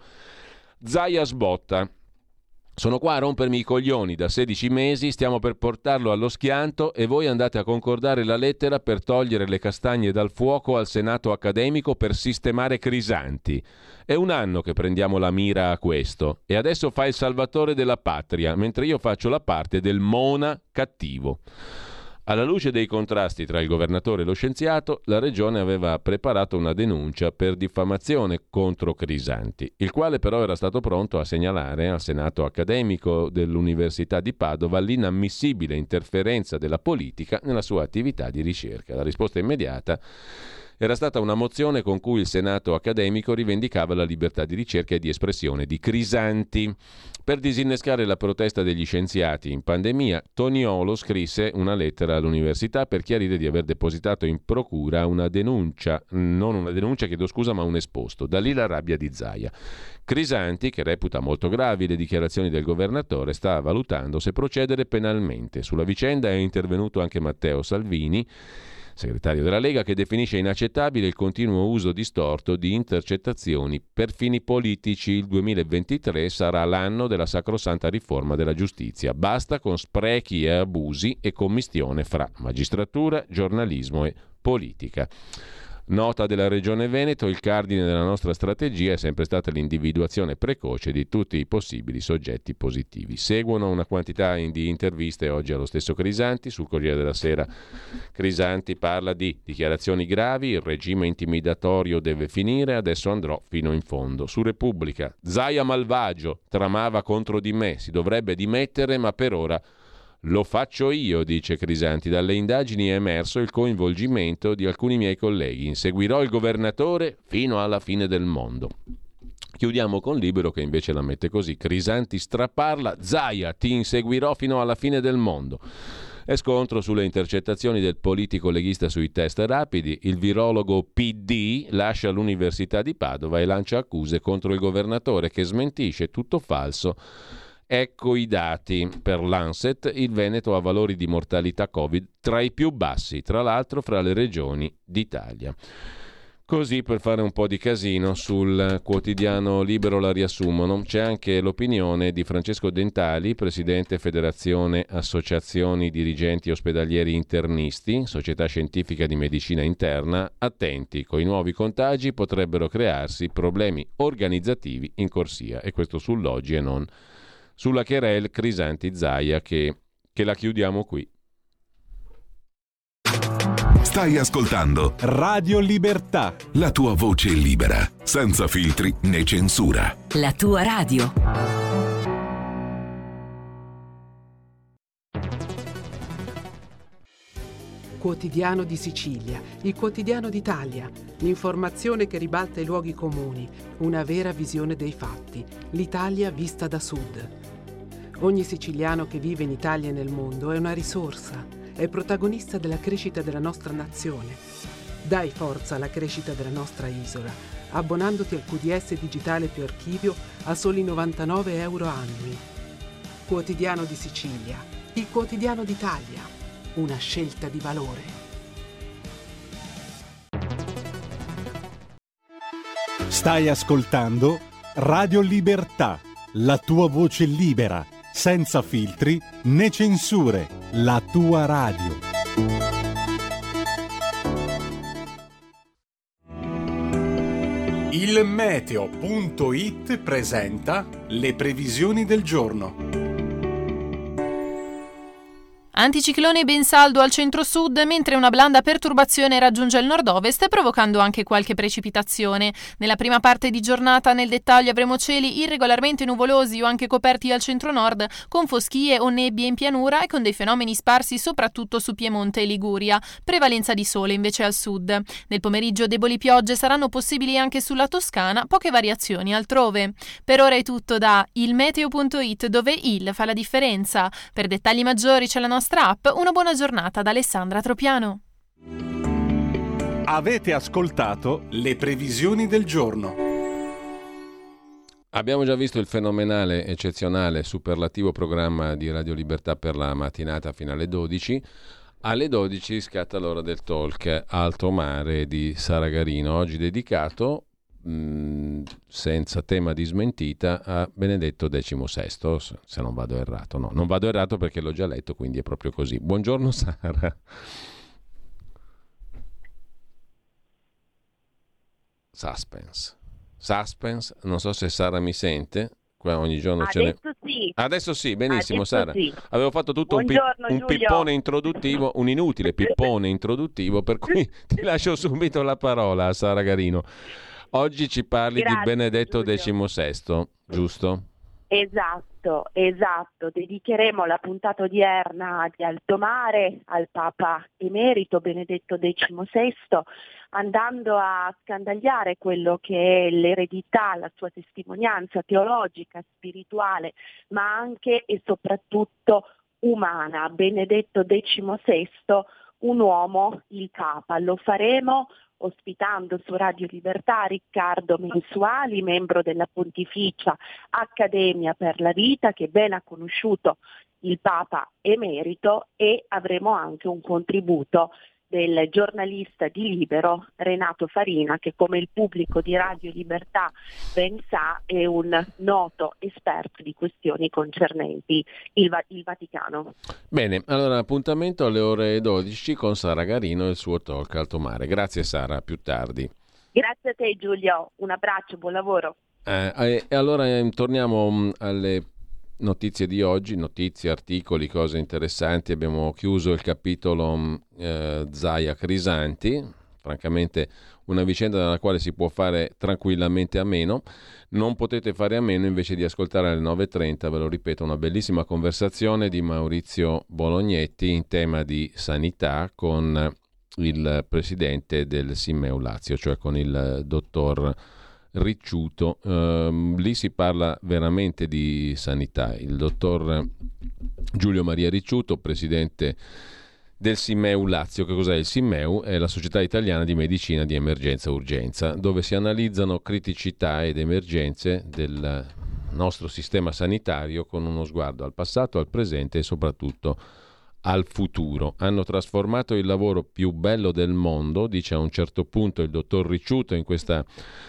Zaia sbotta. Sono qua a rompermi i coglioni da sedici mesi, stiamo per portarlo allo schianto e voi andate a concordare la lettera per togliere le castagne dal fuoco al Senato accademico per sistemare Crisanti. È un anno che prendiamo la mira a questo e adesso fa il salvatore della patria, mentre io faccio la parte del mona cattivo. Alla luce dei contrasti tra il governatore e lo scienziato, la regione aveva preparato una denuncia per diffamazione contro Crisanti, il quale però era stato pronto a segnalare al Senato accademico dell'Università di Padova l'inammissibile interferenza della politica nella sua attività di ricerca. La risposta immediata Era stata una mozione con cui il Senato accademico rivendicava la libertà di ricerca e di espressione di Crisanti. Per disinnescare la protesta degli scienziati in pandemia, Toniolo scrisse una lettera all'università per chiarire di aver depositato in procura una denuncia, non una denuncia, chiedo scusa, ma un esposto. Da lì la rabbia di Zaia. Crisanti, che reputa molto gravi le dichiarazioni del governatore, sta valutando se procedere penalmente. Sulla vicenda è intervenuto anche Matteo Salvini, segretario della Lega, che definisce inaccettabile il continuo uso distorto di intercettazioni per fini politici. Il duemilaventitré sarà l'anno della sacrosanta riforma della giustizia. Basta con sprechi e abusi e commistione fra magistratura, giornalismo e politica. Nota della Regione Veneto: il cardine della nostra strategia è sempre stata l'individuazione precoce di tutti i possibili soggetti positivi. Seguono una quantità di interviste oggi allo stesso Crisanti. Sul Corriere della Sera Crisanti parla di dichiarazioni gravi, il regime intimidatorio deve finire, adesso andrò fino in fondo. Su Repubblica: Zaia malvagio, tramava contro di me, si dovrebbe dimettere, ma per ora lo faccio io, dice Crisanti. Dalle indagini è emerso il coinvolgimento di alcuni miei colleghi. Inseguirò il governatore fino alla fine del mondo. Chiudiamo con Libero, che invece la mette così: Crisanti straparla, Zaia ti inseguirò fino alla fine del mondo. E scontro sulle intercettazioni del politico leghista sui test rapidi. Il virologo P D lascia l'Università di Padova e lancia accuse contro il governatore, che smentisce tutto falso. Ecco i dati. Per Lancet il Veneto ha valori di mortalità Covid tra i più bassi, tra l'altro fra le regioni d'Italia. Così, per fare un po' di casino, sul quotidiano Libero la riassumono. C'è anche l'opinione di Francesco Dentali, presidente Federazione Associazioni Dirigenti Ospedalieri Internisti, società scientifica di medicina interna. Attenti, coi nuovi contagi potrebbero crearsi problemi organizzativi in corsia. E questo sull'Oggi e non sulla Querel Crisanti Zaia, che, che la chiudiamo qui. Stai ascoltando Radio Libertà, la tua voce libera, senza filtri né censura. La tua radio. Quotidiano di Sicilia, il quotidiano d'Italia, l'informazione che ribalta i luoghi comuni, una vera visione dei fatti, l'Italia vista da sud. Ogni siciliano che vive in Italia e nel mondo è una risorsa, è protagonista della crescita della nostra nazione. Dai forza alla crescita della nostra isola, abbonandoti al Q D S digitale più archivio a soli novantanove euro annui. Quotidiano di Sicilia, il quotidiano d'Italia, una scelta di valore. stai ascoltando Radio Libertà, la tua voce libera, senza filtri né censure, la tua radio. Il meteo punto it presenta le previsioni del giorno. Anticiclone ben saldo al centro-sud, mentre una blanda perturbazione raggiunge il nord-ovest, provocando anche qualche precipitazione. Nella prima parte di giornata, nel dettaglio, avremo cieli irregolarmente nuvolosi o anche coperti al centro-nord, con foschie o nebbie in pianura e con dei fenomeni sparsi soprattutto su Piemonte e Liguria. Prevalenza di sole invece al sud. Nel pomeriggio deboli piogge saranno possibili anche sulla Toscana, poche variazioni altrove. Per ora è tutto da il meteo punto it, dove il fa la differenza. Per dettagli maggiori c'è la nostra app. Una buona giornata da Alessandra Tropiano. Avete ascoltato le previsioni del giorno. Abbiamo già visto il fenomenale, eccezionale, superlativo programma di Radio Libertà per la mattinata fino alle dodici. Alle dodici scatta l'ora del talk Alto Mare di Sara Garino, oggi dedicato, mh, senza tema di smentita, a Benedetto diciassette, se non vado errato. No, non vado errato perché l'ho già letto, quindi è proprio così. Buongiorno Sara. Suspense. Suspense, non so se Sara mi sente. Qua ogni giorno Adesso ce n'è. sì. Adesso sì, benissimo. Adesso Sara. sì. Avevo fatto tutto un, pi- Buongiorno, un Giulio. pippone introduttivo, un inutile pippone introduttivo, per cui ti lascio subito la parola a Sara Garino. Oggi ci parli Grazie, di Benedetto Giulio. diciassette, giusto? Esatto, esatto. Dedicheremo la puntata odierna di Alto Mare al Papa Emerito Benedetto diciannovesimo, andando a scandagliare quello che è l'eredità, la sua testimonianza teologica, spirituale, ma anche e soprattutto umana. Benedetto diciannovesimo, un uomo, il Papa. Lo faremo ospitando su Radio Libertà Riccardo Mensuali, membro della Pontificia Accademia per la Vita, che ben ha conosciuto il Papa Emerito, e avremo anche un contributo del giornalista di Libero Renato Farina, che come il pubblico di Radio Libertà ben sa è un noto esperto di questioni concernenti il, Va- il Vaticano. Bene, allora appuntamento alle ore dodici con Sara Garino e il suo talk Alto Mare. Grazie Sara, più tardi. Grazie a te Giulio, un abbraccio, buon lavoro. Eh, e eh, allora eh, torniamo mh, alle notizie di oggi, notizie, articoli, cose interessanti. Abbiamo chiuso il capitolo eh, Zaia Crisanti, francamente una vicenda dalla quale si può fare tranquillamente a meno. Non potete fare a meno invece di ascoltare alle nove e trenta, ve lo ripeto, una bellissima conversazione di Maurizio Bolognetti in tema di sanità con il presidente del Simmeu Lazio, cioè con il dottor Ricciuto. Uh, lì si parla veramente di sanità. Il dottor Giulio Maria Ricciuto, presidente del Simmeu Lazio. Che cos'è il Simmeu? È la Società Italiana di Medicina di Emergenza Urgenza, dove si analizzano criticità ed emergenze del nostro sistema sanitario con uno sguardo al passato, al presente e soprattutto al futuro. Hanno trasformato il lavoro più bello del mondo, dice a un certo punto il dottor Ricciuto in questa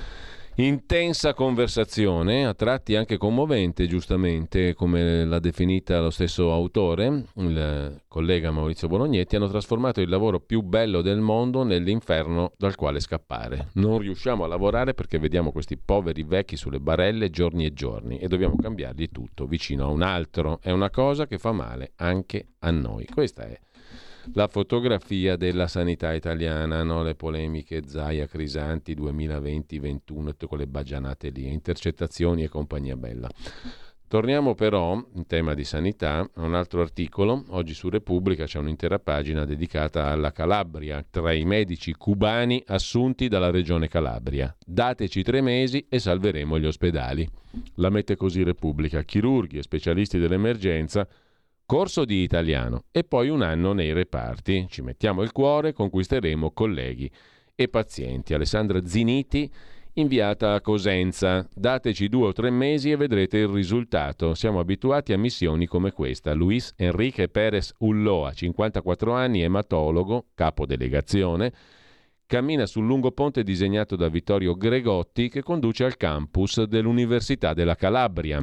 intensa conversazione, a tratti anche commovente, giustamente, come l'ha definita lo stesso autore, il collega Maurizio Bolognetti. Hanno trasformato il lavoro più bello del mondo nell'inferno dal quale scappare. Non riusciamo a lavorare perché vediamo questi poveri vecchi sulle barelle giorni e giorni e dobbiamo cambiargli tutto vicino a un altro. È una cosa che fa male anche a noi. Questa è la fotografia della sanità italiana, no? Le polemiche Zaia Crisanti duemilaventi ventuno, tutte quelle baggianate lì, intercettazioni e compagnia bella. Torniamo però, in tema di sanità, a un altro articolo. Oggi su Repubblica c'è un'intera pagina dedicata alla Calabria, tra i medici cubani assunti dalla regione Calabria. Dateci tre mesi e salveremo gli ospedali. La mette così Repubblica. Chirurghi e specialisti dell'emergenza, corso di italiano e poi un anno nei reparti. Ci mettiamo il cuore, conquisteremo colleghi e pazienti. Alessandra Ziniti, inviata a Cosenza. Dateci due o tre mesi e vedrete il risultato. Siamo abituati a missioni come questa. Luis Enrique Pérez Ulloa, cinquantaquattro anni, ematologo, capo delegazione, cammina sul lungo ponte disegnato da Vittorio Gregotti che conduce al campus dell'Università della Calabria.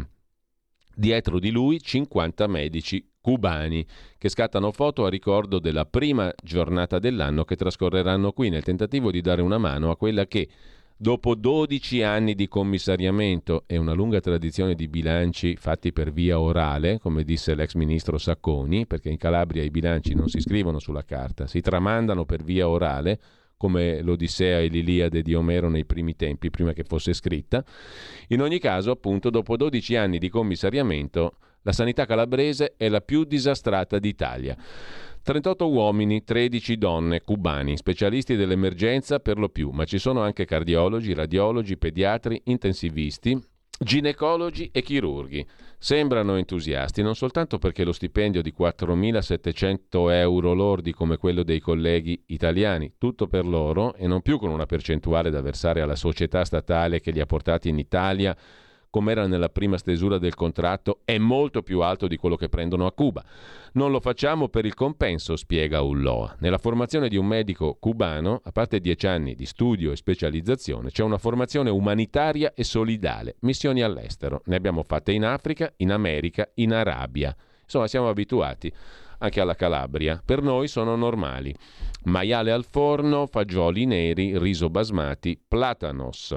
Dietro di lui cinquanta medici cubani che scattano foto a ricordo della prima giornata dell'anno che trascorreranno qui nel tentativo di dare una mano a quella che, dopo dodici anni di commissariamento e una lunga tradizione di bilanci fatti per via orale, come disse l'ex ministro Sacconi, perché in Calabria i bilanci non si scrivono sulla carta, si tramandano per via orale, come l'Odissea e l'Iliade di Omero nei primi tempi, prima che fosse scritta. In ogni caso, appunto, dopo dodici anni di commissariamento, la sanità calabrese è la più disastrata d'Italia. trentotto uomini, tredici donne cubani, specialisti dell'emergenza per lo più, ma ci sono anche cardiologi, radiologi, pediatri, intensivisti, ginecologi e chirurghi. Sembrano entusiasti non soltanto perché lo stipendio di quattromilasettecento euro lordi come quello dei colleghi italiani, tutto per loro e non più con una percentuale da versare alla società statale che li ha portati in Italia, come era nella prima stesura del contratto, è molto più alto di quello che prendono a Cuba. Non lo facciamo per il compenso, spiega Ulloa. Nella formazione di un medico cubano, a parte dieci anni di studio e specializzazione, c'è una formazione umanitaria e solidale, missioni all'estero. Ne abbiamo fatte in Africa, in America, in Arabia. Insomma, siamo abituati anche alla Calabria. Per noi sono normali. Maiale al forno, fagioli neri, riso basmati, platanos.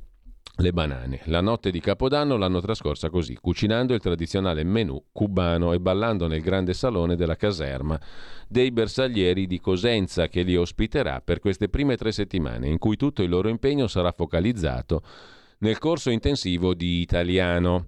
Le banane. La notte di Capodanno l'hanno trascorsa così, cucinando il tradizionale menù cubano e ballando nel grande salone della caserma dei bersaglieri di Cosenza, che li ospiterà per queste prime tre settimane, in cui tutto il loro impegno sarà focalizzato nel corso intensivo di italiano.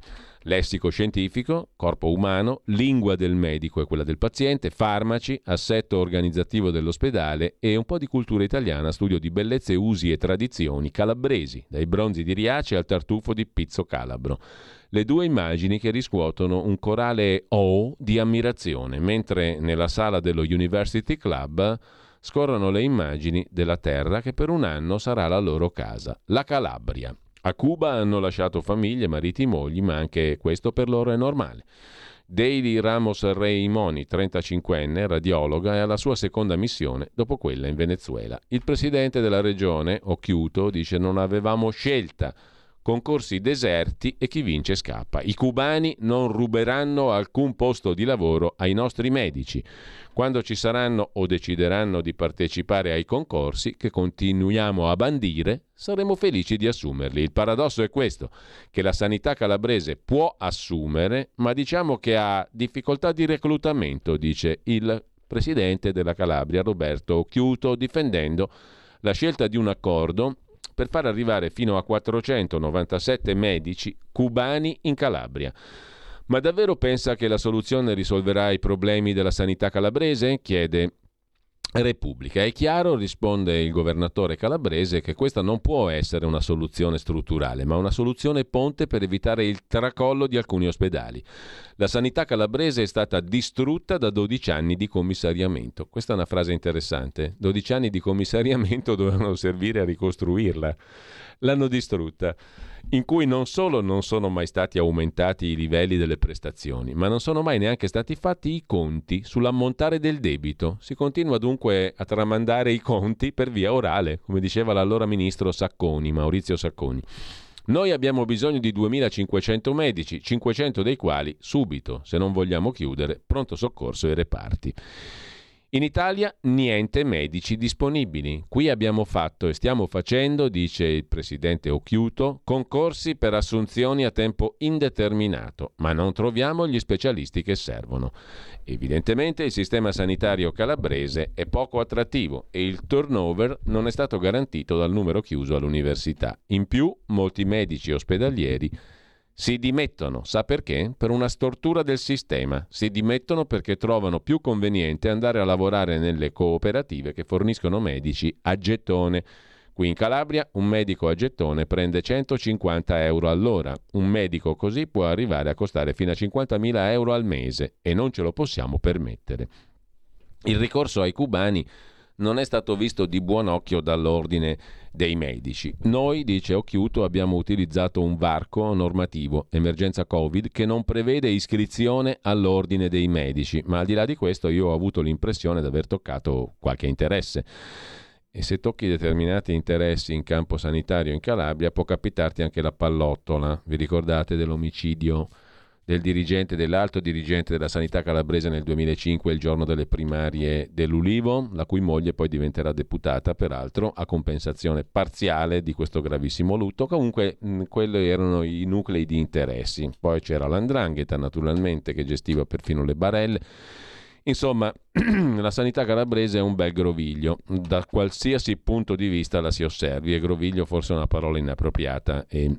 Lessico scientifico, corpo umano, lingua del medico e quella del paziente, farmaci, assetto organizzativo dell'ospedale e un po' di cultura italiana, studio di bellezze, usi e tradizioni calabresi, dai bronzi di Riace al tartufo di Pizzo Calabro. Le due immagini che riscuotono un corale O di ammirazione, mentre nella sala dello University Club scorrono le immagini della terra che per un anno sarà la loro casa, la Calabria. A Cuba hanno lasciato famiglie, mariti e mogli, ma anche questo per loro è normale. Daily Ramos Rey Moni, trentacinquenne, radiologa, è alla sua seconda missione dopo quella in Venezuela. Il presidente della regione, Occhiuto, dice: non avevamo scelta. Concorsi deserti e chi vince scappa. I cubani non ruberanno alcun posto di lavoro ai nostri medici. Quando ci saranno o decideranno di partecipare ai concorsi, che continuiamo a bandire, saremo felici di assumerli. Il paradosso è questo, che la sanità calabrese può assumere, ma diciamo che ha difficoltà di reclutamento, dice il presidente della Calabria, Roberto Occhiuto, difendendo la scelta di un accordo per far arrivare fino a quattrocentonovantasette medici cubani in Calabria. Ma davvero pensa che la soluzione risolverà i problemi della sanità calabrese? Chiede Repubblica. È chiaro, risponde il governatore calabrese, che questa non può essere una soluzione strutturale, ma una soluzione ponte per evitare il tracollo di alcuni ospedali. La sanità calabrese è stata distrutta da dodici anni di commissariamento. Questa è una frase interessante. dodici anni di commissariamento dovevano servire a ricostruirla. L'hanno distrutta, in cui non solo non sono mai stati aumentati i livelli delle prestazioni, ma non sono mai neanche stati fatti i conti sull'ammontare del debito. Si continua dunque a tramandare i conti per via orale, come diceva l'allora ministro Sacconi, Maurizio Sacconi. Noi abbiamo bisogno di duemilacinquecento medici, cinquecento dei quali subito, se non vogliamo chiudere, pronto soccorso e reparti. In Italia niente medici disponibili. Qui abbiamo fatto e stiamo facendo, dice il presidente Occhiuto, concorsi per assunzioni a tempo indeterminato, ma non troviamo gli specialisti che servono. Evidentemente il sistema sanitario calabrese è poco attrattivo e il turnover non è stato garantito dal numero chiuso all'università. In più, molti medici ospedalieri si dimettono, sa perché? Per una stortura del sistema. Si dimettono perché trovano più conveniente andare a lavorare nelle cooperative che forniscono medici a gettone. Qui in Calabria un medico a gettone prende centocinquanta euro all'ora. Un medico così può arrivare a costare fino a cinquantamila euro al mese e non ce lo possiamo permettere. Il ricorso ai cubani non è stato visto di buon occhio dall'ordine dei medici. Noi, dice Occhiuto, abbiamo utilizzato un varco normativo, emergenza Covid, che non prevede iscrizione all'ordine dei medici, ma al di là di questo io ho avuto l'impressione di aver toccato qualche interesse. E se tocchi determinati interessi in campo sanitario in Calabria può capitarti anche la pallottola. Vi ricordate dell'omicidio del dirigente, dell'alto dirigente della sanità calabrese nel duemilacinque, il giorno delle primarie dell'Ulivo, la cui moglie poi diventerà deputata, peraltro, a compensazione parziale di questo gravissimo lutto. Comunque, mh, quelli erano i nuclei di interessi. Poi c'era l'Andrangheta, naturalmente, che gestiva perfino le barelle. Insomma, la sanità calabrese è un bel groviglio, da qualsiasi punto di vista la si osservi, e groviglio forse è una parola inappropriata e,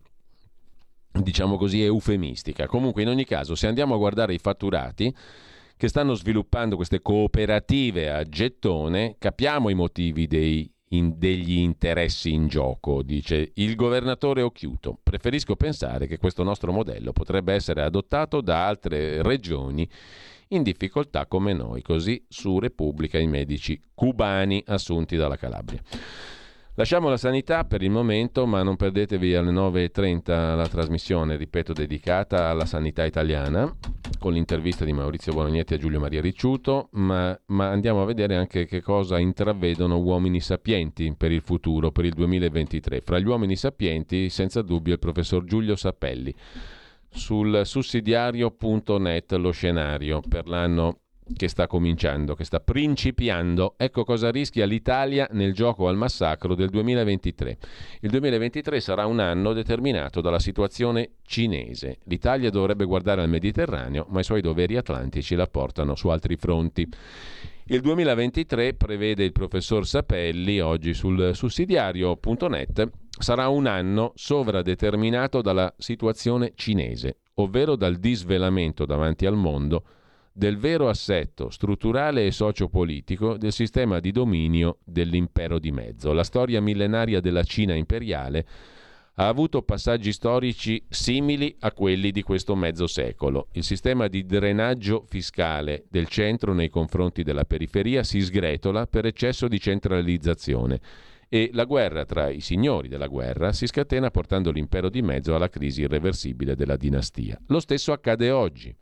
diciamo così, eufemistica. Comunque, in ogni caso, se andiamo a guardare i fatturati che stanno sviluppando queste cooperative a gettone, capiamo i motivi dei, in, degli interessi in gioco, dice il governatore Occhiuto. Preferisco pensare che questo nostro modello potrebbe essere adottato da altre regioni in difficoltà come noi, così su Repubblica i medici cubani assunti dalla Calabria. Lasciamo la sanità per il momento, ma non perdetevi alle nove e trenta la trasmissione, ripeto, dedicata alla sanità italiana, con l'intervista di Maurizio Bolognetti a Giulio Maria Ricciuto, ma, ma andiamo a vedere anche che cosa intravedono uomini sapienti per il futuro, per il duemilaventitré. Fra gli uomini sapienti, senza dubbio, il professor Giulio Sapelli. Sul sussidiario punto net lo scenario per l'anno che sta cominciando, che sta principiando. Ecco cosa rischia l'Italia nel gioco al massacro del duemilaventitré. Il duemilaventitré sarà un anno determinato dalla situazione cinese. L'Italia dovrebbe guardare al Mediterraneo, ma i suoi doveri atlantici la portano su altri fronti. Il duemilaventitré, prevede il professor Sapelli oggi sul sussidiario punto net, sarà un anno sovradeterminato dalla situazione cinese. ovvero dal disvelamento davanti al mondo del vero assetto strutturale e sociopolitico del sistema di dominio dell'impero di mezzo. La storia millenaria della Cina imperiale ha avuto passaggi storici simili a quelli di questo mezzo secolo. Il sistema di drenaggio fiscale del centro nei confronti della periferia si sgretola per eccesso di centralizzazione e la guerra tra i signori della guerra si scatena portando l'impero di mezzo alla crisi irreversibile della dinastia. Lo stesso accade oggi.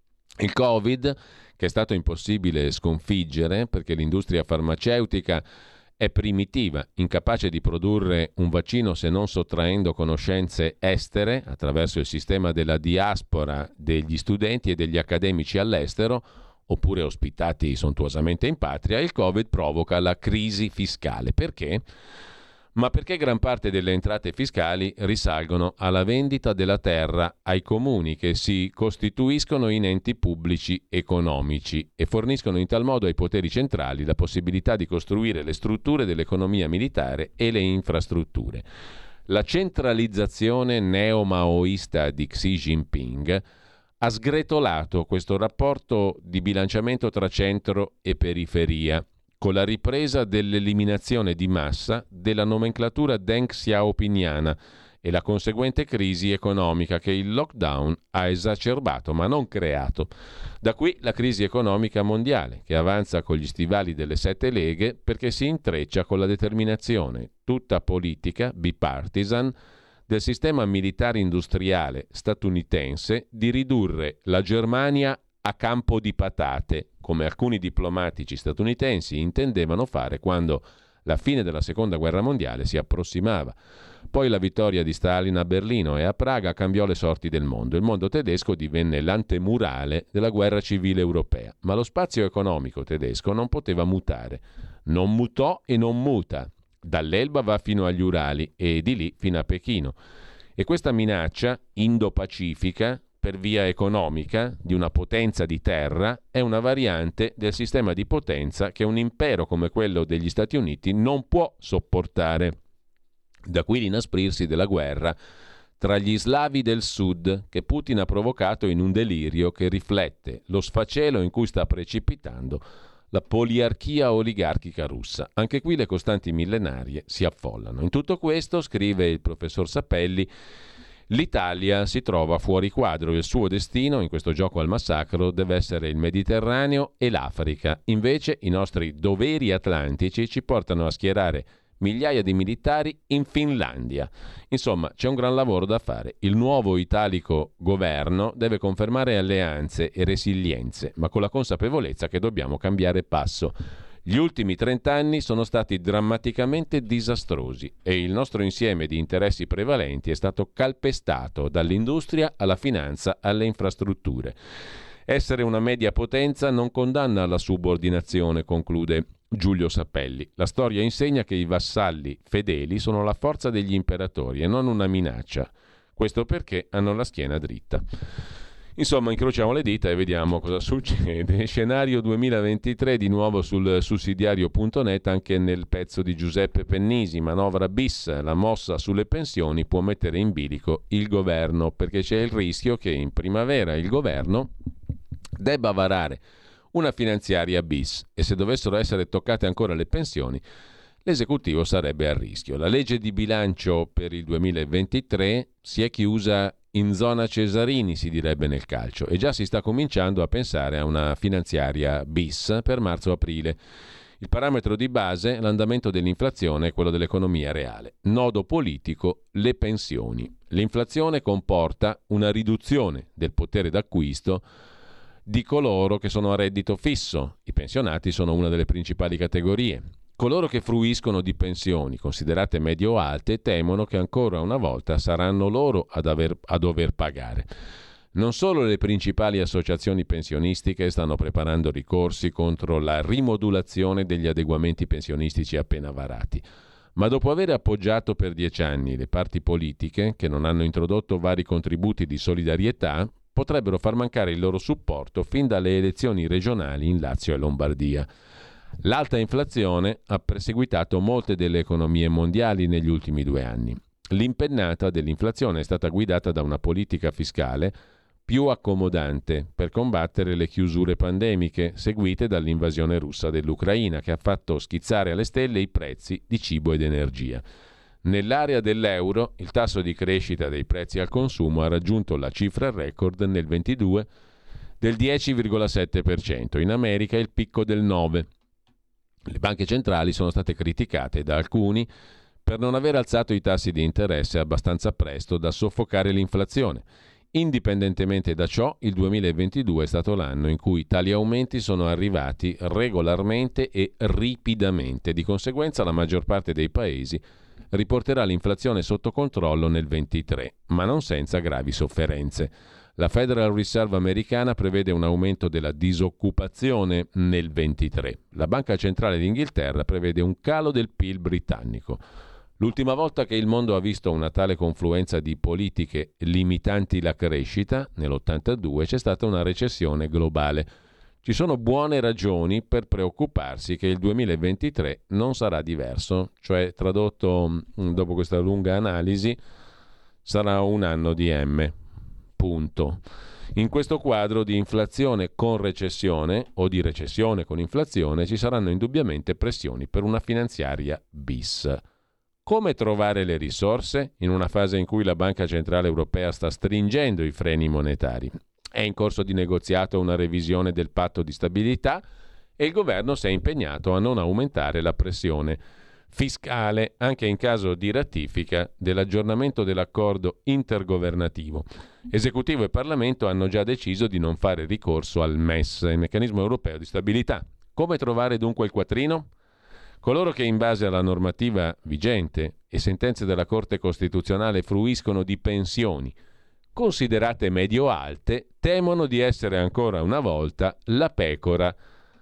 Il Covid, che è stato impossibile sconfiggere perché l'industria farmaceutica è primitiva, incapace di produrre un vaccino se non sottraendo conoscenze estere attraverso il sistema della diaspora degli studenti e degli accademici all'estero, oppure ospitati sontuosamente in patria, il Covid provoca la crisi fiscale. Perché? Ma perché gran parte delle entrate fiscali risalgono alla vendita della terra ai comuni, che si costituiscono in enti pubblici economici e forniscono in tal modo ai poteri centrali la possibilità di costruire le strutture dell'economia militare e le infrastrutture. La centralizzazione neo-maoista di Xi Jinping ha sgretolato questo rapporto di bilanciamento tra centro e periferia, con la ripresa dell'eliminazione di massa della nomenclatura Deng Xiaopingiana e la conseguente crisi economica che il lockdown ha esacerbato ma non creato. Da qui la crisi economica mondiale, che avanza con gli stivali delle sette leghe perché si intreccia con la determinazione tutta politica, bipartisan, del sistema militare industriale statunitense di ridurre la Germania a campo di patate, come alcuni diplomatici statunitensi intendevano fare quando la fine della seconda guerra mondiale si approssimava. Poi la vittoria di Stalin a Berlino e a Praga cambiò le sorti del mondo. Il mondo tedesco divenne l'antemurale della guerra civile europea, ma lo spazio economico tedesco non poteva mutare. Non mutò e non muta. Dall'Elba va fino agli Urali e di lì fino a Pechino. E questa minaccia indo-pacifica per via economica di una potenza di terra è una variante del sistema di potenza che un impero come quello degli Stati Uniti non può sopportare. Da qui l'inasprirsi della guerra tra gli slavi del sud che Putin ha provocato in un delirio che riflette lo sfacelo in cui sta precipitando la poliarchia oligarchica russa. Anche qui le costanti millenarie si affollano. In tutto questo, scrive il professor Sapelli, l'Italia si trova fuori quadro. Il suo destino in questo gioco al massacro deve essere il Mediterraneo e l'Africa. Invece i nostri doveri atlantici ci portano a schierare migliaia di militari in Finlandia. Insomma, c'è un gran lavoro da fare. Il nuovo italico governo deve confermare alleanze e resilienze, ma con la consapevolezza che dobbiamo cambiare passo. Gli ultimi trent'anni sono stati drammaticamente disastrosi e il nostro insieme di interessi prevalenti è stato calpestato dall'industria alla finanza alle infrastrutture. Essere una media potenza non condanna alla subordinazione, conclude Giulio Sapelli. La storia insegna che i vassalli fedeli sono la forza degli imperatori e non una minaccia. Questo perché hanno la schiena dritta. Insomma, incrociamo le dita e vediamo cosa succede. Scenario duemilaventitré di nuovo sul sussidiario punto net, anche nel pezzo di Giuseppe Pennisi, manovra bis, la mossa sulle pensioni può mettere in bilico il governo, perché c'è il rischio che in primavera il governo debba varare una finanziaria bis e se dovessero essere toccate ancora le pensioni l'esecutivo sarebbe a rischio. La legge di bilancio per il duemilaventitré si è chiusa in zona Cesarini, si direbbe nel calcio, e già si sta cominciando a pensare a una finanziaria bis per marzo-aprile. Il parametro di base, l'andamento dell'inflazione, è quello dell'economia reale. Nodo politico, le pensioni. L'inflazione comporta una riduzione del potere d'acquisto di coloro che sono a reddito fisso. I pensionati sono una delle principali categorie. Coloro che fruiscono di pensioni considerate medio-alte temono che ancora una volta saranno loro ad aver, a dover pagare. Non solo le principali associazioni pensionistiche stanno preparando ricorsi contro la rimodulazione degli adeguamenti pensionistici appena varati, ma dopo aver appoggiato per dieci anni le parti politiche che non hanno introdotto vari contributi di solidarietà, potrebbero far mancare il loro supporto fin dalle elezioni regionali in Lazio e Lombardia. L'alta inflazione ha perseguitato molte delle economie mondiali negli ultimi due anni. L'impennata dell'inflazione è stata guidata da una politica fiscale più accomodante per combattere le chiusure pandemiche seguite dall'invasione russa dell'Ucraina, che ha fatto schizzare alle stelle i prezzi di cibo ed energia. Nell'area dell'euro il tasso di crescita dei prezzi al consumo ha raggiunto la cifra record nel ventidue del dieci virgola sette per cento, in America il picco del nove per cento. Le banche centrali sono state criticate da alcuni per non aver alzato i tassi di interesse abbastanza presto da soffocare l'inflazione. Indipendentemente da ciò, il duemilaventidue è stato l'anno in cui tali aumenti sono arrivati regolarmente e ripidamente. Di conseguenza la maggior parte dei paesi riporterà l'inflazione sotto controllo nel ventitré, ma non senza gravi sofferenze. La Federal Reserve americana prevede un aumento della disoccupazione nel ventitré. La Banca Centrale d'Inghilterra prevede un calo del P I L britannico. L'ultima volta che il mondo ha visto una tale confluenza di politiche limitanti la crescita, nell'ottantadue, c'è stata una recessione globale. Ci sono buone ragioni per preoccuparsi che il duemilaventitré non sarà diverso, cioè tradotto dopo questa lunga analisi sarà un anno di M. Punto. In questo quadro di inflazione con recessione o di recessione con inflazione ci saranno indubbiamente pressioni per una finanziaria bis. Come trovare le risorse in una fase in cui la Banca Centrale Europea sta stringendo i freni monetari? È in corso di negoziato una revisione del patto di stabilità e il governo si è impegnato a non aumentare la pressione fiscale anche in caso di ratifica dell'aggiornamento dell'accordo intergovernativo. Esecutivo e Parlamento hanno già deciso di non fare ricorso al M E S, il meccanismo europeo di stabilità. Come trovare dunque il quattrino? Coloro che in base alla normativa vigente e sentenze della Corte Costituzionale fruiscono di pensioni considerate medio-alte temono di essere ancora una volta la pecora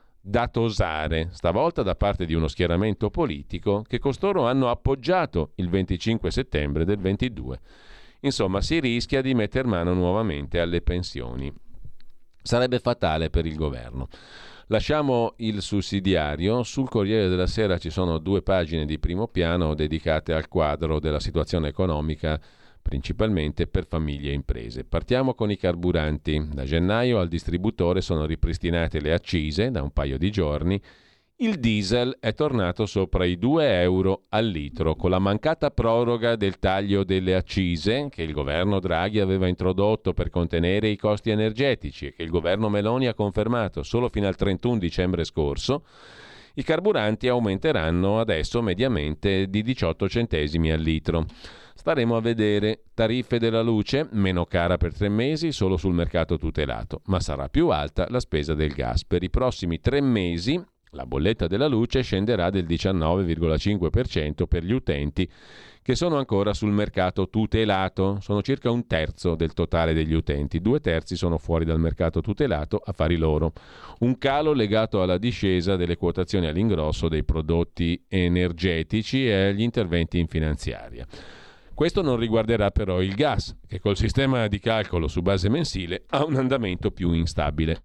da tosare, stavolta da parte di uno schieramento politico che costoro hanno appoggiato il venticinque settembre del ventidue. Insomma, si rischia di metter mano nuovamente alle pensioni. Sarebbe fatale per il governo. Lasciamo il sussidiario. Sul Corriere della Sera ci sono due pagine di primo piano dedicate al quadro della situazione economica, principalmente per famiglie e imprese. Partiamo con i carburanti. Da gennaio al distributore sono ripristinate le accise da un paio di giorni. Il diesel è tornato sopra i due euro al litro, con la mancata proroga del taglio delle accise che il governo Draghi aveva introdotto per contenere i costi energetici e che il governo Meloni ha confermato solo fino al trentuno dicembre scorso. I carburanti aumenteranno adesso mediamente di diciotto centesimi al litro. Staremo a vedere. Tariffe della luce, meno cara per tre mesi solo sul mercato tutelato, ma sarà più alta la spesa del gas. Per i prossimi tre mesi la bolletta della luce scenderà del diciannove virgola cinque per cento per gli utenti che sono ancora sul mercato tutelato. Sono circa un terzo del totale degli utenti, due terzi sono fuori dal mercato tutelato, affari loro. Un calo legato alla discesa delle quotazioni all'ingrosso dei prodotti energetici e agli interventi in finanziaria. Questo non riguarderà però il gas, che col sistema di calcolo su base mensile ha un andamento più instabile.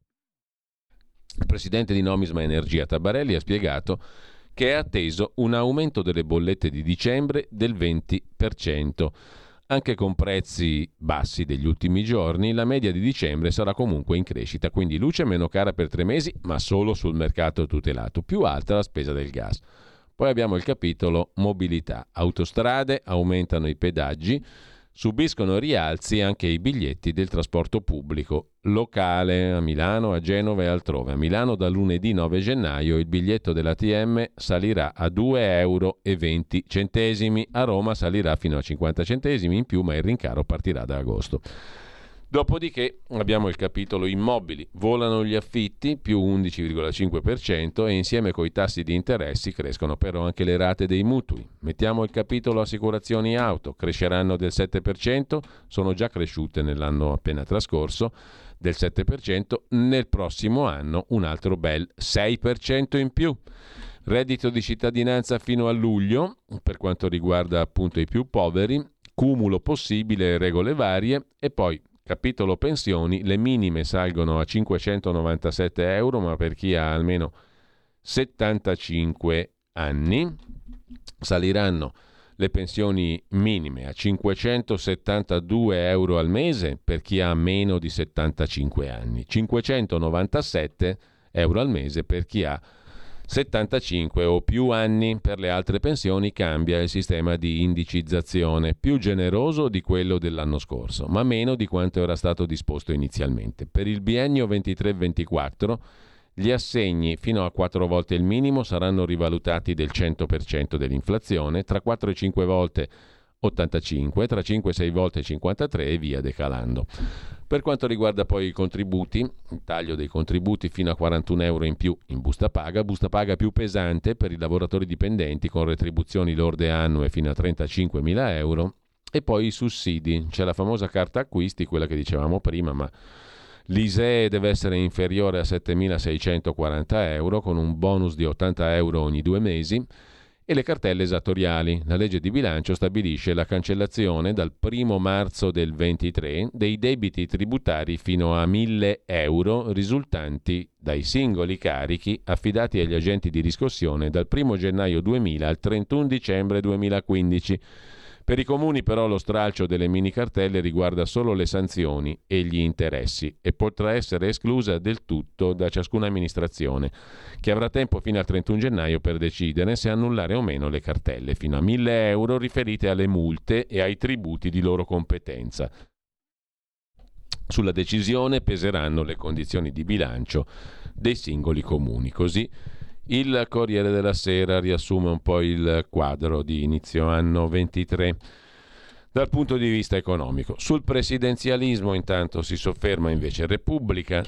Il presidente di Nomisma Energia Tabarelli ha spiegato che è atteso un aumento delle bollette di dicembre del venti per cento. Anche con prezzi bassi degli ultimi giorni, la media di dicembre sarà comunque in crescita, quindi luce meno cara per tre mesi, ma solo sul mercato tutelato, più alta la spesa del gas. Poi abbiamo il capitolo mobilità. Autostrade, aumentano i pedaggi, subiscono rialzi anche i biglietti del trasporto pubblico locale a Milano, a Genova e altrove. A Milano da lunedì nove gennaio il biglietto dell'A T M salirà a due euro e venti centesimi, a Roma salirà fino a cinquanta centesimi in più, ma il rincaro partirà da agosto. Dopodiché abbiamo il capitolo immobili. Volano gli affitti, più undici virgola cinque per cento, e insieme coi tassi di interessi crescono però anche le rate dei mutui. Mettiamo il capitolo assicurazioni auto. Cresceranno del sette per cento, sono già cresciute nell'anno appena trascorso, del sette per cento. Nel prossimo anno un altro bel sei per cento in più. Reddito di cittadinanza fino a luglio, per quanto riguarda appunto i più poveri, cumulo possibile, regole varie, e poi capitolo pensioni, le minime salgono a cinquecentonovantasette euro, ma per chi ha almeno settantacinque anni. Saliranno le pensioni minime a cinquecentosettantadue euro al mese per chi ha meno di settantacinque anni, cinquecentonovantasette euro al mese per chi ha settantacinque o più anni. Per le altre pensioni cambia il sistema di indicizzazione, più generoso di quello dell'anno scorso, ma meno di quanto era stato disposto inizialmente. Per il biennio ventitré ventiquattro gli assegni fino a quattro volte il minimo saranno rivalutati del cento per cento dell'inflazione, tra quattro e cinque volte ottantacinque, tra cinque e sei volte cinquantatré e via decalando. Per quanto riguarda poi i contributi, il taglio dei contributi fino a quarantuno euro in più in busta paga, busta paga più pesante per i lavoratori dipendenti con retribuzioni lorde annue fino a trentacinquemila euro, e poi i sussidi. C'è la famosa carta acquisti, quella che dicevamo prima, ma l'I S E E deve essere inferiore a settemilaseicentoquaranta euro con un bonus di ottanta euro ogni due mesi, e le cartelle esattoriali. La legge di bilancio stabilisce la cancellazione dal primo marzo del ventitré dei debiti tributari fino a mille euro risultanti dai singoli carichi affidati agli agenti di riscossione dal primo gennaio duemila al trentuno dicembre duemilaquindici. Per i comuni però lo stralcio delle mini cartelle riguarda solo le sanzioni e gli interessi e potrà essere esclusa del tutto da ciascuna amministrazione, che avrà tempo fino al trentuno gennaio per decidere se annullare o meno le cartelle fino a mille euro riferite alle multe e ai tributi di loro competenza. Sulla decisione peseranno le condizioni di bilancio dei singoli comuni. Così il Corriere della Sera riassume un po' il quadro di inizio anno ventitré dal punto di vista economico. Sul presidenzialismo intanto si sofferma invece Repubblica.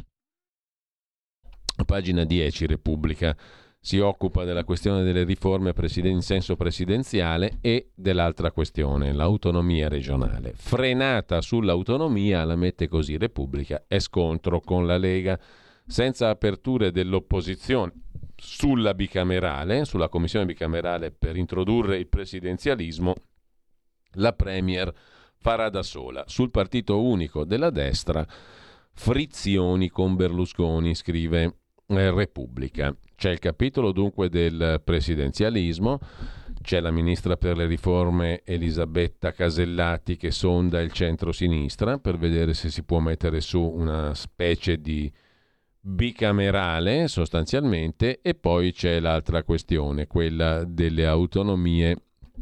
A pagina dieci Repubblica si occupa della questione delle riforme presiden- in senso presidenziale e dell'altra questione, l'autonomia regionale. Frenata sull'autonomia, la mette così Repubblica, è scontro con la Lega. Senza aperture dell'opposizione sulla bicamerale, sulla commissione bicamerale per introdurre il presidenzialismo, la Premier farà da sola. Sul partito unico della destra, frizioni con Berlusconi, scrive eh, Repubblica. C'è il capitolo dunque del presidenzialismo, c'è la ministra per le riforme Elisabetta Casellati che sonda il centro-sinistra per vedere se si può mettere su una specie di bicamerale sostanzialmente, e poi c'è l'altra questione, quella delle autonomie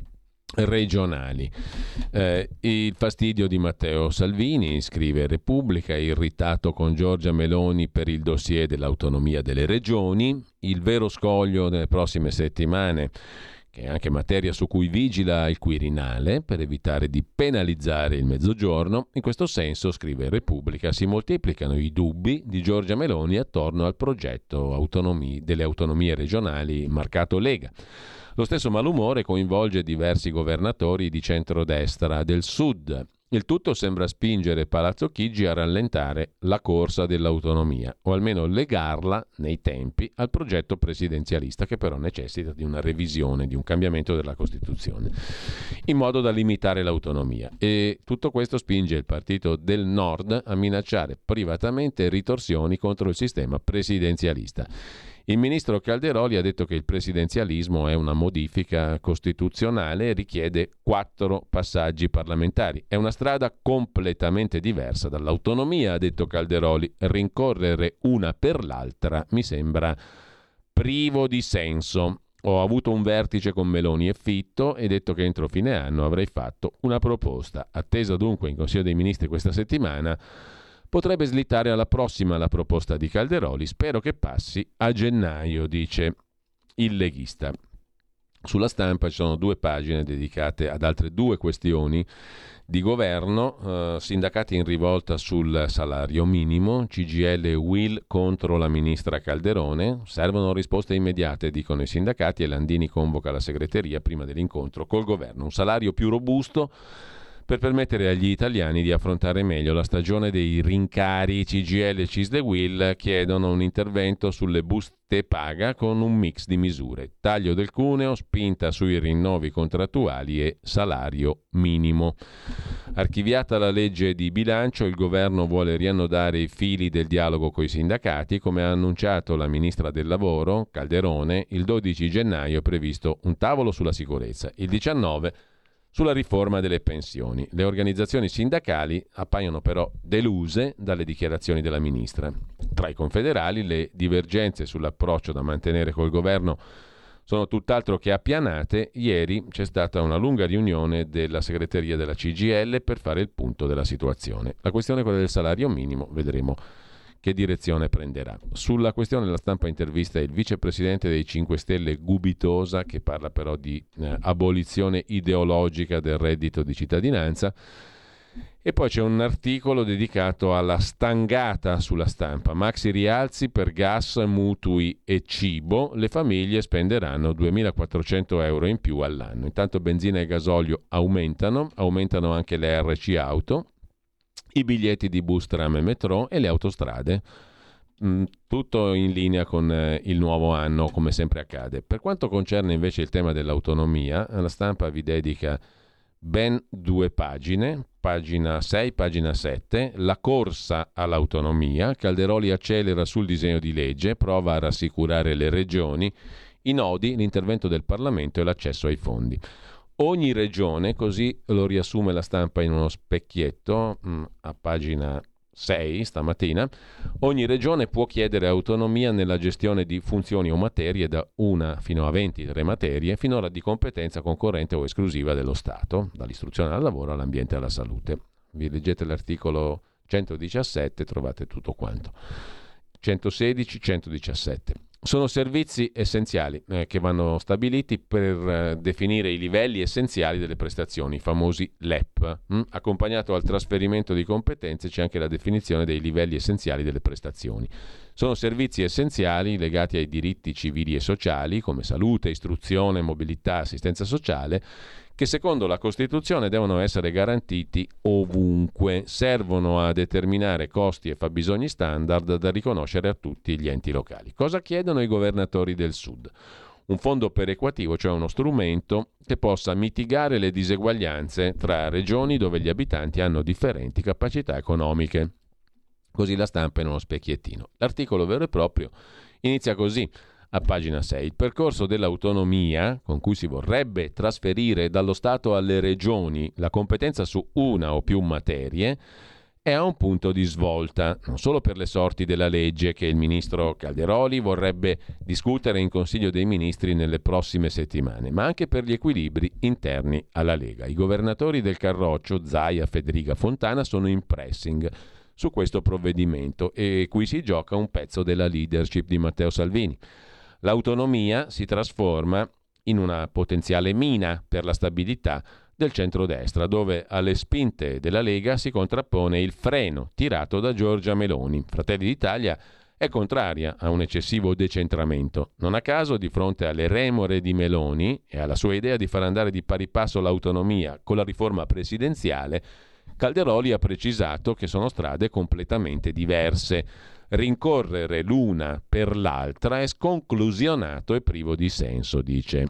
regionali. Eh, il fastidio di Matteo Salvini, scrive Repubblica, irritato con Giorgia Meloni per il dossier dell'autonomia delle regioni, il vero scoglio nelle prossime settimane, che è anche materia su cui vigila il Quirinale per evitare di penalizzare il Mezzogiorno. In questo senso, scrive Repubblica, si moltiplicano i dubbi di Giorgia Meloni attorno al progetto autonomie, delle autonomie regionali marcato Lega. Lo stesso malumore coinvolge diversi governatori di centrodestra del Sud. Il tutto sembra spingere Palazzo Chigi a rallentare la corsa dell'autonomia, o almeno legarla nei tempi al progetto presidenzialista, che però necessita di una revisione, di un cambiamento della Costituzione, in modo da limitare l'autonomia. E tutto questo spinge il Partito del Nord a minacciare privatamente ritorsioni contro il sistema presidenzialista. Il ministro Calderoli ha detto che il presidenzialismo è una modifica costituzionale e richiede quattro passaggi parlamentari. È una strada completamente diversa dall'autonomia, ha detto Calderoli. Rincorrere una per l'altra mi sembra privo di senso. Ho avuto un vertice con Meloni e Fitto e detto che entro fine anno avrei fatto una proposta. Attesa dunque in Consiglio dei Ministri questa settimana, potrebbe slittare alla prossima la proposta di Calderoli. Spero che passi a gennaio, dice il leghista. Sulla Stampa ci sono due pagine dedicate ad altre due questioni di governo, eh, sindacati in rivolta sul salario minimo, C G I L e U I L contro la ministra Calderone, servono risposte immediate, dicono i sindacati, e Landini convoca la segreteria prima dell'incontro col governo. Un salario più robusto per permettere agli italiani di affrontare meglio la stagione dei rincari. C G I L, C I S L e U I L chiedono un intervento sulle buste paga con un mix di misure: taglio del cuneo, spinta sui rinnovi contrattuali e salario minimo. Archiviata la legge di bilancio, il governo vuole riannodare i fili del dialogo coi sindacati. Come ha annunciato la ministra del lavoro Calderone, il dodici gennaio è previsto un tavolo sulla sicurezza, il diciannove sulla riforma delle pensioni. Le organizzazioni sindacali appaiono però deluse dalle dichiarazioni della ministra. Tra i confederali le divergenze sull'approccio da mantenere col governo sono tutt'altro che appianate. Ieri c'è stata una lunga riunione della segreteria della C G I L per fare il punto della situazione. La questione è quella del salario minimo, vedremo che direzione prenderà. Sulla questione La Stampa intervista il vicepresidente dei cinque Stelle Gubitosa, che parla però di eh, abolizione ideologica del reddito di cittadinanza. E poi c'è un articolo dedicato alla stangata sulla Stampa. Maxi rialzi per gas, mutui e cibo. Le famiglie spenderanno duemilaquattrocento euro in più all'anno. Intanto benzina e gasolio aumentano, aumentano anche le R C auto, i biglietti di bus, tram e metro e le autostrade. Mm, tutto in linea con eh, il nuovo anno, come sempre accade. Per quanto concerne invece il tema dell'autonomia, La Stampa vi dedica ben due pagine, pagina sei, pagina sette, la corsa all'autonomia. Calderoli accelera sul disegno di legge, prova a rassicurare le regioni, i nodi, l'intervento del Parlamento e l'accesso ai fondi. Ogni regione, così lo riassume La Stampa in uno specchietto mh, a pagina sei stamattina, ogni regione può chiedere autonomia nella gestione di funzioni o materie da una fino a ventitré materie, finora di competenza concorrente o esclusiva dello Stato, dall'istruzione al lavoro all'ambiente e alla salute. Vi leggete l'articolo centodiciassette, trovate tutto quanto. centosedici, centodiciassette. Sono servizi essenziali eh, che vanno stabiliti per eh, definire i livelli essenziali delle prestazioni, i famosi L E P. Hm? Accompagnato al trasferimento di competenze c'è anche la definizione dei livelli essenziali delle prestazioni. Sono servizi essenziali legati ai diritti civili e sociali come salute, istruzione, mobilità, assistenza sociale, che secondo la Costituzione devono essere garantiti ovunque, servono a determinare costi e fabbisogni standard da riconoscere a tutti gli enti locali. Cosa chiedono i governatori del Sud? Un fondo perequativo, cioè uno strumento che possa mitigare le diseguaglianze tra regioni dove gli abitanti hanno differenti capacità economiche. Così La Stampa in uno specchiettino. L'articolo vero e proprio inizia così. A pagina sei, il percorso dell'autonomia, con cui si vorrebbe trasferire dallo Stato alle regioni la competenza su una o più materie, è a un punto di svolta, non solo per le sorti della legge che il ministro Calderoli vorrebbe discutere in Consiglio dei Ministri nelle prossime settimane, ma anche per gli equilibri interni alla Lega. I governatori del Carroccio, Zaia, Federica, Fontana, sono in pressing su questo provvedimento e qui si gioca un pezzo della leadership di Matteo Salvini. L'autonomia si trasforma in una potenziale mina per la stabilità del centrodestra, dove alle spinte della Lega si contrappone il freno tirato da Giorgia Meloni. Fratelli d'Italia è contraria a un eccessivo decentramento. Non a caso, di fronte alle remore di Meloni e alla sua idea di far andare di pari passo l'autonomia con la riforma presidenziale, Calderoli ha precisato che sono strade completamente diverse. Rincorrere l'una per l'altra è sconclusionato e privo di senso, dice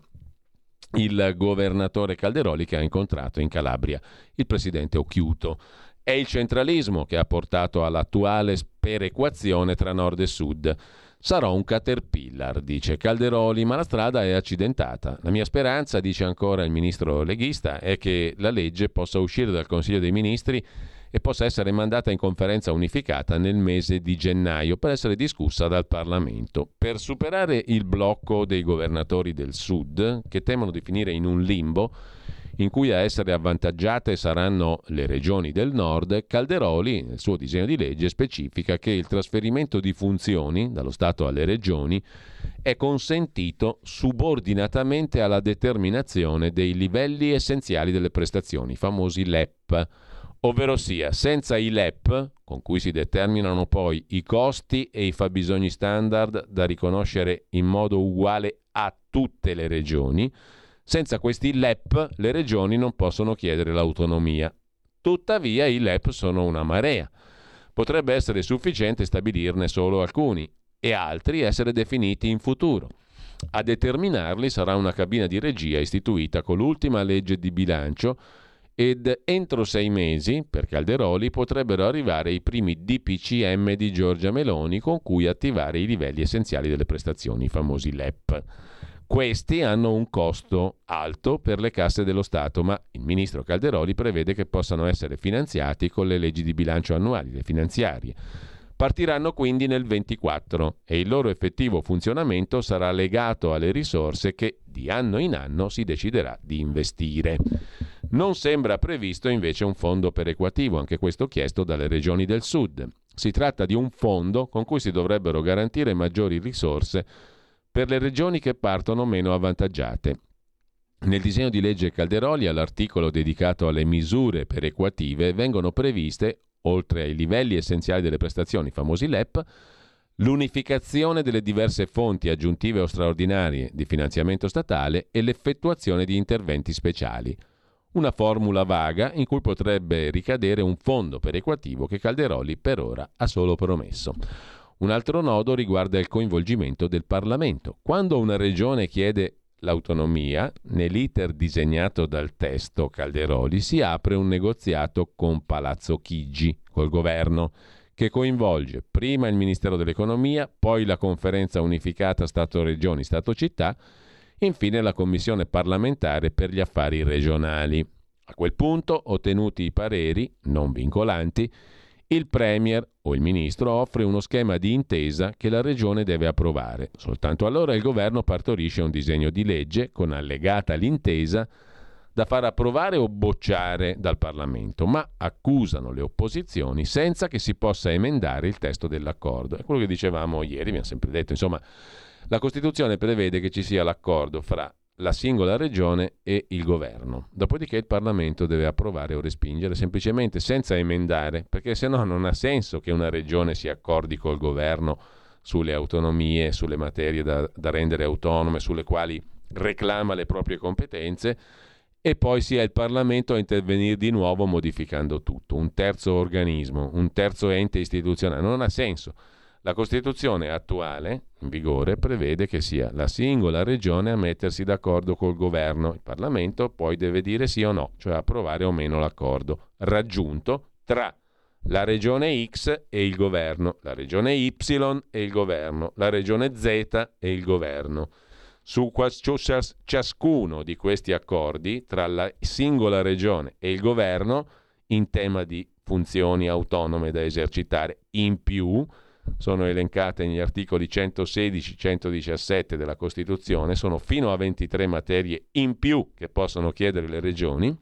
il governatore Calderoli, che ha incontrato in Calabria il presidente Occhiuto. È il centralismo che ha portato all'attuale sperequazione tra nord e sud. Sarò un caterpillar, dice Calderoli, ma la strada è accidentata. La mia speranza, dice ancora il ministro leghista, è che la legge possa uscire dal Consiglio dei Ministri e possa essere mandata in conferenza unificata nel mese di gennaio per essere discussa dal Parlamento. Per superare il blocco dei governatori del Sud, che temono di finire in un limbo in cui a essere avvantaggiate saranno le regioni del Nord, Calderoli, nel suo disegno di legge, specifica che il trasferimento di funzioni dallo Stato alle regioni è consentito subordinatamente alla determinazione dei livelli essenziali delle prestazioni, i famosi L E P, ovvero sia senza i L E P, con cui si determinano poi i costi e i fabbisogni standard da riconoscere in modo uguale a tutte le regioni. Senza questi L E P le regioni non possono chiedere l'autonomia. Tuttavia i L E P sono una marea. Potrebbe essere sufficiente stabilirne solo alcuni e altri essere definiti in futuro. A determinarli sarà una cabina di regia istituita con l'ultima legge di bilancio ed entro sei mesi, per Calderoli, potrebbero arrivare i primi D P C M di Giorgia Meloni con cui attivare i livelli essenziali delle prestazioni, i famosi L E P. Questi hanno un costo alto per le casse dello Stato, ma il ministro Calderoli prevede che possano essere finanziati con le leggi di bilancio annuali, le finanziarie. Partiranno quindi nel ventiquattro e il loro effettivo funzionamento sarà legato alle risorse che di anno in anno si deciderà di investire. Non sembra previsto invece un fondo perequativo, anche questo chiesto dalle regioni del sud. Si tratta di un fondo con cui si dovrebbero garantire maggiori risorse per le regioni che partono meno avvantaggiate. Nel disegno di legge Calderoli, all'articolo dedicato alle misure perequative, vengono previste, oltre ai livelli essenziali delle prestazioni, famosi L E P, l'unificazione delle diverse fonti aggiuntive o straordinarie di finanziamento statale e l'effettuazione di interventi speciali. Una formula vaga in cui potrebbe ricadere un fondo perequativo che Calderoli per ora ha solo promesso. Un altro nodo riguarda il coinvolgimento del Parlamento. Quando una regione chiede l'autonomia, nell'iter disegnato dal testo Calderoli si apre un negoziato con Palazzo Chigi, col governo, che coinvolge prima il Ministero dell'Economia, poi la Conferenza Unificata Stato-Regioni, Stato-Città, infine la Commissione parlamentare per gli affari regionali. A quel punto, ottenuti i pareri, non vincolanti, il Premier o il Ministro offre uno schema di intesa che la Regione deve approvare. Soltanto allora il Governo partorisce un disegno di legge con allegata l'intesa da far approvare o bocciare dal Parlamento, ma accusano le opposizioni senza che si possa emendare il testo dell'accordo. È quello che dicevamo ieri, mi ha sempre detto, insomma, la Costituzione prevede che ci sia l'accordo fra la singola regione e il governo. Dopodiché il Parlamento deve approvare o respingere semplicemente senza emendare, perché se no non ha senso che una regione si accordi col governo sulle autonomie, sulle materie da, da rendere autonome, sulle quali reclama le proprie competenze, e poi sia il Parlamento a intervenire di nuovo modificando tutto. Un terzo organismo, un terzo ente istituzionale. Non ha senso. La Costituzione attuale, in vigore, prevede che sia la singola regione a mettersi d'accordo col governo. Il Parlamento poi deve dire sì o no, cioè approvare o meno l'accordo raggiunto tra la regione X e il governo, la regione Y e il governo, la regione Z e il governo. Su ciascuno di questi accordi tra la singola regione e il governo, in tema di funzioni autonome da esercitare in più, sono elencate negli articoli centosedici centodiciassette della Costituzione, sono fino a ventitré materie in più che possono chiedere le regioni.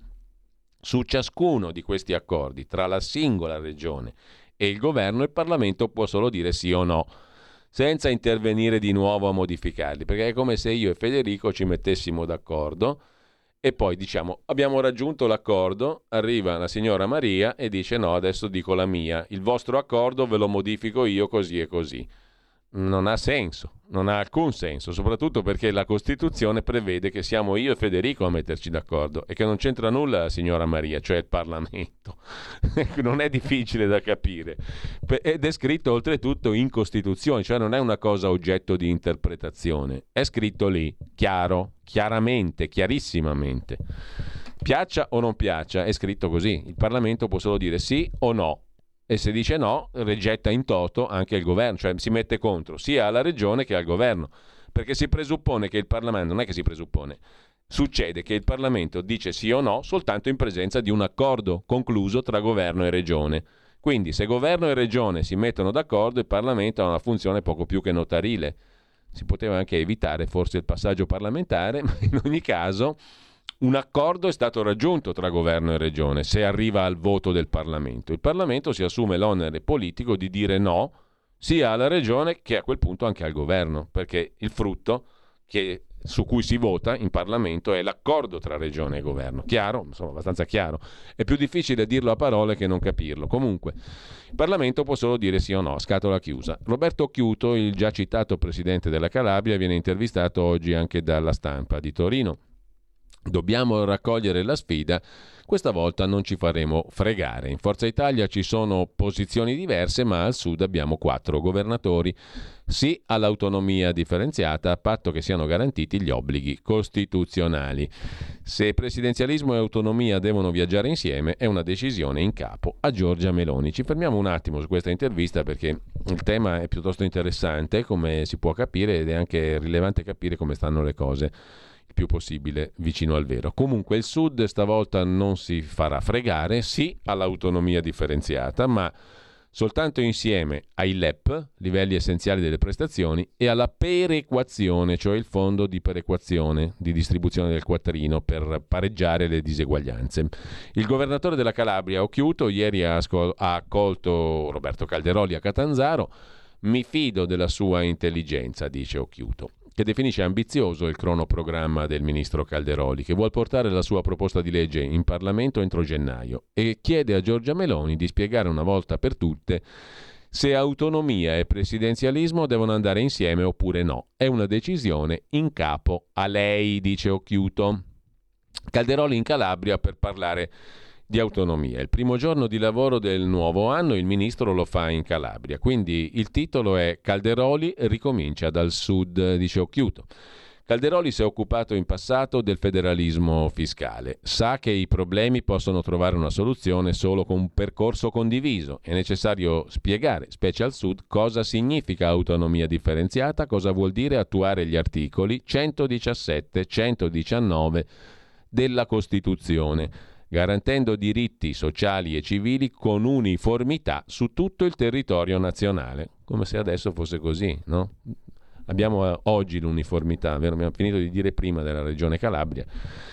Su ciascuno di questi accordi tra la singola regione e il governo il Parlamento può solo dire sì o no, senza intervenire di nuovo a modificarli, perché è come se io e Federico ci mettessimo d'accordo e poi diciamo abbiamo raggiunto l'accordo, arriva la signora Maria e dice no, adesso dico la mia, il vostro accordo ve lo modifico io così e così. Non ha senso, non ha alcun senso, soprattutto perché la Costituzione prevede che siamo io e Federico a metterci d'accordo e che non c'entra nulla la signora Maria, cioè il Parlamento. Non è difficile da capire ed è scritto oltretutto in Costituzione, cioè non è una cosa oggetto di interpretazione, è scritto lì, chiaro, chiaramente, chiarissimamente. Piaccia o non piaccia, è scritto così, il Parlamento può solo dire sì o no. E se dice no, rigetta in toto anche il governo, cioè si mette contro sia alla regione che al governo, perché si presuppone che il Parlamento, non è che si presuppone, succede che il Parlamento dice sì o no soltanto in presenza di un accordo concluso tra governo e regione. Quindi se governo e regione si mettono d'accordo, il Parlamento ha una funzione poco più che notarile. Si poteva anche evitare forse il passaggio parlamentare, ma in ogni caso un accordo è stato raggiunto tra governo e regione se arriva al voto del Parlamento. Il Parlamento si assume l'onere politico di dire no sia alla regione che a quel punto anche al governo, perché il frutto che, su cui si vota in Parlamento è l'accordo tra regione e governo. Chiaro? Insomma, abbastanza chiaro. È più difficile dirlo a parole che non capirlo. Comunque, il Parlamento può solo dire sì o no, scatola chiusa. Roberto Chiuto, il già citato presidente della Calabria, viene intervistato oggi anche dalla Stampa di Torino. Dobbiamo raccogliere la sfida, questa volta non ci faremo fregare. In Forza Italia ci sono posizioni diverse, ma al Sud abbiamo quattro governatori. Sì all'autonomia differenziata, a patto che siano garantiti gli obblighi costituzionali. Se presidenzialismo e autonomia devono viaggiare insieme, è una decisione in capo a Giorgia Meloni. Ci fermiamo un attimo su questa intervista perché il tema è piuttosto interessante, come si può capire, ed è anche rilevante capire come stanno le cose il più possibile vicino al vero. Comunque il Sud stavolta non si farà fregare, sì all'autonomia differenziata, ma soltanto insieme ai L E P, livelli essenziali delle prestazioni, e alla perequazione, cioè il fondo di perequazione, di distribuzione del quattrino per pareggiare le diseguaglianze. Il governatore della Calabria, Occhiuto, ieri ha, ascol- ha accolto Roberto Calderoli a Catanzaro. Mi fido della sua intelligenza, dice Occhiuto, che definisce ambizioso il cronoprogramma del ministro Calderoli, che vuol portare la sua proposta di legge in Parlamento entro gennaio, e chiede a Giorgia Meloni di spiegare una volta per tutte se autonomia e presidenzialismo devono andare insieme oppure no. È una decisione in capo a lei, dice Occhiuto. Calderoli in Calabria per parlare di autonomia. Il primo giorno di lavoro del nuovo anno il ministro lo fa in Calabria, quindi il titolo è Calderoli ricomincia dal Sud, dice Occhiuto. Calderoli si è occupato in passato del federalismo fiscale, sa che i problemi possono trovare una soluzione solo con un percorso condiviso. È necessario spiegare, specie al Sud, cosa significa autonomia differenziata, cosa vuol dire attuare gli articoli centodiciassette centodiciannove della Costituzione, garantendo diritti sociali e civili con uniformità su tutto il territorio nazionale. Come se adesso fosse così, no? Abbiamo oggi l'uniformità, abbiamo finito di dire prima della Regione Calabria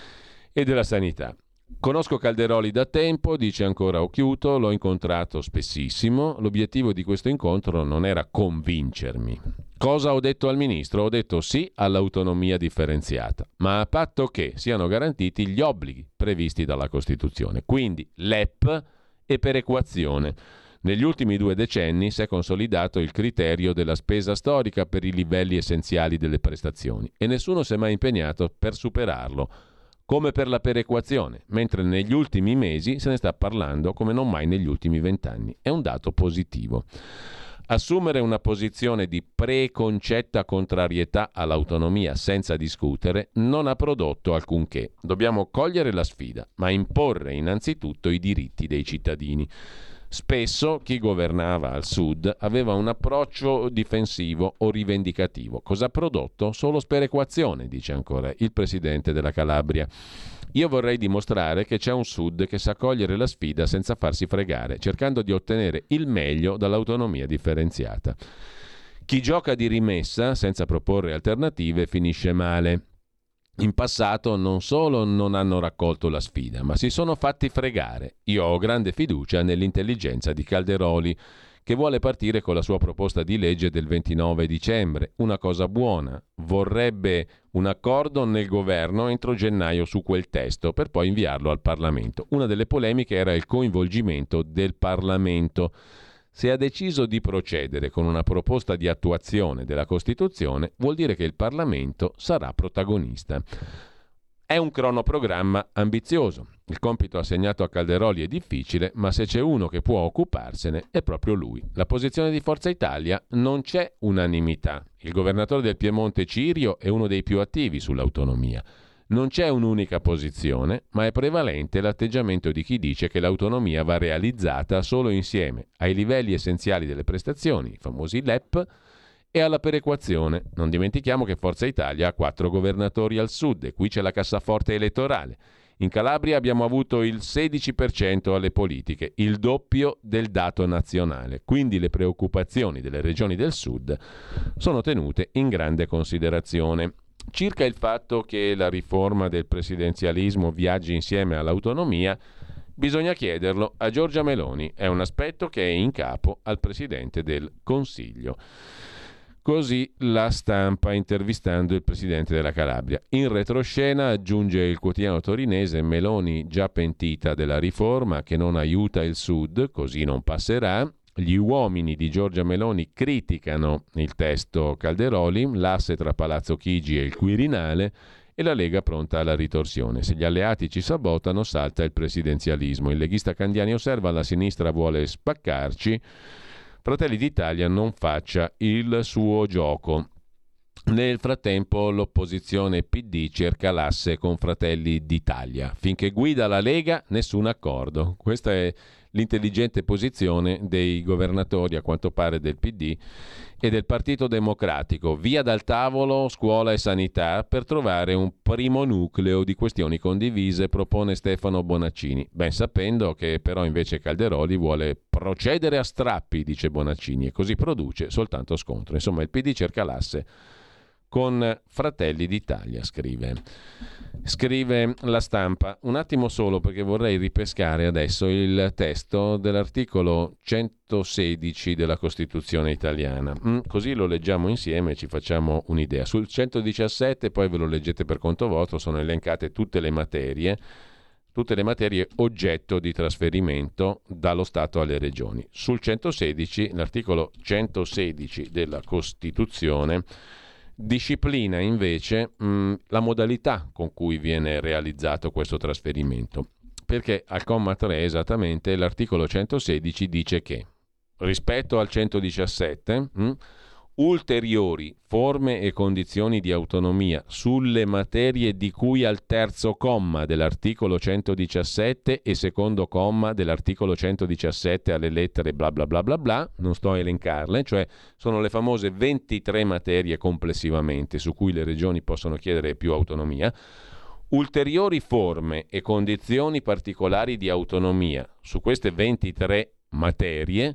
e della sanità. Conosco Calderoli da tempo, dice ancora Occhiuto, l'ho incontrato spessissimo. L'obiettivo di questo incontro non era convincermi. Cosa ho detto al ministro? Ho detto sì all'autonomia differenziata, ma a patto che siano garantiti gli obblighi previsti dalla Costituzione, quindi L E P e perequazione. Negli ultimi due decenni si è consolidato il criterio della spesa storica per i livelli essenziali delle prestazioni e nessuno si è mai impegnato per superarlo, come per la perequazione, mentre negli ultimi mesi se ne sta parlando come non mai negli ultimi vent'anni. È un dato positivo. Assumere una posizione di preconcetta contrarietà all'autonomia senza discutere non ha prodotto alcunché. Dobbiamo cogliere la sfida, ma imporre innanzitutto i diritti dei cittadini. Spesso chi governava al Sud aveva un approccio difensivo o rivendicativo. Cosa ha prodotto? Solo sperequazione, dice ancora il presidente della Calabria. Io vorrei dimostrare che c'è un Sud che sa cogliere la sfida senza farsi fregare, cercando di ottenere il meglio dall'autonomia differenziata. Chi gioca di rimessa senza proporre alternative finisce male. In passato non solo non hanno raccolto la sfida, ma si sono fatti fregare. Io ho grande fiducia nell'intelligenza di Calderoli, che vuole partire con la sua proposta di legge del ventinove dicembre. Una cosa buona. Vorrebbe un accordo nel governo entro gennaio su quel testo, per poi inviarlo al Parlamento. Una delle polemiche era il coinvolgimento del Parlamento. Se ha deciso di procedere con una proposta di attuazione della Costituzione, vuol dire che il Parlamento sarà protagonista. È un cronoprogramma ambizioso. Il compito assegnato a Calderoli è difficile, ma se c'è uno che può occuparsene è proprio lui. La posizione di Forza Italia non c'è unanimità. Il governatore del Piemonte Cirio è uno dei più attivi sull'autonomia. Non c'è un'unica posizione, ma è prevalente l'atteggiamento di chi dice che l'autonomia va realizzata solo insieme ai livelli essenziali delle prestazioni, i famosi L E P, e alla perequazione. Non dimentichiamo che Forza Italia ha quattro governatori al Sud e qui c'è la cassaforte elettorale. In Calabria abbiamo avuto il sedici per cento alle politiche, il doppio del dato nazionale. Quindi le preoccupazioni delle regioni del Sud sono tenute in grande considerazione. Circa il fatto che la riforma del presidenzialismo viaggi insieme all'autonomia, bisogna chiederlo a Giorgia Meloni. È un aspetto che è in capo al Presidente del Consiglio. Così La Stampa intervistando il Presidente della Calabria. In retroscena, aggiunge il quotidiano torinese, Meloni già pentita della riforma che non aiuta il Sud, così non passerà. Gli uomini di Giorgia Meloni criticano il testo Calderoli, l'asse tra Palazzo Chigi e il Quirinale, e la Lega pronta alla ritorsione. Se gli alleati ci sabotano, salta il presidenzialismo. Il leghista Candiani osserva: la sinistra vuole spaccarci, Fratelli d'Italia non faccia il suo gioco. Nel frattempo l'opposizione P D cerca l'asse con Fratelli d'Italia. Finché guida la Lega, nessun accordo. Questa è l'intelligente posizione dei governatori, a quanto pare, del P D e del Partito Democratico. Via dal tavolo scuola e sanità per trovare un primo nucleo di questioni condivise, propone Stefano Bonaccini. Ben sapendo che però invece Calderoli vuole procedere a strappi, dice Bonaccini, e così produce soltanto scontro. Insomma, il P D cerca l'asse con Fratelli d'Italia, scrive. Scrive La Stampa. Un attimo solo, perché vorrei ripescare adesso il testo dell'articolo centosedici della Costituzione italiana. Mm, così lo leggiamo insieme e ci facciamo un'idea. Sul centodiciassette, poi ve lo leggete per conto vostro, sono elencate tutte le materie, tutte le materie oggetto di trasferimento dallo Stato alle regioni. Sul centosedici, l'articolo centosedici della Costituzione disciplina invece mh, la modalità con cui viene realizzato questo trasferimento, perché al comma tre esattamente l'articolo centosedici dice che rispetto al centodiciassette mh, ulteriori forme e condizioni di autonomia sulle materie di cui al terzo comma dell'articolo centodiciassette e secondo comma dell'articolo centodiciassette alle lettere bla bla bla bla bla, non sto a elencarle, cioè sono le famose ventitré materie complessivamente su cui le regioni possono chiedere più autonomia. Ulteriori forme e condizioni particolari di autonomia su queste ventitré materie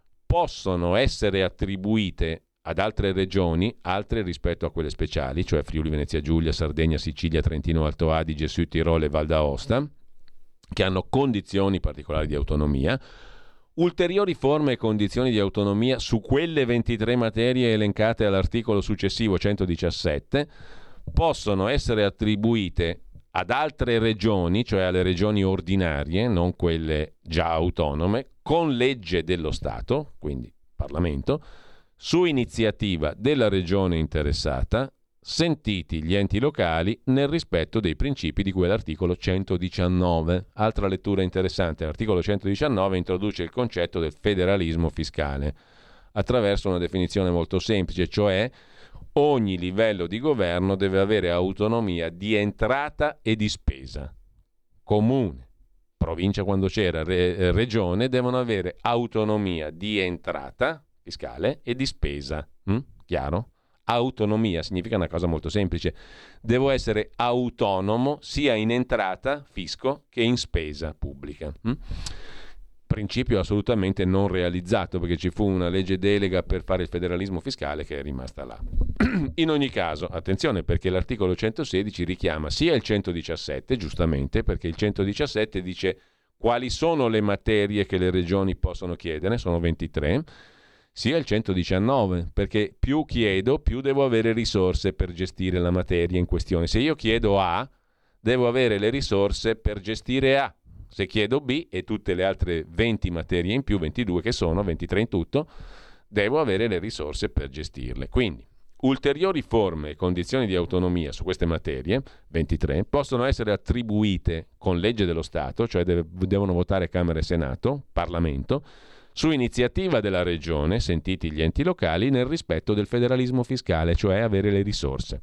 possono essere attribuite ad altre regioni, altre rispetto a quelle speciali, cioè Friuli Venezia Giulia, Sardegna, Sicilia, Trentino Alto Adige, Sud Tirolo e Val d'Aosta, che hanno condizioni particolari di autonomia. Ulteriori forme e condizioni di autonomia su quelle ventitré materie elencate all'articolo successivo centodiciassette possono essere attribuite ad altre regioni, cioè alle regioni ordinarie, non quelle già autonome, con legge dello Stato, quindi Parlamento, su iniziativa della regione interessata, sentiti gli enti locali nel rispetto dei principi di cui l'articolo centodiciannove. Altra lettura interessante: l'articolo centodiciannove introduce il concetto del federalismo fiscale attraverso una definizione molto semplice, cioè ogni livello di governo deve avere autonomia di entrata e di spesa. Comune, provincia quando c'era, re, regione devono avere autonomia di entrata fiscale e di spesa. Mm? Chiaro? Autonomia significa una cosa molto semplice. Devo essere autonomo sia in entrata, fisco, che in spesa pubblica. Mm? Principio assolutamente non realizzato, perché ci fu una legge delega per fare il federalismo fiscale che è rimasta là. In ogni caso, attenzione, perché l'articolo centosedici richiama sia il centodiciassette, giustamente, perché il centodiciassette dice quali sono le materie che le regioni possono chiedere, sono ventitré, sia il centodiciannove, perché più chiedo, più devo avere risorse per gestire la materia in questione. Se io chiedo A, devo avere le risorse per gestire A. Se chiedo B e tutte le altre venti materie in più, ventidue che sono, ventitré in tutto, devo avere le risorse per gestirle. Quindi, ulteriori forme e condizioni di autonomia su queste materie, ventitré, possono essere attribuite con legge dello Stato, cioè deve, devono votare Camera e Senato, Parlamento, su iniziativa della regione, sentiti gli enti locali, nel rispetto del federalismo fiscale, cioè avere le risorse.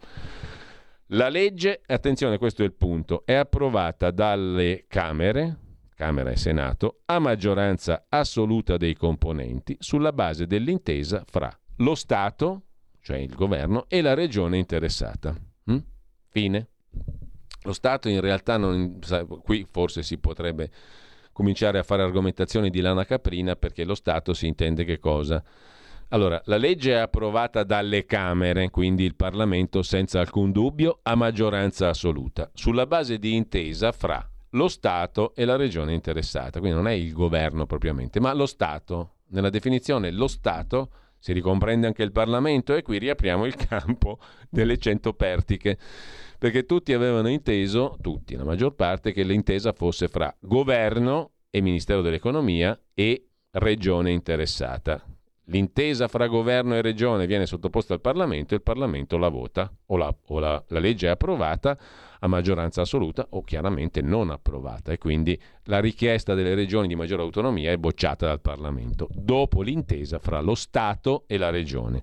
La legge, attenzione, questo è il punto, è approvata dalle Camere, Camera e Senato, a maggioranza assoluta dei componenti, sulla base dell'intesa fra lo Stato, cioè il governo, e la regione interessata. Mm? Fine. Lo Stato in realtà, non, qui forse si potrebbe cominciare a fare argomentazioni di lana caprina, perché lo Stato si intende che cosa? Allora, la legge è approvata dalle Camere, quindi il Parlamento senza alcun dubbio a maggioranza assoluta, sulla base di intesa fra lo Stato e la regione interessata, quindi non è il governo propriamente, ma lo Stato. Nella definizione lo Stato si ricomprende anche il Parlamento, e qui riapriamo il campo delle cento pertiche, perché tutti avevano inteso, tutti, la maggior parte, che l'intesa fosse fra governo e Ministero dell'Economia e regione interessata. l'intesa fra governo e regione viene sottoposta al Parlamento e il Parlamento la vota, o, la, o la, la legge è approvata a maggioranza assoluta o chiaramente non approvata, e quindi la richiesta delle regioni di maggiore autonomia è bocciata dal Parlamento, dopo l'intesa fra lo Stato e la regione.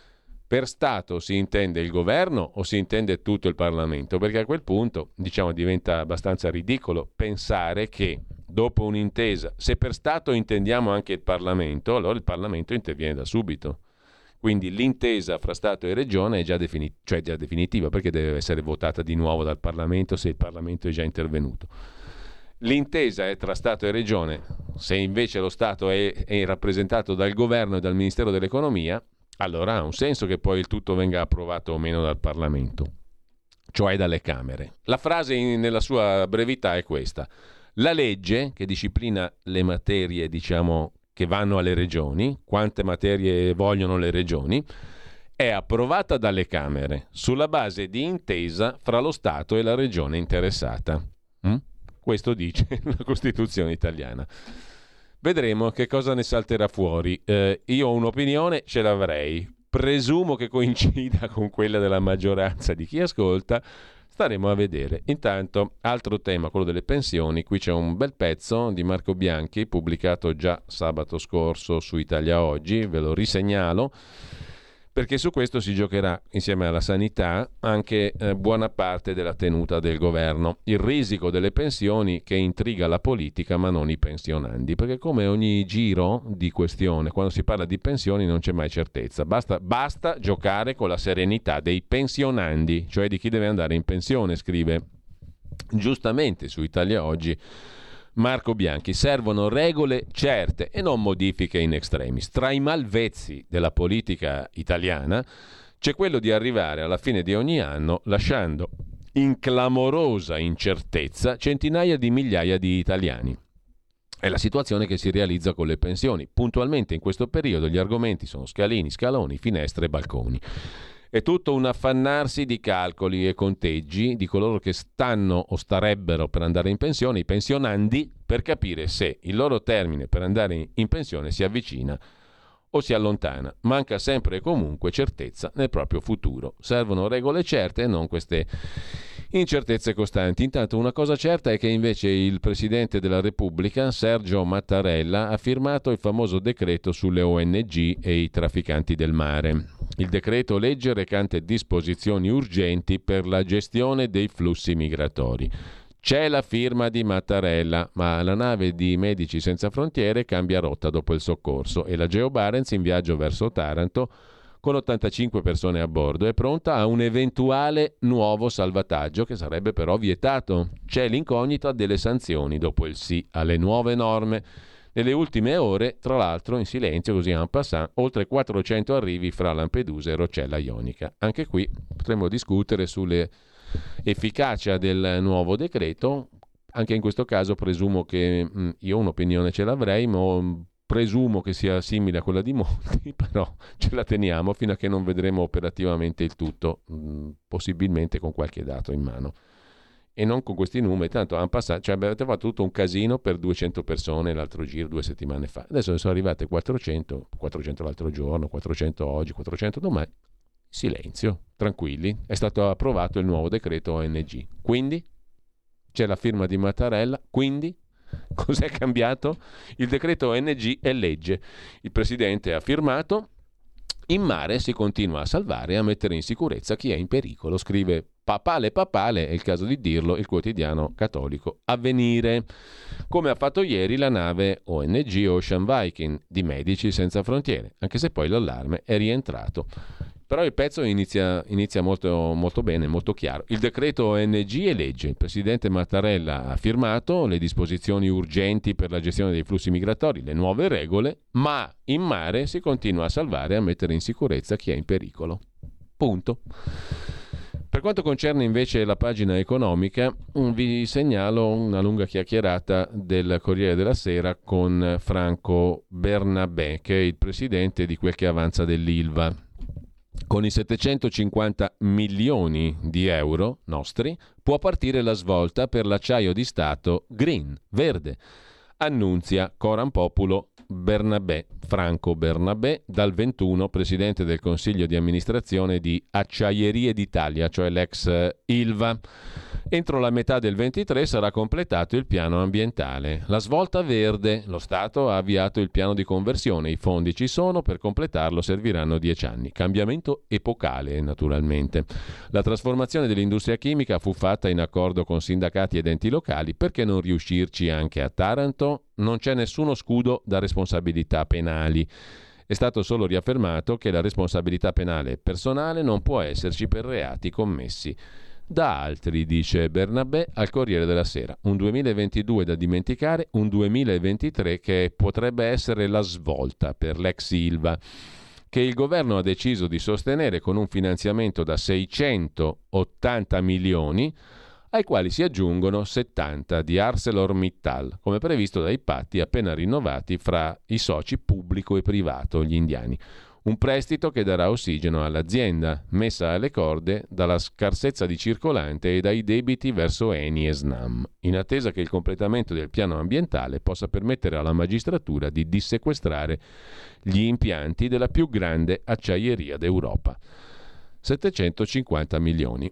Per Stato si intende il governo o si intende tutto il Parlamento? Perché a quel punto, diciamo, diventa abbastanza ridicolo pensare che dopo un'intesa, se per Stato intendiamo anche il Parlamento, allora il Parlamento interviene da subito. Quindi l'intesa fra Stato e Regione è già, defini- cioè già definitiva, perché deve essere votata di nuovo dal Parlamento se il Parlamento è già intervenuto. L'intesa è tra Stato e Regione, se invece lo Stato è, è rappresentato dal Governo e dal Ministero dell'Economia, allora ha un senso che poi il tutto venga approvato o meno dal Parlamento, cioè dalle Camere. La frase in, nella sua brevità è questa: la legge che disciplina le materie, diciamo, che vanno alle regioni, quante materie vogliono le regioni, è approvata dalle Camere sulla base di intesa fra lo Stato e la regione interessata. Mm? Questo dice la Costituzione italiana. Vedremo che cosa ne salterà fuori. Eh, io ho un'opinione, ce l'avrei. Presumo che coincida con quella della maggioranza di chi ascolta. Staremo a vedere. Intanto, altro tema, quello delle pensioni. Qui c'è un bel pezzo di Marco Bianchi, pubblicato già sabato scorso su Italia Oggi. Ve lo risegnalo, perché su questo si giocherà, insieme alla sanità, anche eh, buona parte della tenuta del governo. Il risico delle pensioni che intriga la politica ma non i pensionandi, perché come ogni giro di questione, quando si parla di pensioni non c'è mai certezza. Basta, basta giocare con la serenità dei pensionandi, cioè di chi deve andare in pensione, scrive giustamente su Italia Oggi Marco Bianchi. Servono regole certe e non modifiche in extremis. Tra i malvezzi della politica italiana c'è quello di arrivare alla fine di ogni anno lasciando in clamorosa incertezza centinaia di migliaia di italiani. È la situazione che si realizza con le pensioni. Puntualmente in questo periodo gli argomenti sono scalini, scaloni, finestre e balconi. È tutto un affannarsi di calcoli e conteggi di coloro che stanno o starebbero per andare in pensione, i pensionandi, per capire se il loro termine per andare in pensione si avvicina o si allontana. Manca sempre e comunque certezza nel proprio futuro. Servono regole certe e non queste incertezze costanti. Intanto una cosa certa è che invece il Presidente della Repubblica, Sergio Mattarella, ha firmato il famoso decreto sulle O N G e i trafficanti del mare. Il decreto legge recante disposizioni urgenti per la gestione dei flussi migratori. C'è la firma di Mattarella, ma la nave di Medici Senza Frontiere cambia rotta dopo il soccorso e la Geo Barents, in viaggio verso Taranto con ottantacinque persone a bordo, è pronta a un eventuale nuovo salvataggio che sarebbe però vietato. C'è l'incognita delle sanzioni dopo il sì alle nuove norme. Nelle ultime ore, tra l'altro, in silenzio, così en passant, oltre quattrocento arrivi fra Lampedusa e Roccella Ionica. Anche qui potremmo discutere sulle efficacia del nuovo decreto. Anche in questo caso presumo che mh, io un'opinione ce l'avrei, ma presumo che sia simile a quella di molti, però ce la teniamo fino a che non vedremo operativamente il tutto, mh, possibilmente con qualche dato in mano. E non con questi numeri, tanto hanno passato, cioè avete fatto tutto un casino per duecento persone l'altro giro, due settimane fa. Adesso ne sono arrivate quattrocento, quattrocento l'altro giorno, quattrocento oggi, quattrocento domani. Silenzio, tranquilli. È stato approvato il nuovo decreto O N G. Quindi c'è la firma di Mattarella, quindi cos'è cambiato? Il decreto O N G è legge. Il Presidente ha firmato. In mare si continua a salvare e a mettere in sicurezza chi è in pericolo, scrive papale papale, è il caso di dirlo, il quotidiano cattolico Avvenire. Come ha fatto ieri la nave O N G Ocean Viking di Medici Senza Frontiere, anche se poi l'allarme è rientrato. Però il pezzo inizia, inizia molto, molto bene, molto chiaro. Il decreto O N G è legge. Il presidente Mattarella ha firmato le disposizioni urgenti per la gestione dei flussi migratori, le nuove regole, ma in mare si continua a salvare e a mettere in sicurezza chi è in pericolo. Punto. Per quanto concerne invece la pagina economica, vi segnalo una lunga chiacchierata del Corriere della Sera con Franco Bernabé, che è il presidente di quel che avanza dell'Ilva. Con i settecentocinquanta milioni di euro nostri può partire la svolta per l'acciaio di Stato green, verde, annunzia Coram Populo Bernabé. Franco Bernabé, dal ventuno presidente del consiglio di amministrazione di Acciaierie d'Italia, cioè l'ex Ilva. Entro la metà del ventitré sarà completato il piano ambientale. La svolta verde, lo Stato ha avviato il piano di conversione, i fondi ci sono, per completarlo serviranno dieci anni. Cambiamento epocale, naturalmente. La trasformazione dell'industria chimica fu fatta in accordo con sindacati ed enti locali, perché non riuscirci anche a Taranto? Non c'è nessuno scudo da responsabilità penali. È stato solo riaffermato che la responsabilità penale personale non può esserci per reati commessi da altri, dice Bernabé al Corriere della Sera. Un duemilaventidue da dimenticare, un duemilaventitré che potrebbe essere la svolta per l'ex Ilva, che il governo ha deciso di sostenere con un finanziamento da seicentottanta milioni, ai quali si aggiungono settanta di ArcelorMittal, come previsto dai patti appena rinnovati fra i soci pubblico e privato, gli indiani. Un prestito che darà ossigeno all'azienda, messa alle corde dalla scarsezza di circolante e dai debiti verso Eni e Snam, in attesa che il completamento del piano ambientale possa permettere alla magistratura di dissequestrare gli impianti della più grande acciaieria d'Europa. settecentocinquanta milioni.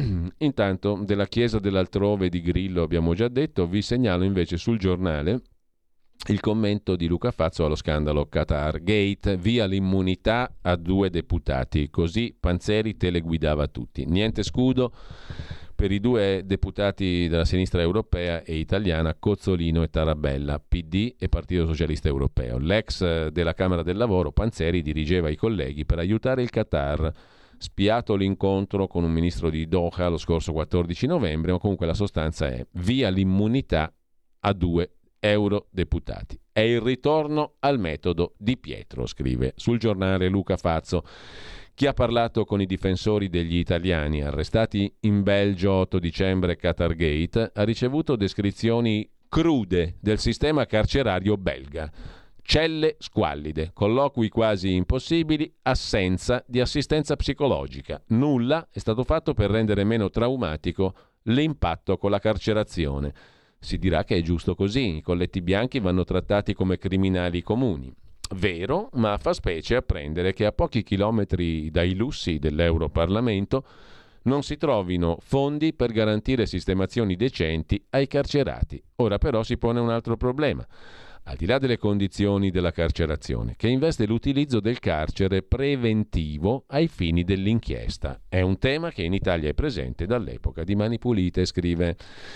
Intanto della Chiesa dell'Altrove di Grillo abbiamo già detto, vi segnalo invece sul Giornale il commento di Luca Fazzo allo scandalo Qatar Gate, via l'immunità a due deputati, così Panzeri teleguidava tutti. Niente scudo per i due deputati della sinistra europea e italiana, Cozzolino e Tarabella, P D e Partito Socialista Europeo. L'ex della Camera del Lavoro, Panzeri, dirigeva i colleghi per aiutare il Qatar, spiato l'incontro con un ministro di Doha lo scorso quattordici novembre, ma comunque la sostanza è via l'immunità a due eurodeputati. È il ritorno al metodo Di Pietro, scrive sul Giornale Luca Fazzo. Chi ha parlato con i difensori degli italiani arrestati in Belgio otto dicembre Qatar Gate ha ricevuto descrizioni crude del sistema carcerario belga. Celle squallide, colloqui quasi impossibili, assenza di assistenza psicologica. Nulla è stato fatto per rendere meno traumatico l'impatto con la carcerazione. Si dirà che è giusto così, i colletti bianchi vanno trattati come criminali comuni. Vero, ma fa specie apprendere che a pochi chilometri dai lussi dell'Europarlamento non si trovino fondi per garantire sistemazioni decenti ai carcerati. Ora però si pone un altro problema, al di là delle condizioni della carcerazione, che investe l'utilizzo del carcere preventivo ai fini dell'inchiesta. È un tema che in Italia è presente dall'epoca di Mani Pulite, scrive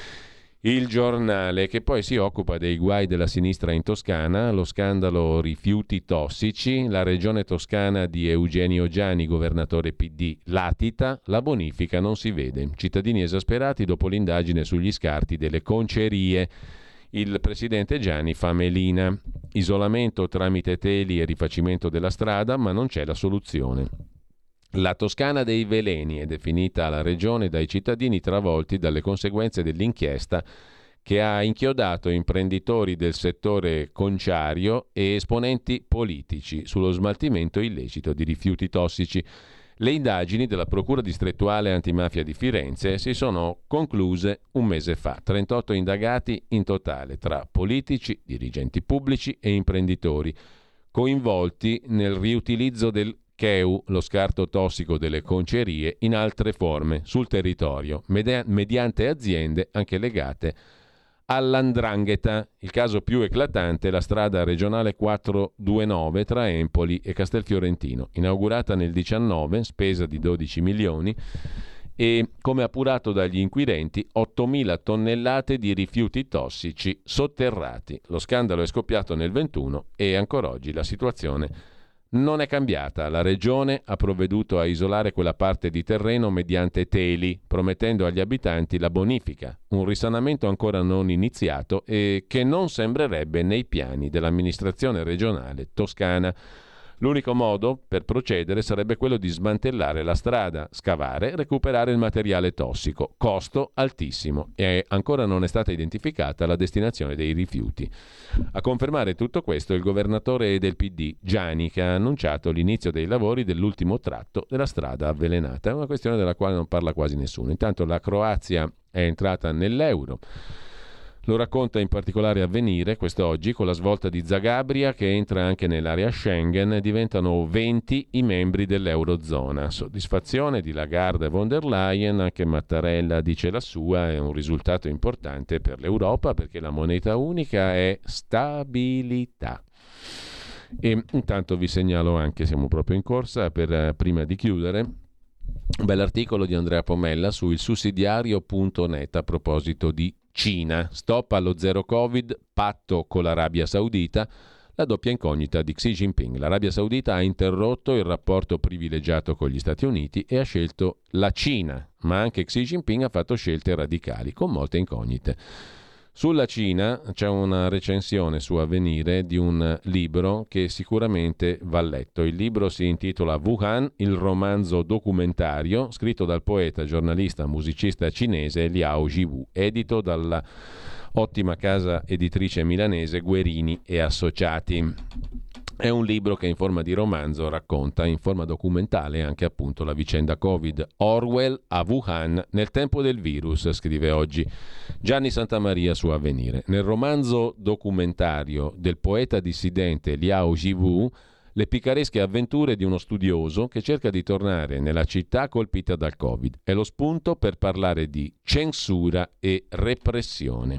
Il Giornale, che poi si occupa dei guai della sinistra in Toscana, lo scandalo rifiuti tossici, la regione toscana di Eugenio Giani, governatore P D, latita, la bonifica non si vede. Cittadini esasperati dopo l'indagine sugli scarti delle concerie. Il presidente Giani fa melina. Isolamento tramite teli e rifacimento della strada, ma non c'è la soluzione. La Toscana dei veleni è definita la regione dai cittadini travolti dalle conseguenze dell'inchiesta che ha inchiodato imprenditori del settore conciario e esponenti politici sullo smaltimento illecito di rifiuti tossici. Le indagini della Procura distrettuale antimafia di Firenze si sono concluse un mese fa. trentotto indagati in totale tra politici, dirigenti pubblici e imprenditori, coinvolti nel riutilizzo del C E U, lo scarto tossico delle concerie, in altre forme sul territorio, med- mediante aziende anche legate all'andrangheta. Il caso più eclatante è la strada regionale quattrocentoventinove tra Empoli e Castelfiorentino, inaugurata nel diciannove, spesa di dodici milioni, e come appurato dagli inquirenti ottomila tonnellate di rifiuti tossici sotterrati. Lo scandalo è scoppiato nel ventuno e ancora oggi la situazione non è cambiata. La regione ha provveduto a isolare quella parte di terreno mediante teli, promettendo agli abitanti la bonifica, un risanamento ancora non iniziato e che non sembrerebbe nei piani dell'amministrazione regionale toscana. L'unico modo per procedere sarebbe quello di smantellare la strada, scavare e recuperare il materiale tossico, costo altissimo, e ancora non è stata identificata la destinazione dei rifiuti. A confermare tutto questo il governatore del P D, Giani, che ha annunciato l'inizio dei lavori dell'ultimo tratto della strada avvelenata. È una questione della quale non parla quasi nessuno. Intanto la Croazia è entrata nell'euro. Lo racconta in particolare Avvenire quest'oggi, con la svolta di Zagabria che entra anche nell'area Schengen e diventano venti i membri dell'Eurozona. Soddisfazione di Lagarde e von der Leyen, anche Mattarella dice la sua, è un risultato importante per l'Europa perché la moneta unica è stabilità. E intanto vi segnalo anche, siamo proprio in corsa, per prima di chiudere, un bell'articolo di Andrea Pomella su il sussidiario punto net a proposito di Cina. Stop allo zero Covid, patto con l'Arabia Saudita, la doppia incognita di Xi Jinping. L'Arabia Saudita ha interrotto il rapporto privilegiato con gli Stati Uniti e ha scelto la Cina, ma anche Xi Jinping ha fatto scelte radicali, con molte incognite. Sulla Cina c'è una recensione su Avvenire di un libro che sicuramente va letto. Il libro si intitola Wuhan, il romanzo documentario, scritto dal poeta, giornalista, musicista cinese Liao Jiwu, edito dalla ottima casa editrice milanese Guerini e Associati. È un libro che in forma di romanzo racconta in forma documentale anche appunto la vicenda Covid. Orwell a Wuhan nel tempo del virus, scrive oggi Gianni Santamaria su Avvenire. Nel romanzo documentario del poeta dissidente Liao Jiwu, le picaresche avventure di uno studioso che cerca di tornare nella città colpita dal Covid. È lo spunto per parlare di censura e repressione.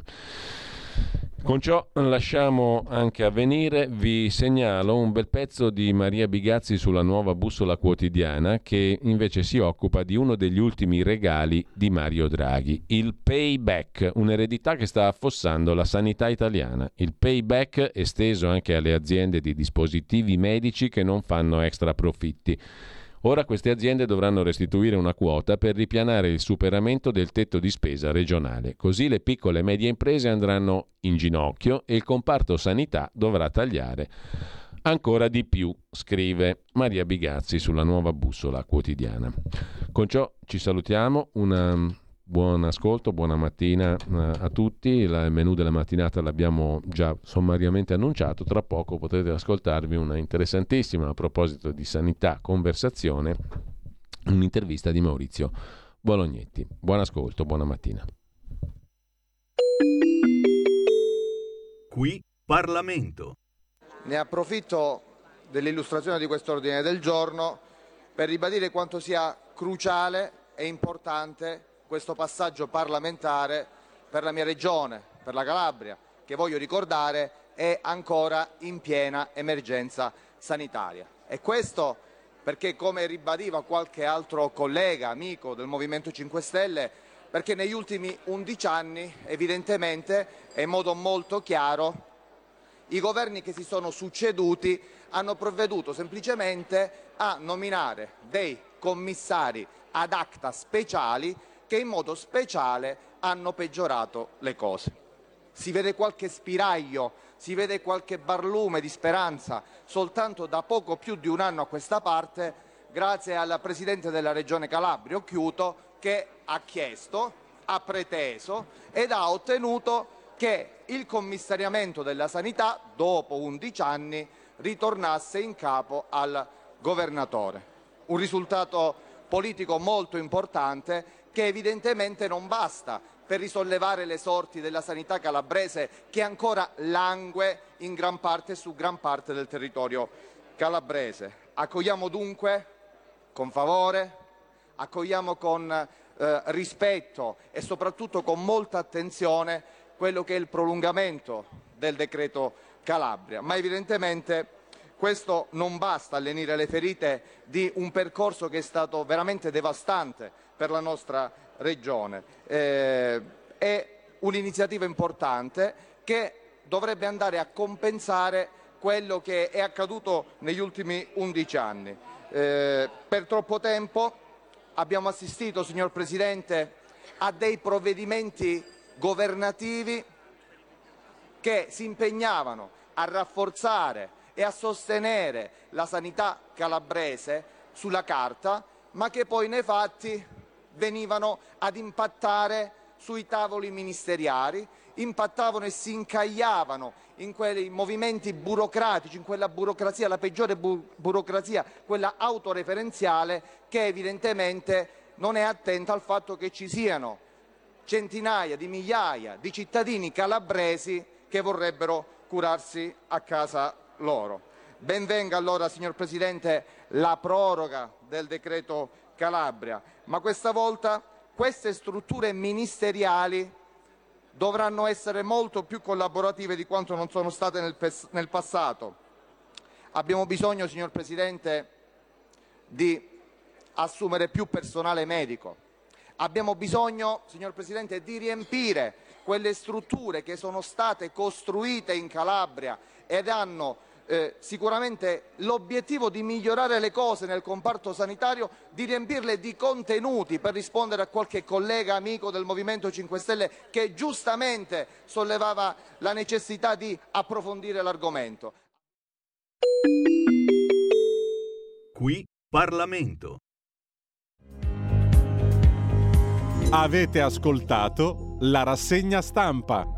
Con ciò lasciamo anche Avvenire, vi segnalo un bel pezzo di Maria Bigazzi sulla Nuova Bussola Quotidiana che invece si occupa di uno degli ultimi regali di Mario Draghi, il payback, un'eredità che sta affossando la sanità italiana. Il payback esteso anche alle aziende di dispositivi medici che non fanno extra profitti. Ora queste aziende dovranno restituire una quota per ripianare il superamento del tetto di spesa regionale. Così le piccole e medie imprese andranno in ginocchio e il comparto sanità dovrà tagliare ancora di più, scrive Maria Bigazzi sulla Nuova Bussola Quotidiana. Con ciò ci salutiamo, una buon ascolto, buona mattina a tutti. Il menù della mattinata l'abbiamo già sommariamente annunciato, tra poco potrete ascoltarvi una interessantissima a proposito di sanità conversazione, un'intervista di Maurizio Bolognetti. Buon ascolto, buona mattina. Qui Parlamento. Ne approfitto dell'illustrazione di quest'ordine del giorno per ribadire quanto sia cruciale e importante questo passaggio parlamentare per la mia regione, per la Calabria, che voglio ricordare è ancora in piena emergenza sanitaria. E questo perché, come ribadiva qualche altro collega, amico del Movimento cinque Stelle, perché negli ultimi undici anni, evidentemente e in modo molto chiaro, i governi che si sono succeduti hanno provveduto semplicemente a nominare dei commissari ad acta speciali che in modo speciale hanno peggiorato le cose. Si vede qualche spiraglio, si vede qualche barlume di speranza soltanto da poco più di un anno a questa parte, grazie al Presidente della Regione Calabria, Occhiuto, che ha chiesto, ha preteso ed ha ottenuto che il commissariamento della sanità, dopo undici anni, ritornasse in capo al governatore. Un risultato politico molto importante che evidentemente non basta per risollevare le sorti della sanità calabrese, che ancora langue in gran parte su gran parte del territorio calabrese. Accogliamo dunque con favore, accogliamo con eh, rispetto e soprattutto con molta attenzione quello che è il prolungamento del decreto Calabria, ma evidentemente questo non basta a lenire le ferite di un percorso che è stato veramente devastante per la nostra regione. Eh, è un'iniziativa importante che dovrebbe andare a compensare quello che è accaduto negli ultimi undici anni. Eh, per troppo tempo abbiamo assistito, signor Presidente, a dei provvedimenti governativi che si impegnavano a rafforzare e a sostenere la sanità calabrese sulla carta, ma che poi nei fatti venivano ad impattare sui tavoli ministeriali, impattavano e si incagliavano in quei movimenti burocratici, in quella burocrazia, la peggiore bu- burocrazia, quella autoreferenziale, che evidentemente non è attenta al fatto che ci siano centinaia di migliaia di cittadini calabresi che vorrebbero curarsi a casa loro. Ben venga allora, signor Presidente, la proroga del decreto Calabria, ma questa volta queste strutture ministeriali dovranno essere molto più collaborative di quanto non sono state nel, nel passato. Abbiamo bisogno, signor Presidente, di assumere più personale medico. Abbiamo bisogno, signor Presidente, di riempire quelle strutture che sono state costruite in Calabria ed hanno eh, sicuramente l'obiettivo di migliorare le cose nel comparto sanitario, di riempirle di contenuti, per rispondere a qualche collega amico del Movimento cinque Stelle che giustamente sollevava la necessità di approfondire l'argomento. Qui Parlamento. Avete ascoltato la rassegna stampa.